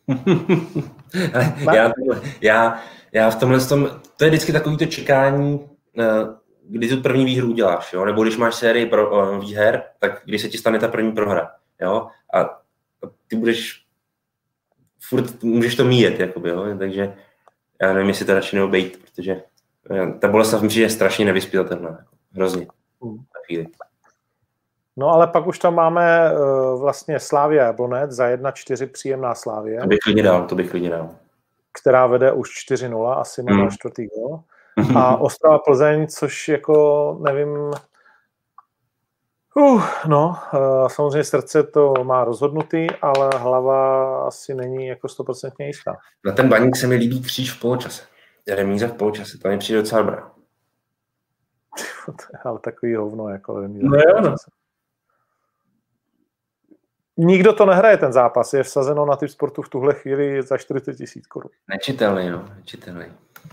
S2: já, já, já v tomhle tom, to je vždycky takový to čekání, kdy tu první výhru uděláš, jo? Nebo když máš sérii pro, výher, tak když se ti stane ta první prohra, jo? A ty budeš furt můžeš to míjet, jakoby, jo? Takže já nevím, jestli to radši neobejít, protože ta Boleslav je strašně nevyzpytatelná, jako, hrozně na chvíli.
S1: No ale pak už tam máme uh, vlastně Slavia Jablonec za jedna čtyři příjemná Slavie.
S2: To bych klidně dal, to bych klidně dal.
S1: Která vede už čtyři nula, asi má mm. čtvrtý gol. A Ostrava Plzeň, což jako nevím, Uh, no, uh, samozřejmě srdce to má rozhodnutý, ale hlava asi není jako stoprocentně jistá.
S2: Na ten Baník se mi líbí kříž v poločase. Remíza v poločase, to mi přijde docela dobré.
S1: Ale takový hovno jako remíza
S2: no,
S1: v poločase. Nikdo to nehraje, ten zápas. Je vsazeno na typ sportu v tuhle chvíli za čtyřicet tisíc korun.
S2: Nečitelný, no. Nečitelný.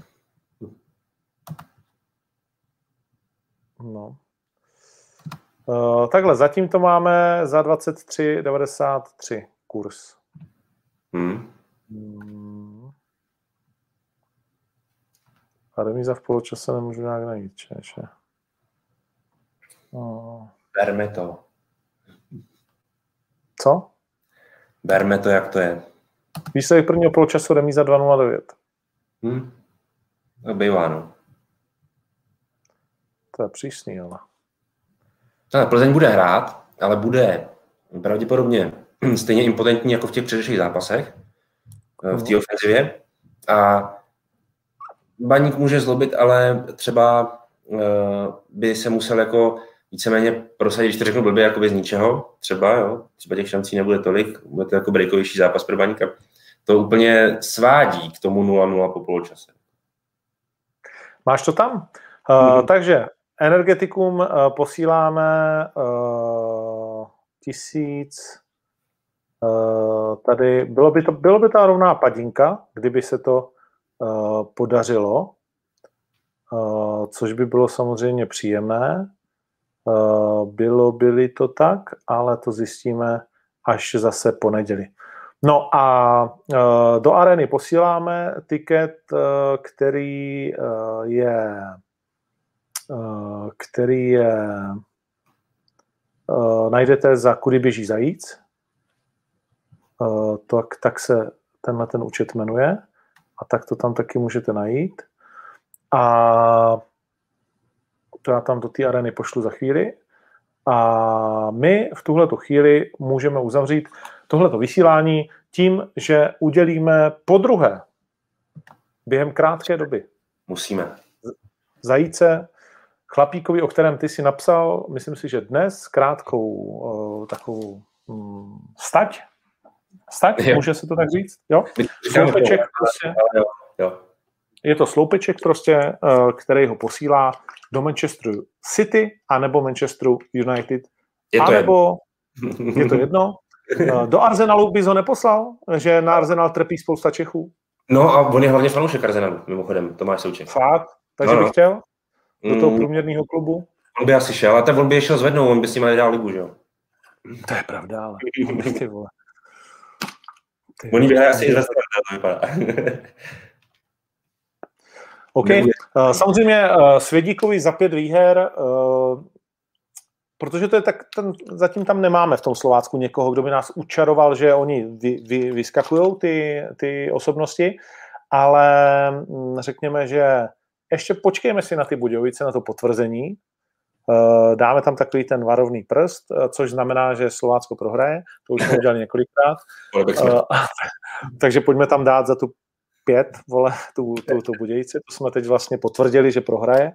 S1: No. Uh, takhle, zatím to máme za dvacet tři devadesát tři kurz.
S2: Hmm.
S1: Hmm. A remíza v poločase nemůžu nějak najít, čeče. Uh.
S2: Berme to.
S1: Co?
S2: Berme to, jak to je.
S1: Výsledek prvního poločasu remíza dva nula devět.
S2: Hmm. To bývá, no.
S1: To je přísný, ale.
S2: No, Plzeň bude hrát, ale bude pravděpodobně stejně impotentní jako v těch předešlých zápasech v té ofenzivě. A Baník může zlobit, ale třeba uh, by se musel jako víceméně prosadit, když to řeknu blbě, jakoby z ničeho, třeba, jo, třeba těch šancí nebude tolik, bude to jako breakovější zápas pro Baníka. To úplně svádí k tomu nula nula po poločase.
S1: Máš to tam? Uh, mm. Takže Energetikům uh, posíláme uh, tisíc, uh, tady bylo by, to, bylo by ta rovná padinka, kdyby se to uh, podařilo, uh, což by bylo samozřejmě příjemné. Uh, bylo by to tak, ale to zjistíme až zase po neděli. No a uh, do arény posíláme tiket, uh, který uh, je uh, který je uh, najdete za Kudy běží zajíc. Uh, tak, tak se tenhle ten účet jmenuje a tak to tam taky můžete najít. A to já tam do té arény pošlu za chvíli. A my v tuhleto chvíli můžeme uzavřít tohleto vysílání tím, že udělíme podruhé během krátké doby.
S2: Musíme.
S1: Zajíce chlapíkovi, o kterém ty si napsal, myslím si, že dnes krátkou uh, takovou um, stať. Stať, jo. Může se to tak říct? Jo? Sloupeček prostě.
S2: Jo, jo.
S1: Je to sloupeček prostě, uh, který ho posílá do Manchesteru City anebo Manchesteru United.
S2: Je to
S1: anebo, jedno. Je to jedno. Uh, do Arsenalu bys ho neposlal? Že na Arsenal trpí spousta Čechů?
S2: No a on je hlavně fanoušek Arsenalu, mimochodem, Tomáš Souček.
S1: Fakt? Takže no, no. bych chtěl? Do toho průměrného klubu?
S2: On by asi šel, ale ten on by je šel zvednout, on by s nimi dál ligu, že jo?
S1: To je pravda, ale ty vole.
S2: Ty Oni vyhrají asi i zase, to vypadá.
S1: OK. Uh, samozřejmě uh, Svědíkovi za pět výher, uh, protože to je tak, ten, zatím tam nemáme v tom Slovácku někoho, kdo by nás učaroval, že oni vy, vy, vyskakujou ty, ty osobnosti, ale um, řekněme, že ještě počkejme si na ty Budějovice, na to potvrzení. Uh, dáme tam takový ten varovný prst, uh, což znamená, že Slovácko prohraje. To už jsme udělali několikrát. Uh, takže pojďme tam dát za tu pět, vole, tu, tu, tu Budějici. To jsme teď vlastně potvrdili, že prohraje.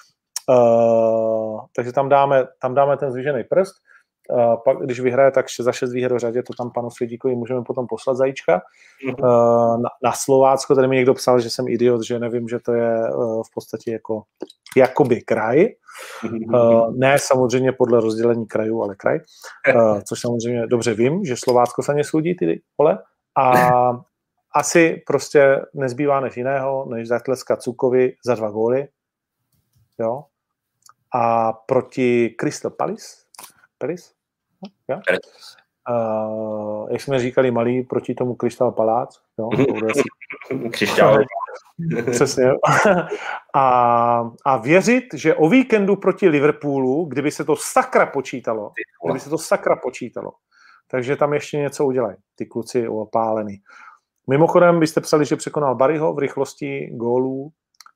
S1: Uh, takže tam dáme, tam dáme ten zvýšený prst. Uh, pak, když vyhraje, tak za šest výher v řadě to tam panu Svědíkovi můžeme potom poslat zajíčka. Uh, na, na Slovácko, tady mi někdo psal, že jsem idiot, že nevím, že to je uh, v podstatě jako jakoby kraj. Uh, ne samozřejmě podle rozdělení krajů, ale kraj. Uh, což samozřejmě dobře vím, že Slovácko se nesoudí ty vole. A asi prostě nezbývá než jiného, než zatleskat Cukovi za dva góly. Jo. A proti Crystal Palace, Palace? Jo? Uh, jak jsme říkali, malý proti tomu Crystal Palace. Jo?
S2: Křišťál.
S1: Přesně. a, a věřit, že o víkendu proti Liverpoolu, kdyby se to sakra počítalo, kdyby se to sakra počítalo, takže tam ještě něco udělají. Ty kluci opálený. Mimochodem, byste psali, že překonal Barryho v rychlosti gólů.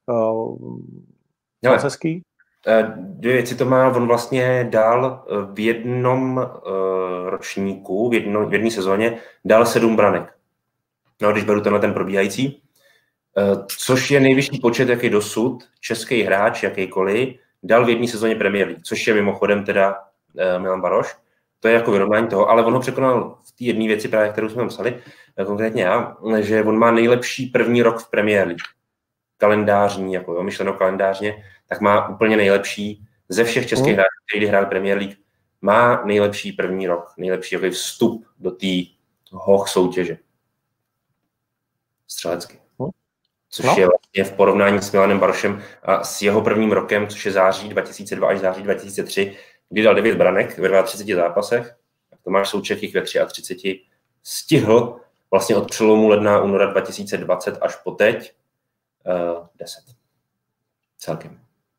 S1: Uh, hezký.
S2: Dvě věci to má, on vlastně dal v jednom uh, ročníku, v, jedno, v jedné sezóně, dal sedm branek. No, když beru tenhle ten probíhající. Uh, což je nejvyšší počet, jaký dosud český hráč, jakýkoliv, dal v jedné sezóně Premier League, což je mimochodem teda uh, Milan Baroš. To je jako vyrovnání toho, ale on ho překonal v té jedné věci, právě kterou jsme psali, konkrétně já, že on má nejlepší první rok v Premier League. Kalendářní, jako jo, myšleno kalendářně, tak má úplně nejlepší ze všech českých mm. hráčů, kteří hráli Premier League, má nejlepší první rok, nejlepší jako vstup do té hoch soutěže. Střelecky. Což no. je vlastně v porovnání s Milanem Barošem a s jeho prvním rokem, což je září dva tisíce dva až září dva tisíce tři, kdy dal devět branek ve třiceti dvou zápasech. Tomáš Souček jich ve třiceti třech stihl vlastně od přelomu ledna února dva tisíce dvacet až po teď uh, deset. Celkem.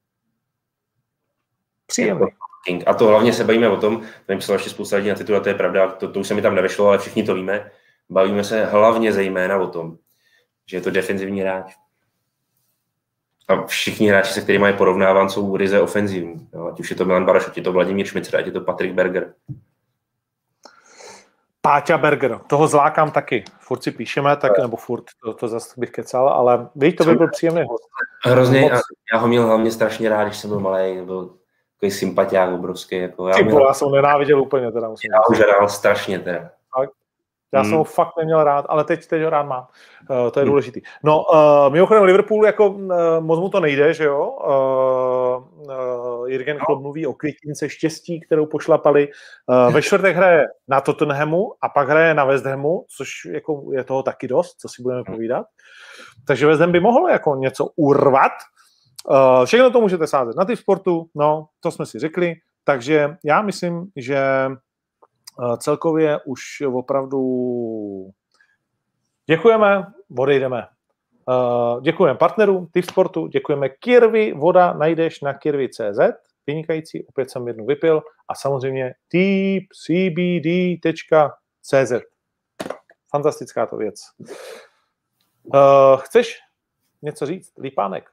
S1: Příjemný.
S2: A to hlavně se bavíme o tom, to mi psala ještě spousta lidí na titul, a to je pravda, to, to už se mi tam nevešlo, ale všichni to víme, bavíme se hlavně zejména o tom, že je to defenzivní hráč. A všichni hráči, se kterými je porovnáván, jsou ryze ofenzivní. No, ať už je to Milan Baroš, ať je to Vladimír Šmicer, ať je to Patrik Berger.
S1: Páťa Berger, toho zlákám taky. Furt si píšeme, tak, nebo furt, to, to zase bych kecal, ale víš, to by byl příjemný host.
S2: Hrozně, Moc... já ho měl hlavně strašně rád, když jsem byl malej, byl takový sympatiák obrovský. Jako, já,
S1: Ty
S2: měl...
S1: já jsem ho nenáviděl úplně. Teda, musím
S2: já ho žádal strašně teda.
S1: Tak. Já hmm. jsem ho fakt neměl rád, ale teď, teď ho rád mám. Uh, to je hmm. důležitý. No, uh, mimochodem Liverpool, jako uh, moc mu to nejde, že jo? Uh, uh, Jürgen Klopp mluví o květince štěstí, kterou pošlapali. Uh, ve čtvrtek hraje na Tottenhamu a pak hraje na West Hamu, což jako je toho taky dost, co si budeme povídat. Takže West Ham by mohl jako něco urvat. Uh, všechno to můžete sázet na Tipsportu, no, to jsme si řekli. Takže já myslím, že celkově už opravdu děkujeme, odejdeme. Děkujeme partnerům Tipsportu, děkujeme Kirvi, voda najdeš na kirvi tečka cz, vynikající, opět jsem jednu vypil, a samozřejmě tip c b d tečka c z. Fantastická to věc. Chceš něco říct, Lípánek?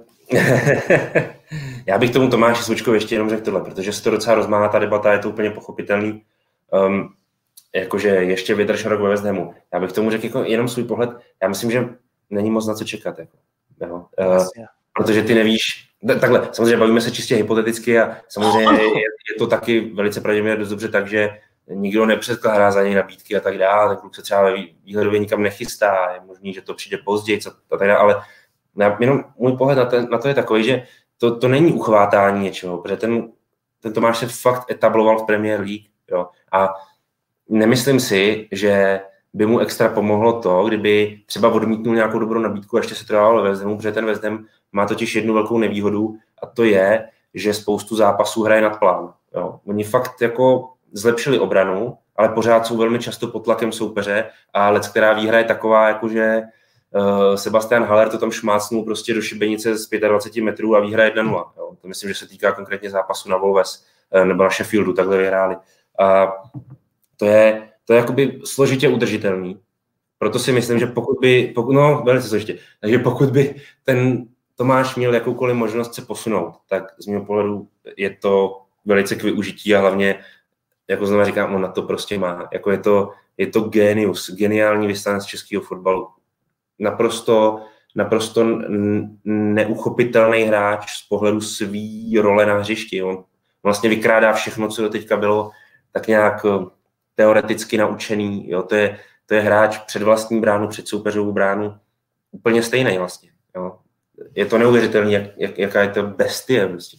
S2: Já bych tomu Tomáši Součkovi ještě jenom řekl tohle, protože se to docela rozmáhá ta debata, je to úplně pochopitelný. Um, jakože ještě vydrž rok ve West Hamu. Já bych tomu řekl jako jenom svůj pohled. Já myslím, že není moc na co čekat. Jako. Jo. Uh, protože ty nevíš, takhle, samozřejmě bavíme se čistě hypoteticky a samozřejmě je, je to taky velice pravděpodobně dost dobře tak, že nikdo nepředkládá za něj nabídky a tak dále, ten kluk se třeba výhledově nikam nechystá, je možný, že to přijde později a tak dále, ale jenom můj pohled na, ten, na to je takový, že to, to není uchvátání něčeho, protože ten, ten Tomáš se fakt etabloval v Premier League. Jo. A nemyslím si, že by mu extra pomohlo to, kdyby třeba odmítnul nějakou dobrou nabídku a ještě se to dávalo ve West Hamu, protože ten West Ham má totiž jednu velkou nevýhodu a to je, že spoustu zápasů hraje nad plán. Jo. Oni fakt jako zlepšili obranu, ale pořád jsou velmi často pod tlakem soupeře a lec, která výhra je taková, jakože uh, Sebastian Haller to tam šmácnul prostě do šibenice z dvacet pět metrů a výhra jedna nula. Jo. To myslím, že se týká konkrétně zápasu na Wolves uh, nebo na Sheffieldu, takhle vyhráli. A to je, to je jakoby složitě udržitelný. Proto si myslím, že pokud by, pokud, no velice složitě, takže pokud by ten Tomáš měl jakoukoliv možnost se posunout, tak z mého pohledu je to velice k využití a hlavně, jako znovu říkám, on na to prostě má. Jako je to, je to genius, geniální vyslanec českého fotbalu. Naprosto, naprosto neuchopitelný hráč z pohledu svý role na hřišti. On vlastně vykrádá všechno, co do teďka bylo tak nějak teoreticky naučený. Jo? To, je, to je hráč před vlastní bránu, před soupeřovou bránu. Úplně stejný vlastně. Jo? Je to neuvěřitelné, jak, jak, jaká je to bestie. Prostě.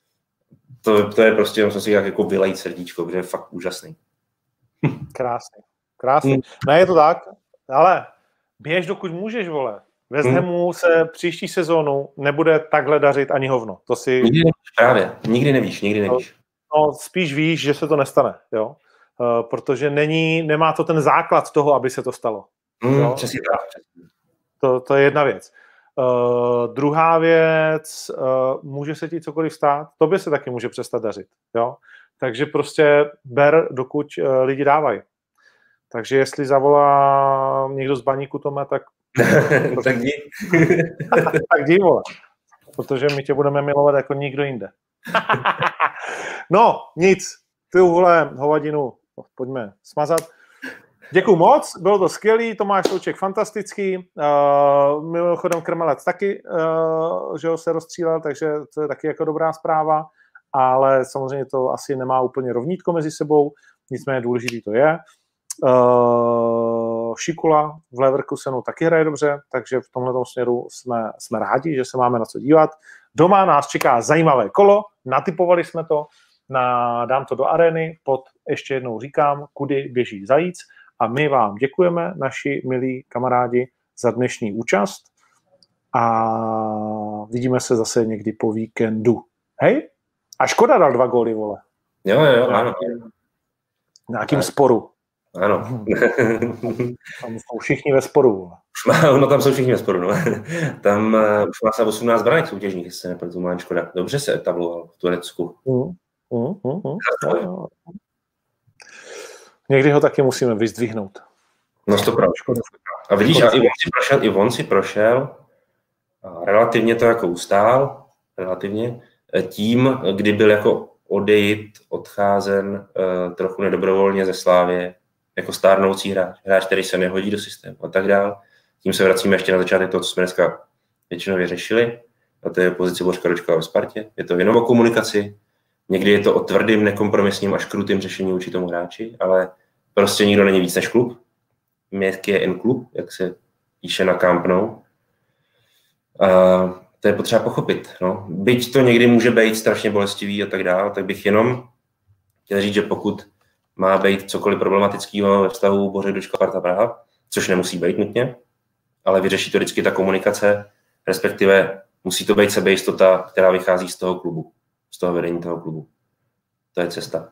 S2: To, to je prostě, musím si jako vylejt srdíčko, protože je fakt úžasný.
S1: Krásný. Krásný. Hmm. Ne, je to tak, ale běž, dokud můžeš, vole. West Hamu hmm. se příští sezónu nebude takhle dařit ani hovno. To si...
S2: Nikdy nevíš, právě. Nikdy nevíš, nikdy nevíš.
S1: No, spíš víš, že se to nestane, jo. Uh, protože není, nemá to ten základ toho, aby se to stalo.
S2: Mm, přesně tak.
S1: To, to je jedna věc. Uh, druhá věc, uh, může se ti cokoliv stát, tobě se taky může přestat dařit, jo. Takže prostě ber, dokud uh, lidi dávají. Takže jestli zavolá někdo z Baníku Tome, tak
S2: tak dí.
S1: tak dí, vole. Protože my tě budeme milovat jako nikdo jinde. No, nic. Ty vole hovadinu pojďme smazat. Děkuju moc, bylo to skvělý, Tomáš Souček fantastický, uh, mimochodem Krmelec taky, uh, že ho se rozstřílel, takže to je taky jako dobrá zpráva. ale samozřejmě to asi nemá úplně rovnítko mezi sebou, nicméně důležitý to je. Uh, Šikula v Leverkusenu taky hraje dobře, takže v tomhle směru jsme, jsme rádi, že se máme na co dívat. Doma nás čeká zajímavé kolo, natypovali jsme to, na, dám to do arény, pod ještě jednou říkám, kudy běží zajíc a my vám děkujeme, naši milí kamarádi, za dnešní účast a vidíme se zase někdy po víkendu. Hej? A Škoda dal dva góly, vole.
S2: Jo, jo, ano.
S1: V nějakým sporu.
S2: Ano.
S1: Tam jsou všichni ve sporu.
S2: No tam jsou všichni ve sporu, no. Tam uh, už má se osmnáct branek soutěžních, jestli se nepletu, má Škoda. Dobře se etabloval v Turecku. Mm, mm, mm, mm. No,
S1: někdy ho taky musíme vyzdvihnout.
S2: No to pravda. A vidíš, a i on si prošel, i on si prošel a relativně to jako ustál, relativně, tím, kdy byl jako odejít, odcházen uh, trochu nedobrovolně ze Slávie, jako stárnoucí hráč, hráč, který se nehodí do systému a tak dál. Tím se vracíme ještě na začátek toho, co jsme dneska většinou vyřešili, a to je pozice Bořka Dočkala ve Spartě. Je to jenom o komunikaci, někdy je to o tvrdým, nekompromisním až krutým řešení vůči tomu hráči, ale prostě nikdo není víc než klub. Městský je jen klub, jak se píše na Camp Nou. A to je potřeba pochopit. No. Byť to někdy může být strašně bolestivý a tak dále, tak bych jenom chtěl říct, že pokud má být cokoliv problematického ve vztahu Bořek Dočkal Sparta Praha, což nemusí být nutně, ale vyřeší to vždycky ta komunikace, respektive musí to být sebejistota, která vychází z toho klubu, z toho vedení toho klubu. To je cesta.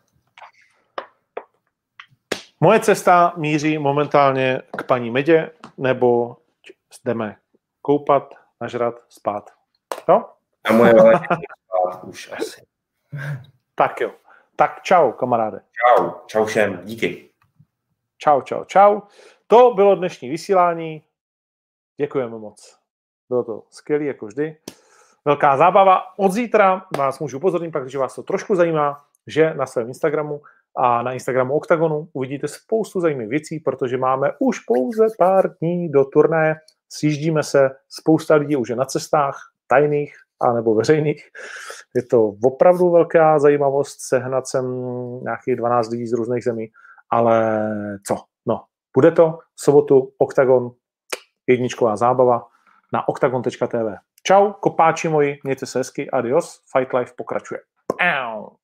S1: Moje cesta míří momentálně k paní Medě, nebo jdeme koupat, nažrat, spát. Jo?
S2: A moje válečky spát už asi.
S1: Tak jo. Tak čau, kamaráde.
S2: Čau, čau všem, díky.
S1: Čau, čau, čau. To bylo dnešní vysílání. Děkujeme moc. Bylo to skvělé, jako vždy. Velká zábava. Od zítra vás můžu upozornit, pak, když vás to trošku zajímá, že na svém Instagramu a na Instagramu Oktagonu uvidíte spoustu zajímavých věcí, protože máme už pouze pár dní do turnaje. Sjíždíme se, spousta lidí už je na cestách, tajných a nebo veřejných. Je to opravdu velká zajímavost sehnat sem nějakých dvanáct lidí z různých zemí, ale co? No, bude to v sobotu Oktagon, jedničková zábava na oktagon tečka té vé. Čau, kopáči moji, mějte se hezky, adios, Fight Life pokračuje. Au.